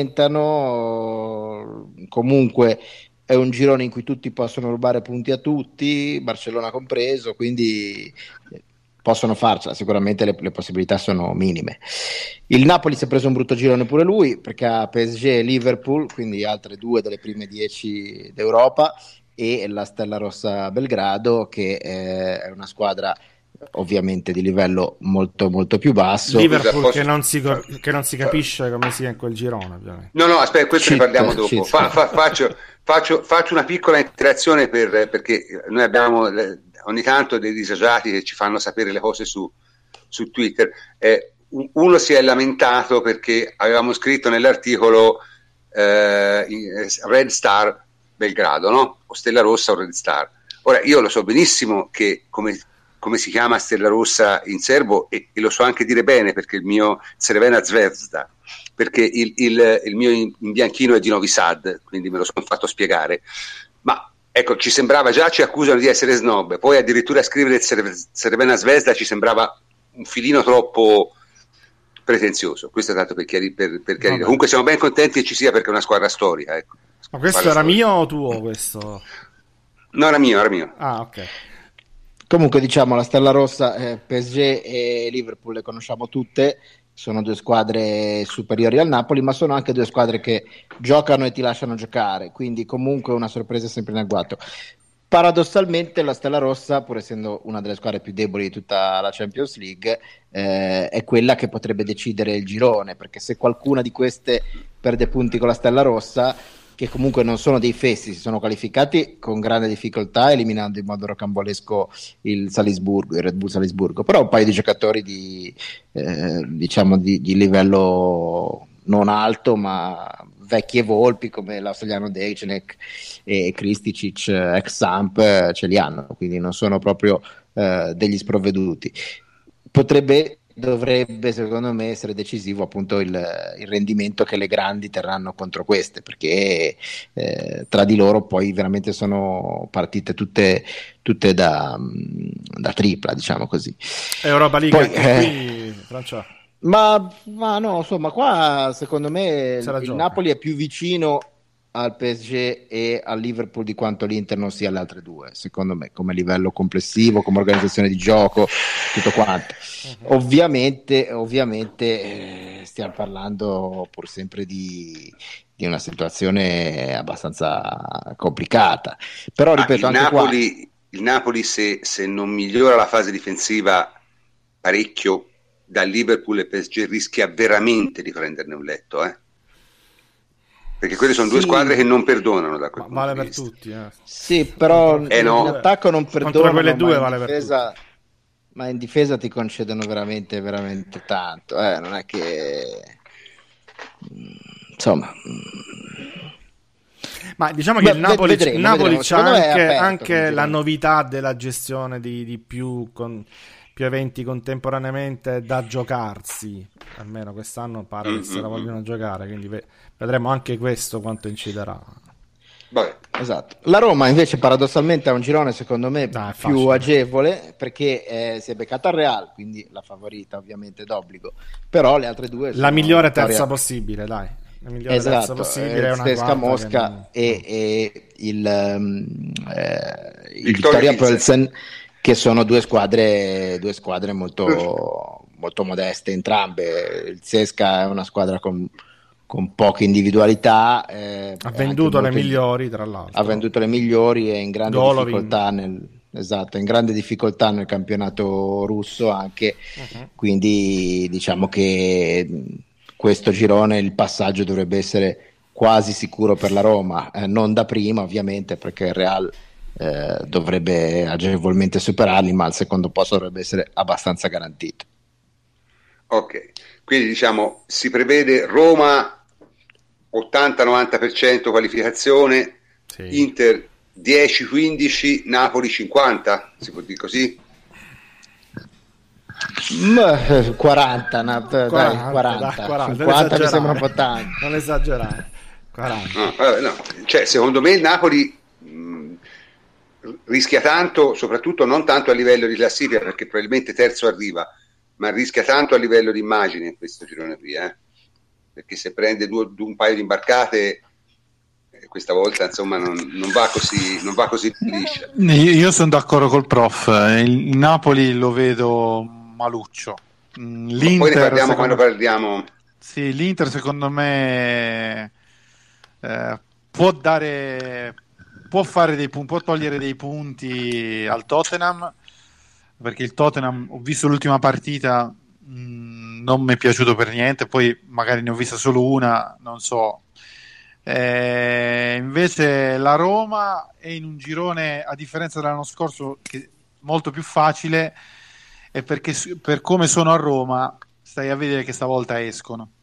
addormentano. Comunque è un girone in cui tutti possono rubare punti a tutti, Barcellona compreso, quindi possono farcela. Sicuramente le possibilità sono minime. Il Napoli si è preso un brutto girone pure lui, perché ha PSG e Liverpool, quindi altre due delle prime 10 d'Europa, e la Stella Rossa Belgrado, che è una squadra ovviamente di livello molto molto più basso. Liverpool che non si capisce come sia in quel girone, ovviamente. No, aspetta, questo ne parliamo dopo. Faccio una piccola interazione perché noi abbiamo ogni tanto dei disagiati che ci fanno sapere le cose su Twitter. Uno si è lamentato perché avevamo scritto nell'articolo Red Star Belgrado, no? O Stella Rossa o Red Star. Ora, io lo so benissimo che come si chiama Stella Rossa in serbo, e lo so anche dire bene, perché il mio Crvena Zvezda, perché il mio in bianchino è di Novi Sad, quindi me lo sono fatto spiegare. Ma ecco, ci accusano di essere snob, poi addirittura scrivere Crvena Zvezda ci sembrava un filino troppo pretenzioso. Questo è tanto per chiarire. Comunque siamo ben contenti che ci sia, perché è una squadra storica, ecco. Ma questo era mio o tuo questo? No, era mio. Ah, ok. Comunque, diciamo, la Stella Rossa, PSG e Liverpool le conosciamo tutte, sono due squadre superiori al Napoli, ma sono anche due squadre che giocano e ti lasciano giocare, quindi comunque una sorpresa sempre in agguato. Paradossalmente la Stella Rossa, pur essendo una delle squadre più deboli di tutta la Champions League, è quella che potrebbe decidere il girone, perché se qualcuna di queste perde punti con la Stella Rossa, che comunque non sono dei fessi, si sono qualificati con grande difficoltà, eliminando in modo rocambolesco il Red Bull Salisburgo, però un paio di giocatori di livello non alto, ma vecchie volpi come l'australiano Dejcenek e Kristicic ex Samp ce li hanno, quindi non sono proprio degli sprovveduti. Dovrebbe secondo me essere decisivo appunto il rendimento che le grandi terranno contro queste, perché tra di loro poi veramente sono partite tutte da tripla, diciamo così. Europa League poi, qui, Francia. Ma no, insomma, qua secondo me il gioca. Napoli è più vicino al PSG e al Liverpool di quanto l'Inter non sia alle altre due, secondo me, come livello complessivo, come organizzazione di gioco, tutto quanto. Ovviamente stiamo parlando pur sempre di una situazione abbastanza complicata, però ripeto, il Napoli se non migliora la fase difensiva parecchio, dal Liverpool e PSG rischia veramente di prenderne un letto, perché quelle sono due squadre che non perdonano da quel punto vale di per vista. tutti, Sì, però in attacco non perdonano, quelle due ma vale in difesa Ma in difesa ti concedono veramente, veramente tanto. Non è che... Insomma... Ma diciamo che il Napoli, vedremo, il Napoli vedremo. c'ha Secondo me è anche, aperto anche come la girone. novità della gestione di più eventi contemporaneamente da giocarsi. Almeno quest'anno pare che se la vogliono giocare, quindi vedremo anche questo quanto inciderà. Vabbè. Esatto. La Roma invece paradossalmente ha un girone secondo me più facile. agevole, perché si è beccata al Real, quindi la favorita ovviamente d'obbligo, però le altre due sono La migliore vittoria... terza possibile, dai. La migliore terza Esatto, possibile è una Cesca quarta Mosca che non- e il Victoria Victoria Pilsen, Pilsen. che sono due squadre molto, molto modeste entrambe. Il Cesca è una squadra con poche individualità, ha venduto le migliori, tra l'altro. ha venduto le migliori e in grande Golovin. difficoltà in grande difficoltà nel campionato russo anche, quindi diciamo che questo girone il passaggio dovrebbe essere quasi sicuro per la Roma, non da prima ovviamente perché il Real dovrebbe agevolmente superarli, ma al secondo posto dovrebbe essere abbastanza garantito. Ok, quindi diciamo si prevede Roma 80-90% qualificazione, Sì. Inter 10-15, Napoli 50, si può dire così? 40, dai, 40. 50 mi sembra un po' tanto. Non esagerare. 40. No, vabbè, no. Cioè, secondo me il Napoli rischia tanto, soprattutto non tanto a livello di classifica, perché probabilmente terzo arriva, ma rischia tanto a livello di immagine in questo girone qui, perché se prende un paio di imbarcate questa volta insomma non va così liscia. Io sono d'accordo col prof, il Napoli lo vedo maluccio. L'Inter, poi ne parliamo quando parliamo. Sì, l'Inter secondo me può fare può togliere dei punti al Tottenham, perché il Tottenham, ho visto l'ultima partita, non mi è piaciuto per niente, poi magari ne ho vista solo una, non so. Invece la Roma è in un girone, a differenza dell'anno scorso, che è molto più facile, e perché per come sono a Roma stai a vedere che stavolta escono.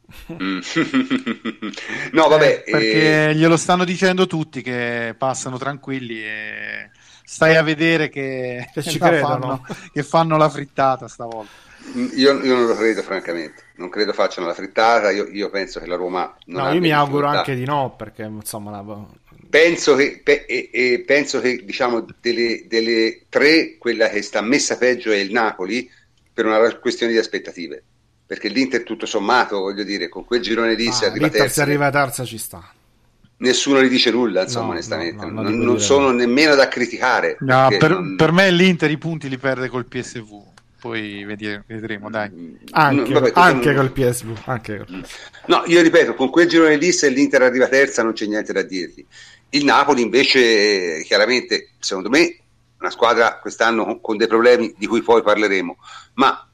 No, vabbè, perché glielo stanno dicendo tutti che passano tranquilli e stai a vedere che ci credono, che fanno la frittata stavolta. Io non lo credo, francamente. Non credo facciano la frittata. Io penso che la Roma non abbia io mi auguro difficoltà. anche di no, perché insomma penso che diciamo delle tre quella che sta messa peggio è il Napoli, per una questione di aspettative, perché l'Inter tutto sommato, voglio dire, con quel girone lì se arriva terza, se arriva terza ci sta. Nessuno gli dice nulla, insomma, onestamente. No, non sono nemmeno da criticare. No, per me l'Inter i punti li perde col PSV. Poi vedremo, dai. Anche col PSV. No, io ripeto, con quel girone lì se l'Inter arriva terza non c'è niente da dirgli. Il Napoli invece, chiaramente, secondo me, una squadra quest'anno con dei problemi di cui poi parleremo, ma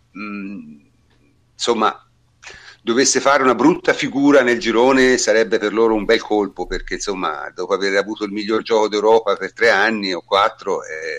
insomma, dovesse fare una brutta figura nel girone sarebbe per loro un bel colpo, perché insomma, dopo aver avuto il miglior gioco d'Europa per 3 anni o 4,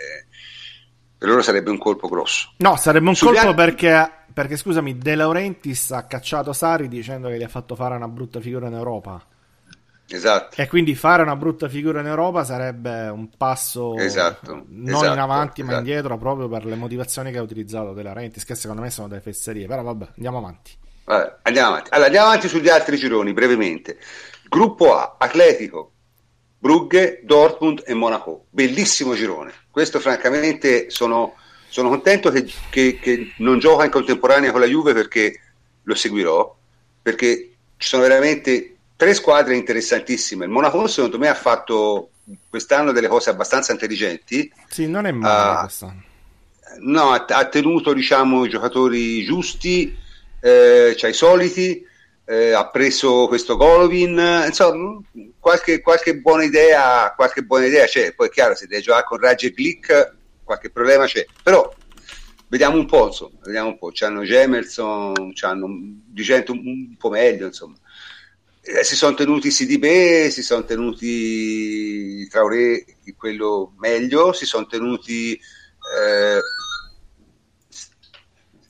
per loro sarebbe un colpo grosso. No, sarebbe un colpo perché scusami, De Laurentiis ha cacciato Sarri dicendo che gli ha fatto fare una brutta figura in Europa. Esatto. E quindi fare una brutta figura in Europa sarebbe un passo in avanti ma indietro, proprio per le motivazioni che ha utilizzato De Laurentiis, che secondo me sono delle fesserie. Però vabbè, andiamo avanti. Allora, andiamo avanti sugli altri gironi brevemente. Gruppo A: Atletico, Brugge, Dortmund e Monaco. Bellissimo girone. Questo francamente sono contento che non gioca in contemporanea con la Juve, perché lo seguirò, perché ci sono veramente 3 squadre interessantissime. Il Monaco secondo me ha fatto quest'anno delle cose abbastanza intelligenti. Sì, non è male quest'anno. No, ha tenuto diciamo i giocatori giusti, cioè i soliti, ha preso questo Golovin, insomma qualche buona idea c'è. Poi è chiaro, se deve giocare con Raggi e Glick qualche problema c'è, però vediamo un po', c'hanno Gemerson, c'hanno di gente un po' meglio, insomma. Si sono tenuti Sidibé, si sono tenuti Traoré, quello meglio, si sono tenuti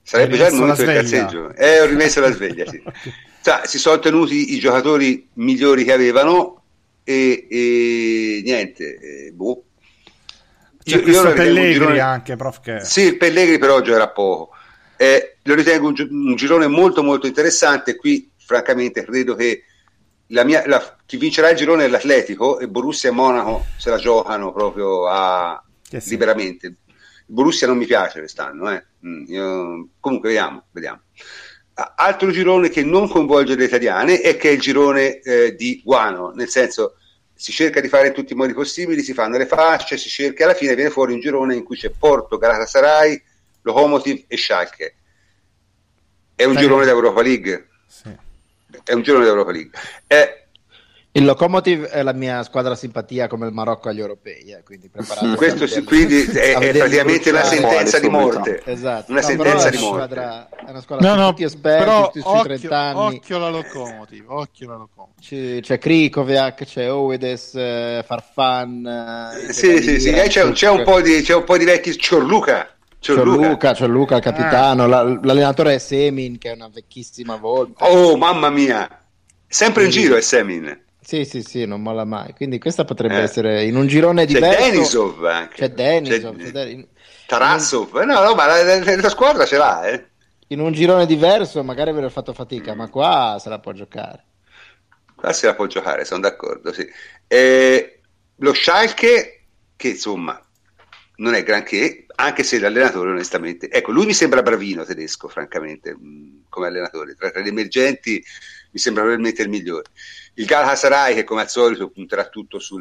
Sarebbe già il momento del sveglia. cazzeggio. Ho rimesso la sveglia, sì. Okay. Si sono tenuti i giocatori migliori che avevano e niente, boh. C'è questo lo ritengo un Pellegrini girone... anche, prof, che... Sì, il Pellegrini però giocherà poco. Lo ritengo un girone molto molto interessante. Qui francamente credo che chi vincerà il girone è l'Atletico, e Borussia e Monaco se la giocano proprio sì. liberamente. Il Borussia non mi piace quest'anno, comunque vediamo. Altro girone che non coinvolge le italiane è che è il girone di Guano, nel senso, si cerca di fare in tutti i modi possibili, si fanno le fasce, si cerca, alla fine viene fuori un girone in cui c'è Porto, Galatasaray, Lokomotiv e Schalke. È un girone d'Europa League. Sì. È un girone d'Europa League. Il Lokomotiv è la mia squadra simpatia, come il Marocco agli europei, quindi preparatevi. Questo quindi è praticamente una sentenza di morte. Esatto. Una sentenza di morte. È una squadra su tutti esperti, però tutti sui 30 anni. Occhio alla Lokomotiv. C'è Krikoviak, c'è Owedes, Farfan. Sì. C'è un po' di vecchi. Ciorluca, il capitano. L'allenatore è Semin, che è una vecchissima volpe. Oh, mamma mia! Sempre in giro è Semin. Sì, non molla mai. Quindi questa potrebbe essere in un girone diverso. C'è Denisov anche. C'è Denisov. Tarassov. No, ma la squadra ce l'ha, In un girone diverso magari avrei fatto fatica, ma qua se la può giocare. Qua se la può giocare, sono d'accordo, sì. Lo Schalke, che insomma non è granché, anche se l'allenatore onestamente, ecco, lui mi sembra bravino Tedesco, francamente, come allenatore. Tra gli emergenti mi sembra probabilmente il migliore. Il Galatasaray, che come al solito punterà tutto sul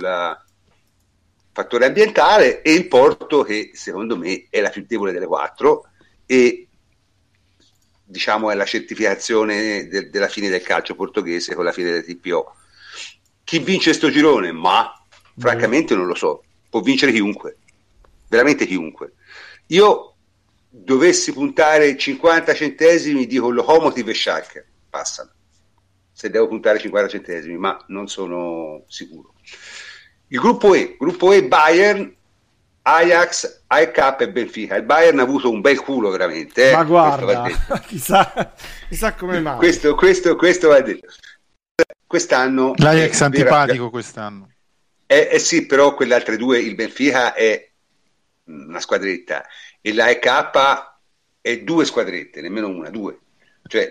fattore ambientale, e il Porto, che secondo me è la più debole delle quattro e diciamo è la certificazione della fine del calcio portoghese con la fine del TPO. Chi vince sto girone? Ma francamente non lo so, può vincere chiunque, veramente chiunque. Io dovessi puntare 50 centesimi, dico Lokomotiv e Schalke passano, se devo puntare 50 centesimi, ma non sono sicuro. Il gruppo E Bayern, Ajax, AEK e Benfica. Il Bayern ha avuto un bel culo veramente, ma guarda, chissà come mai. Questo va detto. Quest'anno l'Ajax antipatico quest'anno. Sì, però quelle altre due, il Benfica è una squadretta e l'AEK è due squadrette, nemmeno una, due. Cioè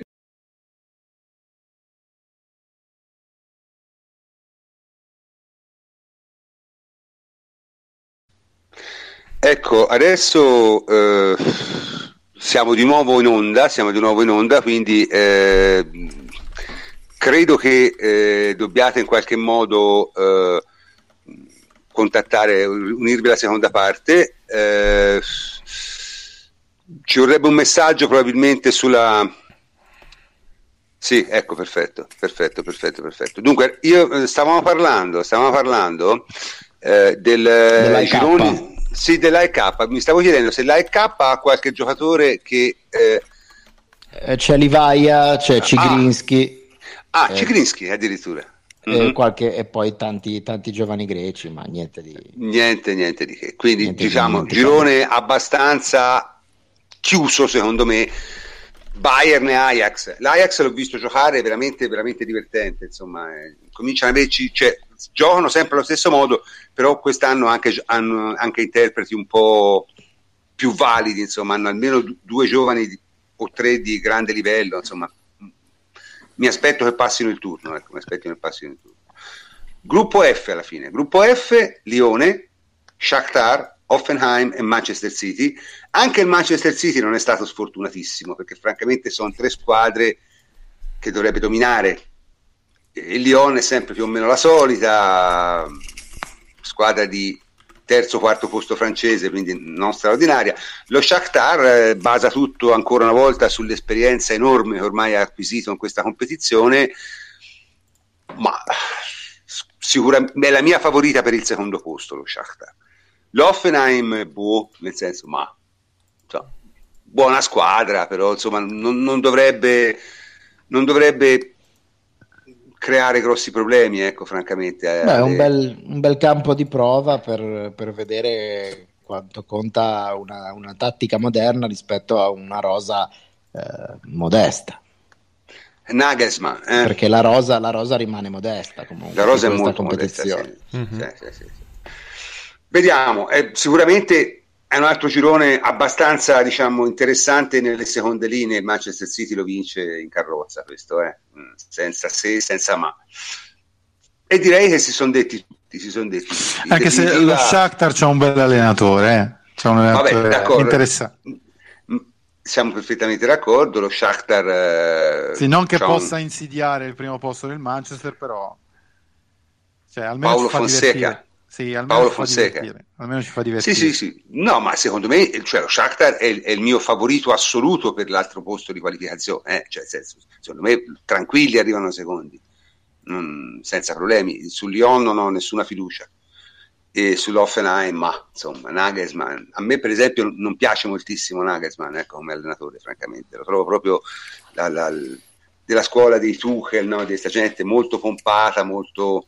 ecco, adesso siamo di nuovo in onda, quindi credo che dobbiate in qualche modo contattare, unirvi alla seconda parte. Ci vorrebbe un messaggio probabilmente sulla... Sì, ecco, perfetto. Dunque, stavamo parlando del girone... Sì, dell'AEK. Mi stavo chiedendo se l'AEK ha qualche giocatore che... c'è Livaja, c'è Cigrinski. Cigrinski addirittura. E poi tanti giovani greci, ma niente di che. Quindi diciamo girone abbastanza chiuso secondo me. Bayern e Ajax. L'Ajax l'ho visto giocare veramente veramente divertente, insomma, cominciano ad averci, cioè, giocano sempre allo stesso modo, però quest'anno hanno anche interpreti un po' più validi, insomma, hanno almeno due giovani o tre di grande livello, insomma. Mi aspetto che passino il turno, Gruppo F alla fine. Gruppo F, Lione, Shakhtar, Hoffenheim e Manchester City. Anche il Manchester City non è stato sfortunatissimo, perché francamente sono tre squadre che dovrebbe dominare. Il Lyon è sempre più o meno la solita squadra di terzo quarto posto francese, quindi non straordinaria. Lo Shakhtar basa tutto ancora una volta sull'esperienza enorme che ormai ha acquisito in questa competizione, ma sicuramente è la mia favorita per il secondo posto, lo Shakhtar. L'Hoffenheim nel senso, buona squadra, però insomma non dovrebbe creare grossi problemi, ecco, francamente. Beh, è un bel campo di prova per vedere quanto conta una tattica moderna rispetto a una rosa modesta. Nagelsmann, perché la rosa rimane modesta comunque. La rosa è molto modesta, sì. Vediamo, sicuramente è un altro girone abbastanza, diciamo, interessante nelle seconde linee. Il Manchester City lo vince in carrozza, questo è senza se, senza ma. E direi che si sono detti tutti. Anche se lo Shakhtar c'ha un bel allenatore, c'è un allenatore interessante. Siamo perfettamente d'accordo. Lo Shakhtar, sì, non che possa insidiare il primo posto del Manchester, però almeno Paolo ci fa Fonseca. Divertire. Sì, Paolo Fonseca. Almeno ci fa divertire. Sì. No, ma secondo me, lo Shakhtar è il mio favorito assoluto per l'altro posto di qualificazione. Secondo me, tranquilli arrivano secondi, senza problemi. Sul Lyon non ho nessuna fiducia. E sull'Hoffenheim, ma insomma, Nagelsmann, a me per esempio non piace moltissimo Nagelsmann, come allenatore, francamente. Lo trovo proprio della scuola dei Tuchel, no? Di questa gente molto pompata, molto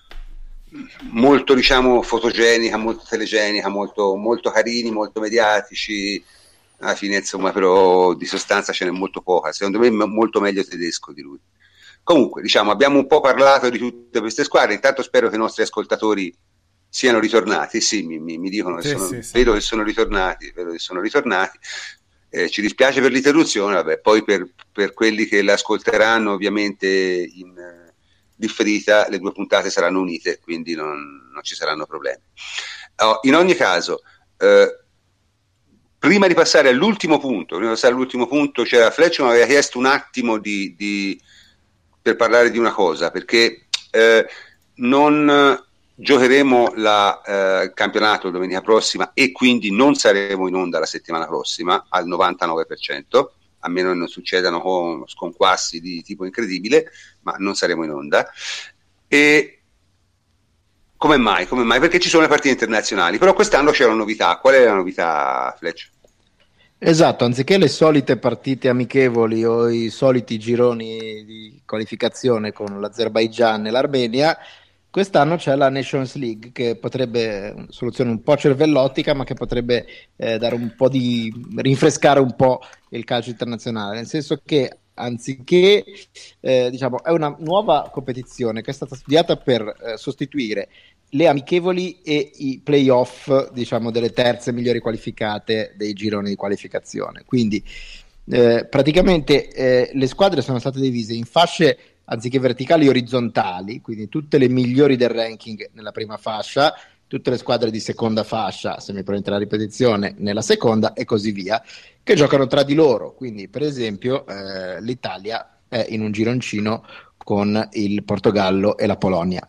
diciamo fotogenica, molto telegenica, molto carini, molto mediatici. Alla fine, insomma, però di sostanza ce n'è molto poca. Secondo me è molto meglio tedesco di lui. Comunque, diciamo, abbiamo un po' parlato di tutte queste squadre. Intanto spero che i nostri ascoltatori siano ritornati. Sì, mi dicono che vedo che sono ritornati. Ci dispiace per l'interruzione, vabbè, poi per quelli che l'ascolteranno ovviamente in differita, le due puntate saranno unite, quindi non ci saranno problemi. In ogni caso, prima di passare all'ultimo punto, c'era Fletch mi aveva chiesto un attimo per parlare di una cosa, perché non giocheremo il campionato domenica prossima e quindi non saremo in onda la settimana prossima al 99%, a meno che non succedano sconquassi di tipo incredibile, ma non saremo in onda. E come mai? Perché ci sono le partite internazionali, però quest'anno c'è una novità. Qual è la novità, Fletch? Esatto, anziché le solite partite amichevoli o i soliti gironi di qualificazione con l'Azerbaigian e l'Armenia, quest'anno c'è la Nations League, che potrebbe, una soluzione un po' cervellottica, ma che potrebbe dare un po' rinfrescare un po' il calcio internazionale, nel senso che anziché diciamo, è una nuova competizione che è stata studiata per sostituire le amichevoli e i playoff, diciamo, delle terze migliori qualificate dei gironi di qualificazione. Quindi praticamente le squadre sono state divise in fasce anziché verticali, orizzontali, quindi tutte le migliori del ranking nella prima fascia, tutte le squadre di seconda fascia, se mi permette la ripetizione, nella seconda e così via, che giocano tra di loro. Quindi per esempio l'Italia è in un gironcino con il Portogallo e la Polonia.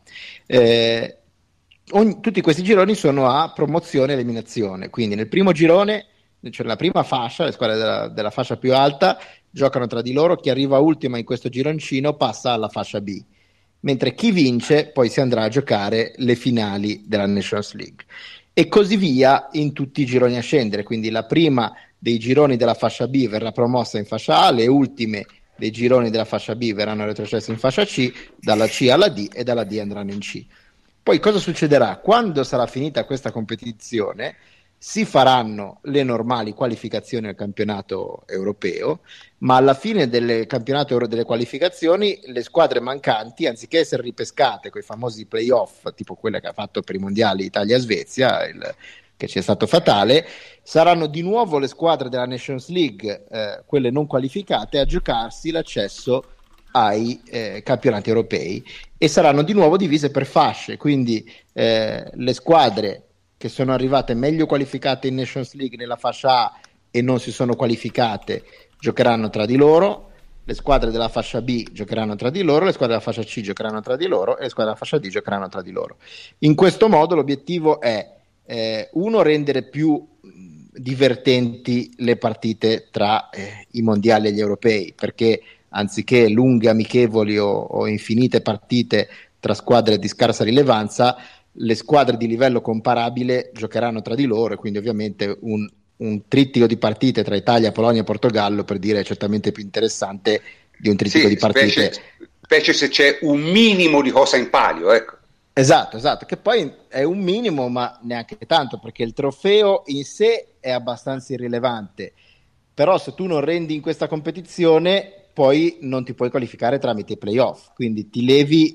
Tutti questi gironi sono a promozione e eliminazione, quindi nel primo girone, cioè nella prima fascia, le squadre della fascia più alta giocano tra di loro, chi arriva ultima in questo gironcino passa alla fascia B, mentre chi vince poi si andrà a giocare le finali della Nations League e così via in tutti i gironi a scendere. Quindi la prima dei gironi della fascia B verrà promossa in fascia A, le ultime dei gironi della fascia B verranno retrocesse in fascia C, dalla C alla D e dalla D andranno in C. Poi cosa succederà? Quando sarà finita questa competizione si faranno le normali qualificazioni al campionato europeo, ma alla fine del campionato delle qualificazioni le squadre mancanti, anziché essere ripescate con i famosi playoff, tipo quella che ha fatto per i mondiali Italia-Svezia, che ci è stato fatale, saranno di nuovo le squadre della Nations League, quelle non qualificate, a giocarsi l'accesso ai campionati europei e saranno di nuovo divise per fasce, quindi le squadre che sono arrivate meglio qualificate in Nations League nella fascia A e non si sono qualificate giocheranno tra di loro, le squadre della fascia B giocheranno tra di loro, le squadre della fascia C giocheranno tra di loro e le squadre della fascia D giocheranno tra di loro. In questo modo l'obiettivo è rendere più divertenti le partite tra i mondiali e gli europei, perché anziché lunghe amichevoli o infinite partite tra squadre di scarsa rilevanza, le squadre di livello comparabile giocheranno tra di loro e quindi ovviamente un trittico di partite tra Italia, Polonia e Portogallo, per dire, è certamente più interessante di un trittico di partite. Specie se c'è un minimo di cosa in palio, ecco. Esatto, che poi è un minimo, ma neanche tanto, perché il trofeo in sé è abbastanza irrilevante, però se tu non rendi in questa competizione, poi non ti puoi qualificare tramite i playoff, quindi ti levi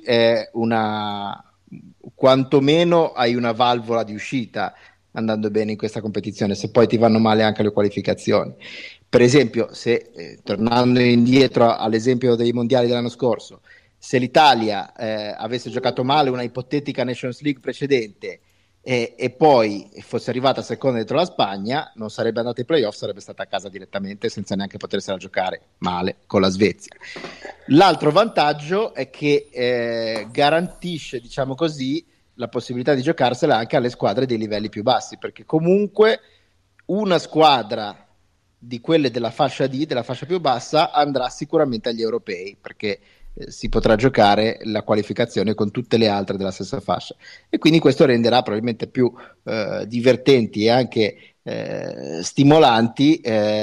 quantomeno hai una valvola di uscita andando bene in questa competizione, se poi ti vanno male anche le qualificazioni. Per esempio, se tornando indietro all'esempio dei mondiali dell'anno scorso, se l'Italia avesse giocato male una ipotetica Nations League precedente e poi fosse arrivata seconda dietro la Spagna, non sarebbe andata ai playoff, sarebbe stata a casa direttamente senza neanche potersela giocare male con la Svezia. L'altro vantaggio è che garantisce, diciamo così, la possibilità di giocarsela anche alle squadre dei livelli più bassi, perché comunque una squadra di quelle della fascia D, della fascia più bassa, andrà sicuramente agli europei, perché si potrà giocare la qualificazione con tutte le altre della stessa fascia, e quindi questo renderà probabilmente più divertenti e anche stimolanti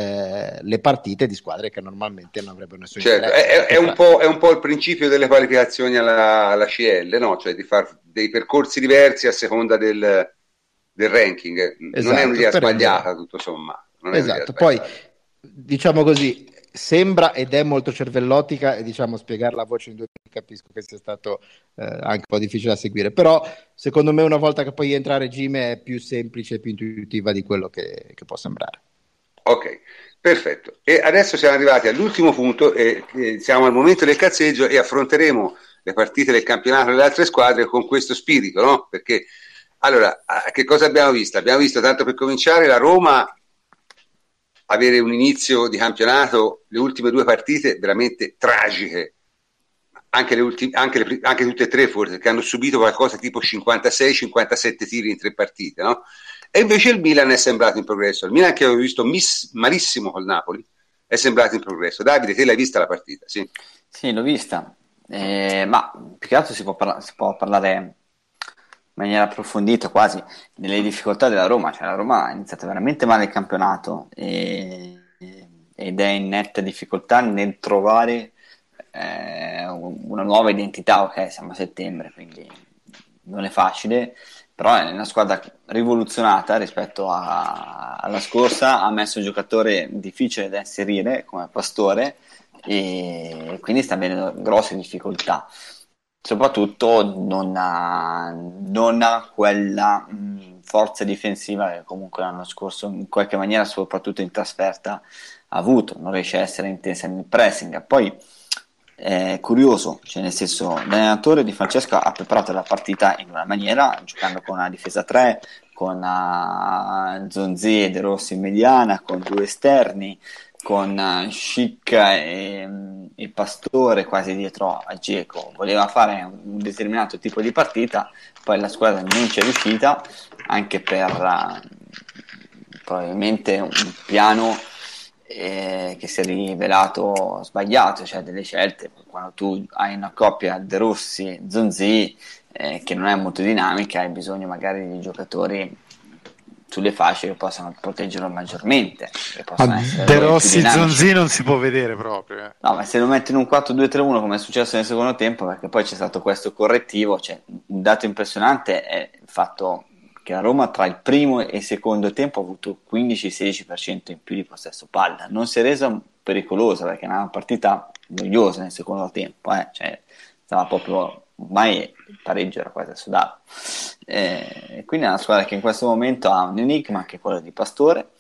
le partite di squadre che normalmente non avrebbero nessun interesse. È un po' il principio delle qualificazioni alla CL, no? Cioè di fare dei percorsi diversi a seconda del ranking. Esatto, non è un'idea sbagliata, tutto sommato. Esatto, poi diciamo così, sembra ed è molto cervellotica, e diciamo spiegarla a voce in due capisco che sia stato anche un po' difficile da seguire, però secondo me una volta che poi entra a regime è più semplice e più intuitiva di quello che può sembrare. Ok, perfetto. E adesso siamo arrivati all'ultimo punto e siamo al momento del cazzeggio e affronteremo le partite del campionato delle altre squadre con questo spirito, no? Perché allora, che cosa abbiamo visto? Abbiamo visto, tanto per cominciare, la Roma avere un inizio di campionato, le ultime due partite veramente tragiche, anche tutte e tre forse, che hanno subito qualcosa tipo 56-57 tiri in 3 partite, no? E invece il Milan è sembrato in progresso. Il Milan, che avevo visto malissimo col Napoli, è sembrato in progresso. Davide, te l'hai vista la partita? Sì, l'ho vista, ma più che altro si può parlare in maniera approfondita quasi delle difficoltà della Roma. Cioè la Roma ha iniziato veramente male il campionato ed è in netta difficoltà nel trovare una nuova identità. Ok, siamo a settembre, quindi non è facile, però è una squadra rivoluzionata rispetto alla scorsa, ha messo un giocatore difficile da inserire come Pastore e quindi sta avendo grosse difficoltà. Soprattutto non ha quella forza difensiva che comunque l'anno scorso in qualche maniera, soprattutto in trasferta, ha avuto. Non riesce a essere intensa nel pressing. Poi è curioso, cioè nel senso, l'allenatore Di Francesco ha preparato la partita in una maniera, giocando con una difesa 3, con Zonzi e De Rossi in mediana, con 2 esterni, con Schick e Pastore quasi dietro a Dzeko. Voleva fare un determinato tipo di partita, poi la squadra non ci è riuscita, anche per probabilmente un piano che si è rivelato sbagliato, cioè delle scelte. Quando tu hai una coppia De Rossi Zonzi che non è molto dinamica, hai bisogno magari di giocatori sulle fasce che possano proteggerlo maggiormente, che De Rossi Zonzi non si può vedere proprio. No, ma se lo metti in un 4-2-3-1 come è successo nel secondo tempo, perché poi c'è stato questo correttivo, cioè un dato impressionante è il fatto che la Roma tra il primo e il secondo tempo ha avuto 15-16% in più di possesso palla, non si è resa pericolosa perché era una partita noiosa nel secondo tempo, cioè stava proprio, ormai il pareggio era quasi assodato. Quindi è una squadra che in questo momento ha un enigma, che è quello di Pastore,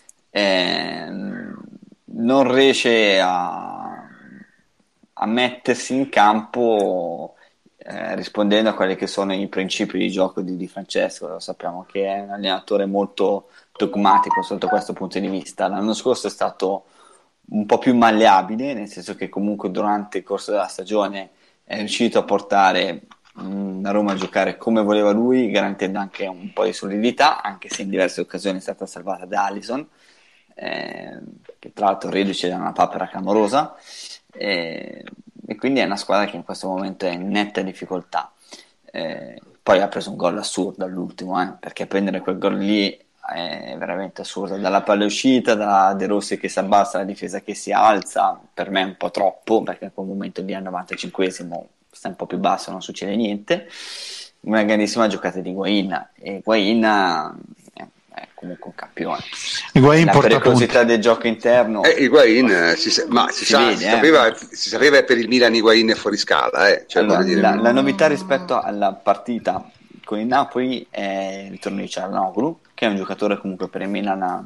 non riesce a mettersi in campo rispondendo a quelli che sono i principi di gioco di Francesco. Lo sappiamo che è un allenatore molto dogmatico sotto questo punto di vista. L'anno scorso è stato un po' più malleabile, nel senso che comunque durante il corso della stagione è riuscito a portare la Roma a giocare come voleva lui, garantendo anche un po' di solidità, anche se in diverse occasioni è stata salvata da Alisson, che tra l'altro reduce da una papera clamorosa, e quindi è una squadra che in questo momento è in netta difficoltà. Poi ha preso un gol assurdo all'ultimo, perché prendere quel gol lì è veramente assurdo, dalla palla uscita, da De Rossi che si abbassa, la difesa che si alza, per me è un po' troppo, perché in quel momento lì al 95esimo sta un po' più basso, non succede niente, una grandissima giocata di Higuaín, e Higuaín è comunque un campione. Higuaín La porta pericolosità punti. del gioco interno Higuaín si vede, sapeva per il Milan Higuaín è fuori scala, cioè, allora, dire, la novità rispetto alla partita con il Napoli è il ritorno di Çalhanoğlu, che è un giocatore comunque per il Milan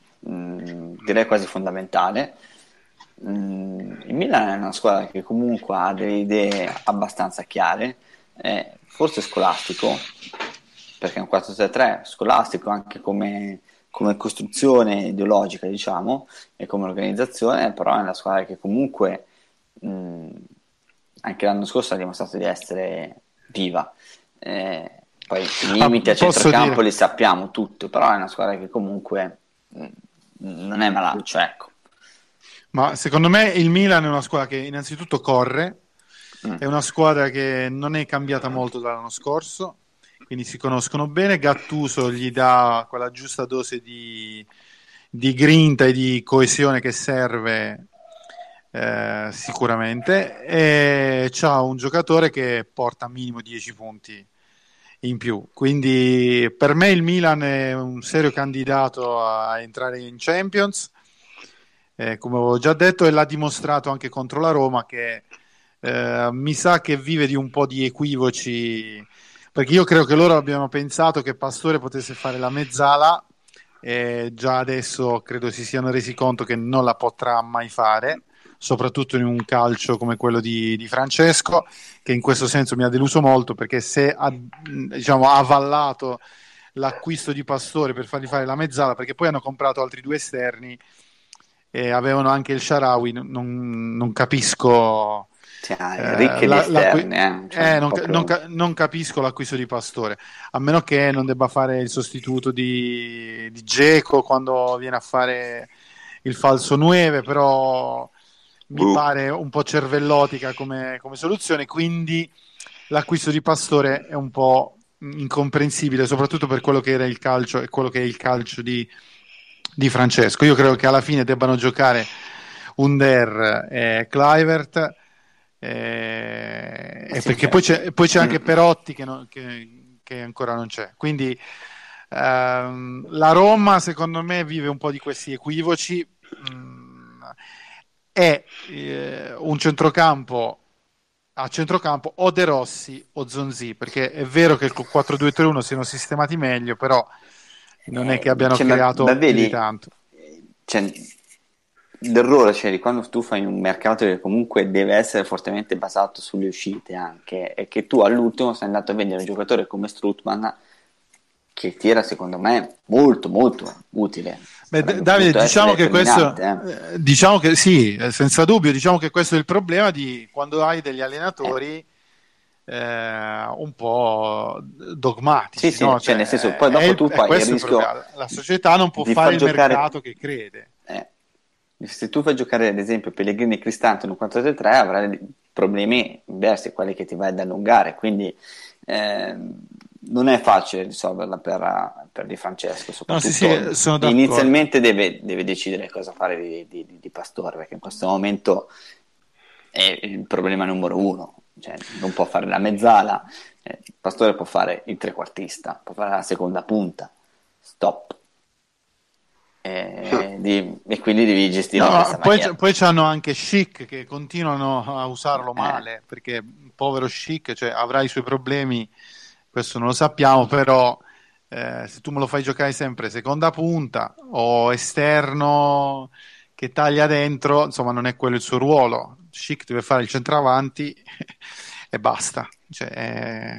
direi quasi fondamentale. Il Milan è una squadra che comunque ha delle idee abbastanza chiare, forse scolastico, perché è un 4-3-3 scolastico anche come costruzione ideologica, diciamo, e come organizzazione, però è una squadra che comunque anche l'anno scorso ha dimostrato di essere viva. Poi i limiti a centrocampo li sappiamo tutto, però è una squadra che comunque non è malaccio, ecco. Ma secondo me il Milan è una squadra che innanzitutto corre, è una squadra che non è cambiata molto dall'anno scorso, quindi si conoscono bene. Gattuso gli dà quella giusta dose di grinta e di coesione che serve sicuramente, e c'ha un giocatore che porta minimo 10 punti in più, quindi per me il Milan è un serio candidato a entrare in Champions, come avevo già detto, e l'ha dimostrato anche contro la Roma, che mi sa che vive di un po' di equivoci, perché io credo che loro abbiano pensato che Pastore potesse fare la mezzala, e già adesso credo si siano resi conto che non la potrà mai fare, soprattutto in un calcio come quello di Francesco, che in questo senso mi ha deluso molto, perché se ha avallato l'acquisto di Pastore per fargli fare la mezzala, perché poi hanno comprato altri 2 esterni e avevano anche il Shaarawy, non capisco ricche di esterni, non capisco l'acquisto di Pastore, a meno che non debba fare il sostituto di Dzeko quando viene a fare il falso 9, però mi pare un po' cervellotica come soluzione, quindi l'acquisto di Pastore è un po' incomprensibile, soprattutto per quello che era il calcio e quello che è il calcio di Francesco. Io credo che alla fine debbano giocare Under e Kluivert, perché poi c'è anche Perotti che ancora non c'è, quindi la Roma secondo me vive un po' di questi equivoci. È un centrocampo a centrocampo o De Rossi o Zonzi, perché è vero che col 4-2-3-1 siano sistemati meglio, però non è che abbiano creato più di tanto. L'errore di quando tu fai un mercato che comunque deve essere fortemente basato sulle uscite, anche, è che tu all'ultimo sei andato a vendere un giocatore come Strootman, che ti era secondo me molto molto utile. Davide, diciamo che questo diciamo che sì, senza dubbio, diciamo che questo è il problema di quando hai degli allenatori un po' dogmatici, sì, no? Nel senso, poi dopo tu fai il rischio, la società non può fare il mercato che crede. Se tu fai giocare ad esempio Pellegrini e Cristante in un 4-3-3 avrai problemi diversi, quelli che ti vai ad allungare, quindi non è facile risolverla per Di Francesco, soprattutto sono inizialmente deve decidere cosa fare di Pastore, perché in questo momento è il problema numero 1, cioè non può fare la mezzala, Pastore può fare il trequartista, può fare la seconda punta, stop. E quindi devi gestire in questa maniera. Poi c'hanno anche Schick che continuano a usarlo male, perché povero Schick, cioè, avrà i suoi problemi, questo non lo sappiamo, però se tu me lo fai giocare sempre seconda punta o esterno che taglia dentro, insomma non è quello il suo ruolo. Schick deve fare il centravanti e basta, cioè,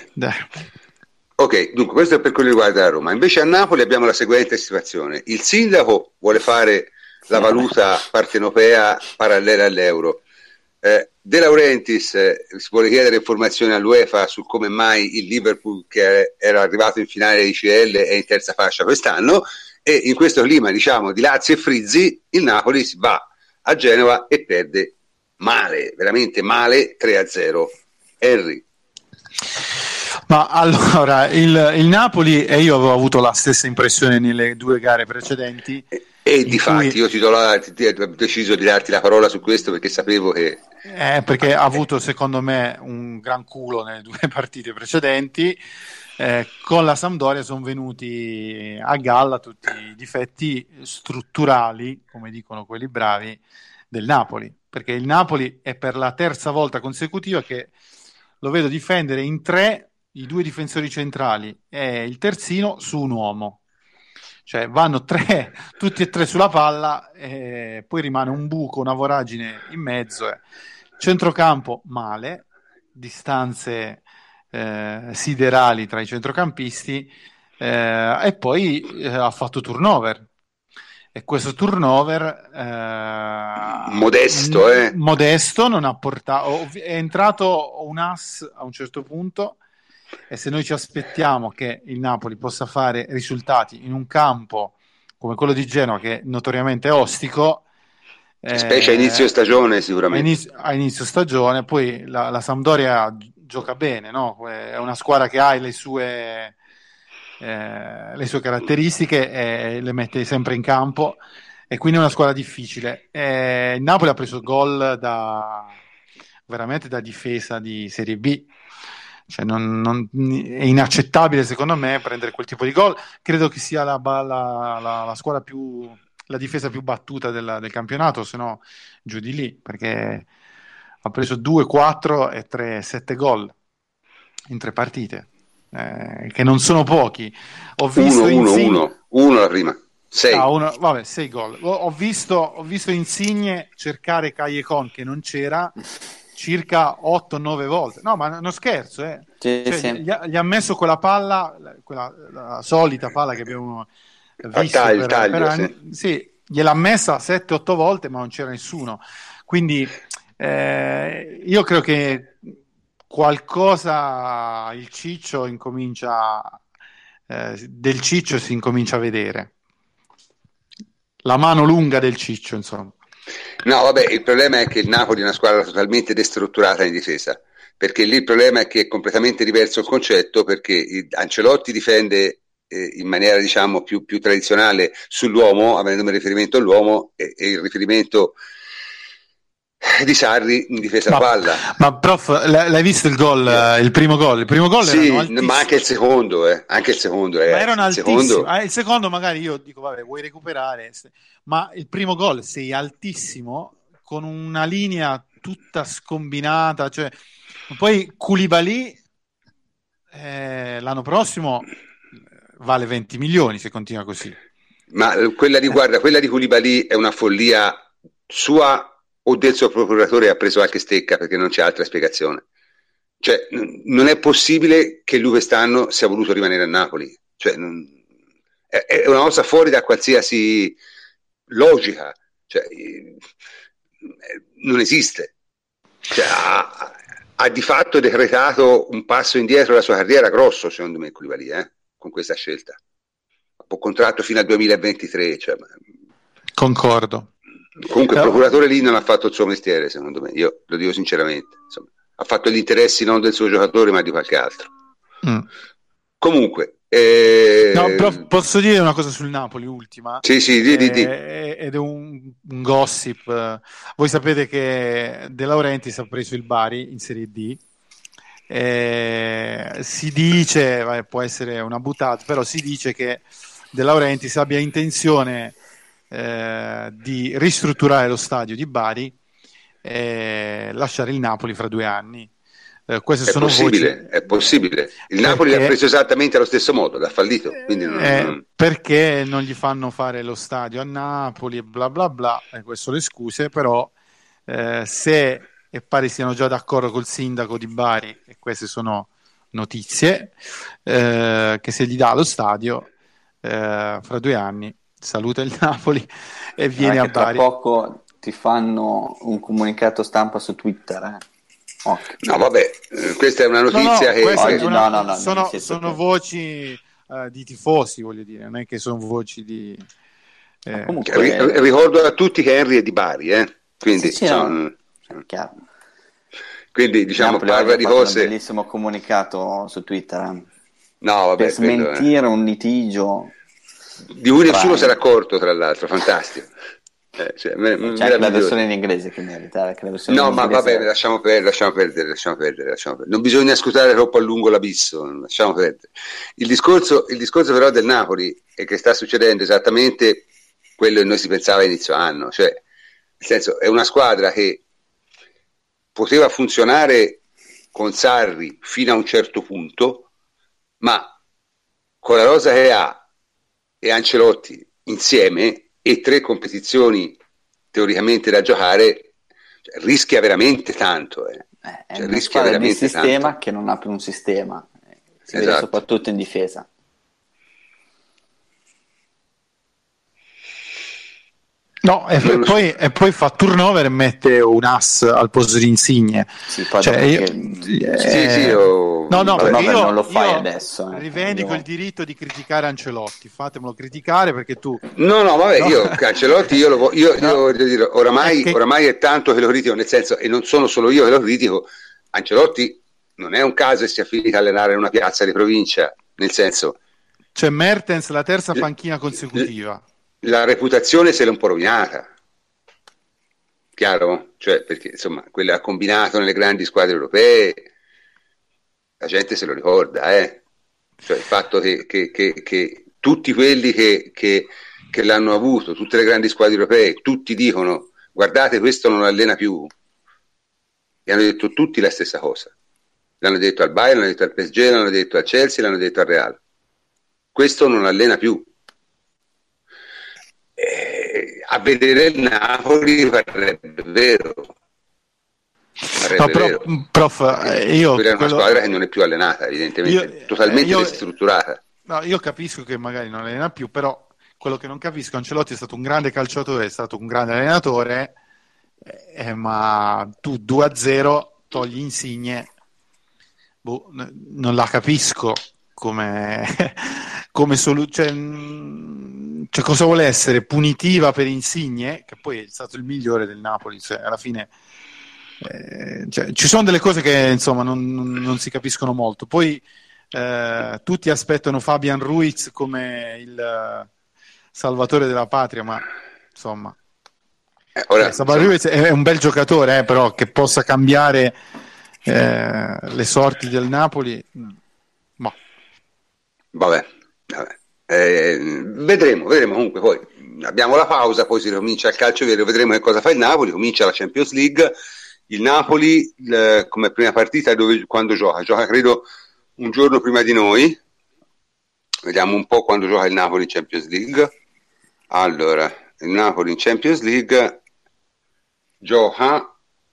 Ok, dunque questo è per quello che riguarda la Roma. Invece a Napoli abbiamo la seguente situazione: il sindaco vuole fare la valuta partenopea parallela all'euro, De Laurentiis si vuole chiedere informazioni all'UEFA su come mai il Liverpool, che era arrivato in finale di CL, è in terza fascia quest'anno, e in questo clima, diciamo, di Lazio e Frizzi, il Napoli si va a Genova e perde male, veramente male, 3-0. Henry. Ma allora il Napoli, e io avevo avuto la stessa impressione nelle 2 gare precedenti, e E difatti io ho deciso di darti la parola su questo perché sapevo che... perché ha avuto secondo me un gran culo nelle 2 partite precedenti. Con la Sampdoria sono venuti a galla tutti i difetti strutturali, come dicono quelli bravi, del Napoli, perché il Napoli è per la 3ª volta consecutiva che lo vedo difendere in 3 i 2 difensori centrali e il terzino su un uomo, cioè vanno 3 tutti e 3 sulla palla e poi rimane un buco, una voragine in mezzo, centrocampo male, distanze siderali tra i centrocampisti, e poi ha fatto turnover, e questo turnover modesto non ha portato, è entrato un as a un certo punto, e se noi ci aspettiamo che il Napoli possa fare risultati in un campo come quello di Genova, che notoriamente è ostico, specie a inizio stagione sicuramente, a inizio stagione, poi la Sampdoria gioca bene, no? È una squadra che ha le sue caratteristiche e le mette sempre in campo, e quindi è una squadra difficile. Il Napoli ha preso gol veramente da difesa di Serie B, cioè è inaccettabile secondo me prendere quel tipo di gol. Credo che sia la squadra la difesa più battuta del campionato, se no giù di lì, perché ha preso 2, 4 e 3, 7 gol in 3 partite, che non sono pochi. Ho visto uno la prima, 6. Vabbè, 6 gol. Ho visto Insigne cercare Callejon, che non c'era, circa 8-9 volte. No, ma non scherzo, Sì, cioè, sì. gli ha messo quella palla, la solita palla che abbiamo visto per anni. Sì, gliel'ha messa 7-8 volte, ma non c'era nessuno. Quindi io credo che qualcosa il Ciccio del Ciccio si incomincia a vedere, la mano lunga del Ciccio, insomma. No, vabbè, il problema è che il Napoli è una squadra totalmente destrutturata in difesa, perché lì il problema è che è completamente diverso il concetto, perché Ancelotti difende in maniera diciamo più tradizionale sull'uomo, avendo riferimento all'uomo, e il riferimento di Sarri in difesa a palla. Ma prof, l'hai visto il gol, il primo gol? Il primo gol sì, erano ma anche il secondo, ma erano altissimi. Il secondo magari io dico, vabbè, vuoi recuperare, ma il primo gol sei altissimo, con una linea tutta scombinata, cioè poi Koulibaly l'anno prossimo vale 20 milioni se continua così. Ma quella di Koulibaly è una follia sua o del suo procuratore, ha preso anche stecca, perché non c'è altra spiegazione. Cioè, non è possibile che lui quest'anno sia voluto rimanere a Napoli. Cioè, è una cosa fuori da qualsiasi logica. Cioè, non esiste. Cioè, ha di fatto decretato un passo indietro della sua carriera grosso, secondo me, Koulibaly, con questa scelta. Un contratto fino al 2023. Cioè, concordo. Comunque il procuratore lì non ha fatto il suo mestiere, secondo me, io lo dico sinceramente. Insomma, ha fatto gli interessi non del suo giocatore ma di qualche altro. Comunque no, però posso dire una cosa sul Napoli, ultima? Sì, di. Ed è un gossip. Voi sapete che De Laurentiis ha preso il Bari in Serie D. Si dice, può essere una buttata, però si dice che De Laurentiis abbia intenzione di ristrutturare lo stadio di Bari e lasciare il Napoli fra 2 anni. Queste sono possibile, voci. È possibile. Il Napoli l'ha preso esattamente allo stesso modo, l'ha fallito. Quindi perché non gli fanno fare lo stadio a Napoli e bla bla bla, queste le scuse, però se e pare siano già d'accordo col sindaco di Bari, e queste sono notizie, che se gli dà lo stadio fra 2 anni saluta il Napoli e viene a Bari. Tra poco ti fanno un comunicato stampa su Twitter. Okay. No, vabbè, questa è una notizia che oggi sono voci di tifosi, voglio dire, non è che sono voci di comunque... ricordo a tutti che Henry è di Bari, quindi chiaro. Quindi diciamo Napoli parla di cose. Un bellissimo comunicato su Twitter no, vabbè, per smentire un litigio di cui nessuno si era accorto, tra l'altro, fantastico. C'è anche la versione in inglese che merita. No, ma vabbè, lasciamo perdere. Non bisogna scrutare troppo a lungo l'abisso, lasciamo perdere. Il discorso però del Napoli è che sta succedendo esattamente quello che noi si pensava a inizio anno, cioè, nel senso, è una squadra che poteva funzionare con Sarri fino a un certo punto, ma con la rosa che ha e Ancelotti insieme e 3 competizioni teoricamente da giocare, cioè, rischia veramente tanto. È una squadra di sistema tanto, che non ha più un sistema, si vede soprattutto in difesa. No, e poi fa turnover e mette un ass al posto di Insigne. Sì, poi non lo fai adesso. Rivendico il diritto di criticare Ancelotti, fatemelo criticare perché tu. Io Ancelotti io voglio dire, oramai è tanto che lo critico, nel senso, e non sono solo io che lo critico. Ancelotti non è un caso che sia finito a allenare in una piazza di provincia, nel senso. C'è Mertens, la terza panchina consecutiva. La reputazione se l'è un po' rovinata, chiaro? Cioè, perché insomma, quello ha combinato nelle grandi squadre europee, la gente se lo ricorda, cioè il fatto che tutti quelli che l'hanno avuto, tutte le grandi squadre europee, tutti dicono: guardate, questo non allena più, e hanno detto tutti la stessa cosa. L'hanno detto al Bayern, l'hanno detto al PSG, l'hanno detto al Chelsea, l'hanno detto al Real. Questo non allena più. A vedere il Napoli parrebbe vero. Prof, io quella è una squadra che non è più allenata, evidentemente, totalmente destrutturata. No, io capisco che magari non allena più, però quello che non capisco, Ancelotti è stato un grande calciatore, è stato un grande allenatore, ma tu 2-0 togli Insigne, non la capisco come soluzione. Cioè, cosa vuole essere? Punitiva per Insigne, che poi è stato il migliore del Napoli, cioè, alla fine ci sono delle cose che insomma non si capiscono molto. Poi tutti aspettano Fabian Ruiz come il salvatore della patria, ma insomma Fabian Ruiz è un bel giocatore, però che possa cambiare le sorti del Napoli, ma vabbè. Vedremo comunque. Poi abbiamo la pausa, poi si ricomincia il calcio vero, vedremo che cosa fa il Napoli. Comincia la Champions League, il Napoli come prima partita quando gioca credo un giorno prima di noi. Vediamo un po' quando gioca il Napoli in Champions League. Allora, il Napoli in Champions League gioca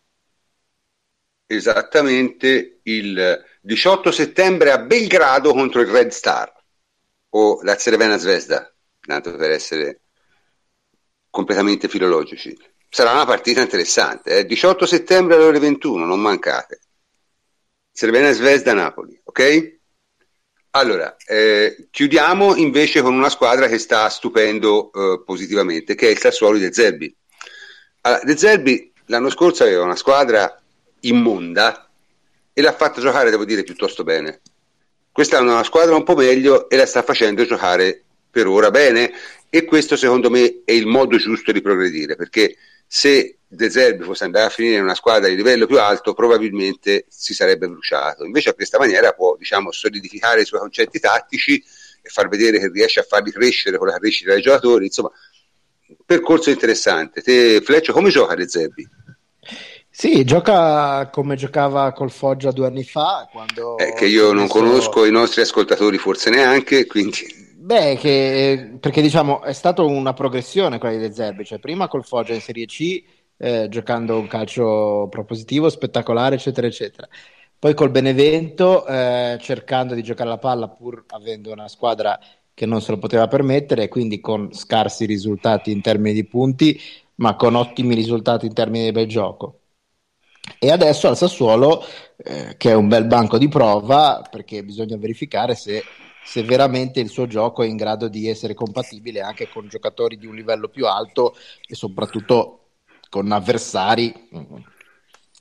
esattamente il 18 settembre a Belgrado contro il Red Star o la Crvena Zvezda, tanto per essere completamente filologici. Sarà una partita interessante, 18 settembre alle ore 21, non mancate. Crvena Zvezda Napoli, ok? Allora, chiudiamo invece con una squadra che sta stupendo positivamente, che è il Sassuolo di De Zerbi. Allora, De Zerbi l'anno scorso aveva una squadra immonda e l'ha fatta giocare, devo dire, piuttosto bene. Quest'anno è una squadra un po' meglio e la sta facendo giocare per ora bene, e questo secondo me è il modo giusto di progredire, perché se De Zerbi fosse andato a finire in una squadra di livello più alto probabilmente si sarebbe bruciato. Invece a questa maniera può, diciamo, solidificare i suoi concetti tattici e far vedere che riesce a farli crescere con la crescita dei giocatori. Insomma, percorso interessante. Te, Fleccio, come gioca De Zerbi? Sì, gioca come giocava col Foggia 2 anni fa, quando che io non conosco, i nostri ascoltatori forse neanche, quindi... perché diciamo è stata una progressione quella di De Zerbi, cioè prima col Foggia in Serie C, giocando un calcio propositivo, spettacolare, eccetera, eccetera. Poi col Benevento, cercando di giocare la palla pur avendo una squadra che non se lo poteva permettere, quindi con scarsi risultati in termini di punti, ma con ottimi risultati in termini di bel gioco. E adesso al Sassuolo, che è un bel banco di prova, perché bisogna verificare se veramente il suo gioco è in grado di essere compatibile anche con giocatori di un livello più alto e soprattutto con avversari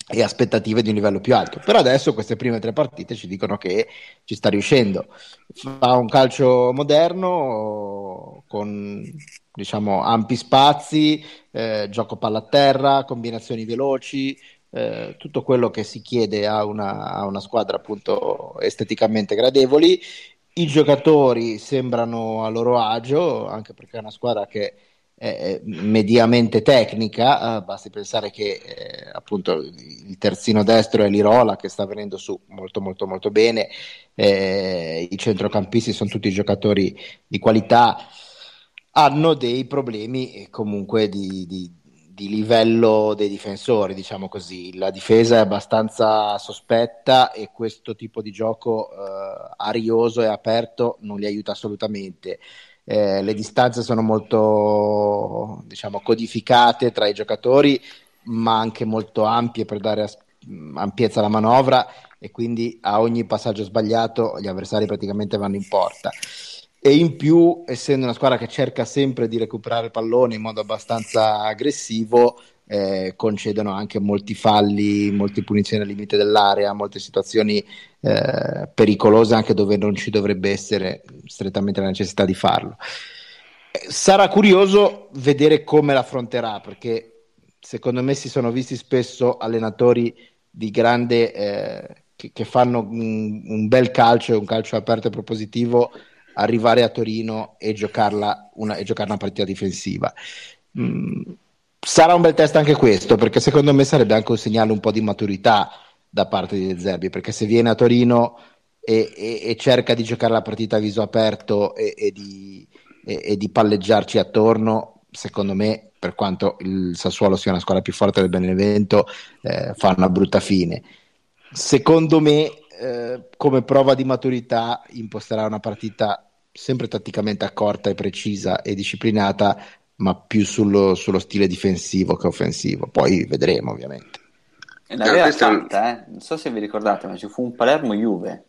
e aspettative di un livello più alto. Però adesso queste prime 3 partite ci dicono che ci sta riuscendo. Fa un calcio moderno con, diciamo, ampi spazi, gioco palla a terra, combinazioni veloci, tutto quello che si chiede a una squadra appunto esteticamente gradevoli. I giocatori sembrano a loro agio, anche perché è una squadra che è mediamente tecnica, basti pensare che appunto il terzino destro è Lirola che sta venendo su molto molto molto bene, i centrocampisti sono tutti giocatori di qualità, hanno dei problemi comunque di livello dei difensori, diciamo così. La difesa è abbastanza sospetta e questo tipo di gioco arioso e aperto non li aiuta assolutamente. Le distanze sono molto, diciamo, codificate tra i giocatori, ma anche molto ampie per dare ampiezza alla manovra, e quindi a ogni passaggio sbagliato gli avversari praticamente vanno in porta. E in più, essendo una squadra che cerca sempre di recuperare il pallone in modo abbastanza aggressivo, concedono anche molti falli, molte punizioni al limite dell'area, molte situazioni pericolose anche dove non ci dovrebbe essere strettamente la necessità di farlo. Sarà curioso vedere come l'affronterà, perché secondo me si sono visti spesso allenatori di grande che fanno un bel calcio, un calcio aperto e propositivo, arrivare a Torino e giocarla una partita difensiva. Sarà un bel test anche questo, perché secondo me sarebbe anche un segnale un po' di maturità da parte di De Zerbi, perché se viene a Torino e cerca di giocare la partita a viso aperto e di palleggiarci attorno, secondo me, per quanto il Sassuolo sia una squadra più forte del Benevento, fa una brutta fine. Secondo me, come prova di maturità, imposterà una partita sempre tatticamente accorta e precisa e disciplinata, ma più sullo stile difensivo che offensivo. Poi vedremo, ovviamente. E l'aveva fatta, non so se vi ricordate, ma ci fu un Palermo-Juve.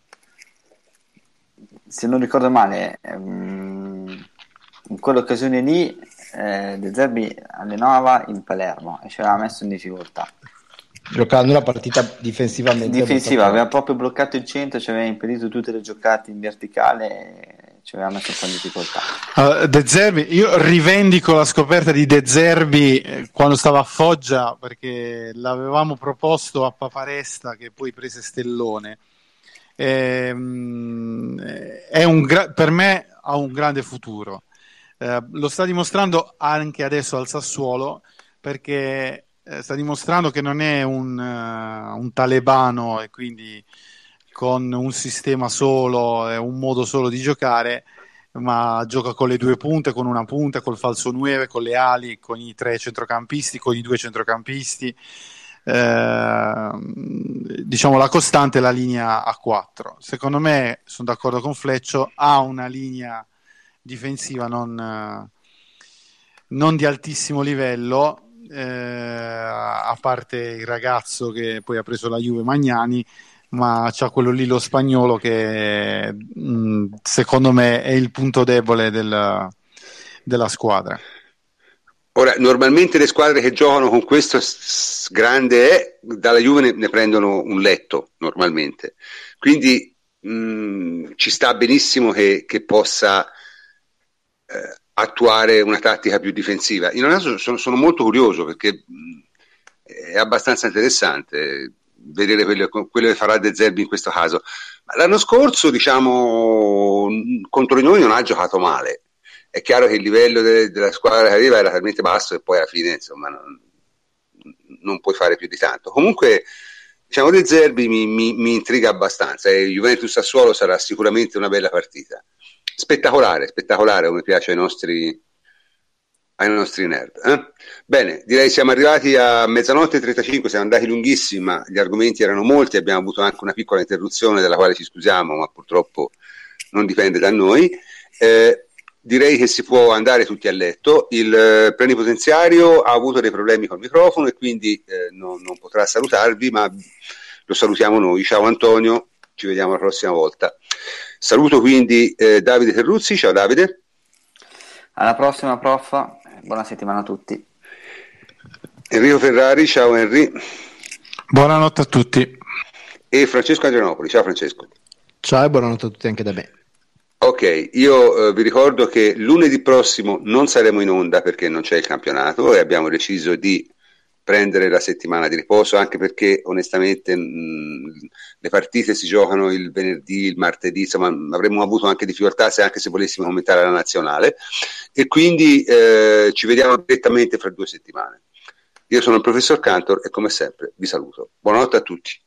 Se non ricordo male, in quell'occasione lì De Zerbi allenava in Palermo e ci aveva messo in difficoltà. Giocando una partita difensiva, aveva proprio bloccato il centro, ci aveva impedito tutte le giocate in verticale e ci aveva messo un po' in difficoltà. De Zerbi, io rivendico la scoperta di De Zerbi quando stava a Foggia, perché l'avevamo proposto a Paparesta che poi prese Stellone. È per me ha un grande futuro, lo sta dimostrando anche adesso al Sassuolo, perché sta dimostrando che non è un talebano e quindi con un sistema solo e un modo solo di giocare, ma gioca con le 2 punte, con una punta, col falso 9, con le ali, con i 3 centrocampisti, con i 2 centrocampisti. Diciamo la costante è la linea a 4. Secondo me, sono d'accordo con Fleccio, ha una linea difensiva non di altissimo livello, a parte il ragazzo che poi ha preso la Juve, Magnani, ma c'ha quello lì, lo spagnolo, che secondo me è il punto debole della squadra. Ora, normalmente le squadre che giocano con questo grande dalla Juve ne prendono un letto, normalmente. Quindi ci sta benissimo che possa attuare una tattica più difensiva. In un caso sono molto curioso, perché è abbastanza interessante vedere quello che farà De Zerbi in questo caso. Ma l'anno scorso, diciamo, contro di noi non ha giocato male. È chiaro che il livello della squadra che arriva era talmente basso che poi alla fine, insomma, non puoi fare più di tanto. Comunque, diciamo, De Zerbi mi intriga abbastanza, e Juventus Sassuolo sarà sicuramente una bella partita. Spettacolare, come piace ai nostri nerd. Bene, direi siamo arrivati a 00:35, siamo andati lunghissimi, ma gli argomenti erano molti, abbiamo avuto anche una piccola interruzione della quale ci scusiamo, ma purtroppo non dipende da noi. Direi che si può andare tutti a letto. Il plenipotenziario ha avuto dei problemi col microfono e quindi non potrà salutarvi, ma lo salutiamo noi. Ciao Antonio, ci vediamo la prossima volta. Saluto quindi Davide Terruzzi. Ciao Davide. Alla prossima, prof. Buona settimana a tutti. Enrico Ferrari. Ciao Henry. Buonanotte a tutti. E Francesco Adrianopoli. Ciao Francesco. Ciao e buonanotte a tutti anche da me. Ok, io vi ricordo che lunedì prossimo non saremo in onda perché non c'è il campionato e abbiamo deciso di prendere la settimana di riposo, anche perché onestamente le partite si giocano il venerdì, il martedì, insomma avremmo avuto anche difficoltà anche se volessimo commentare la nazionale, e quindi ci vediamo direttamente fra 2 settimane. Io sono il professor Cantor e come sempre vi saluto. Buonanotte a tutti.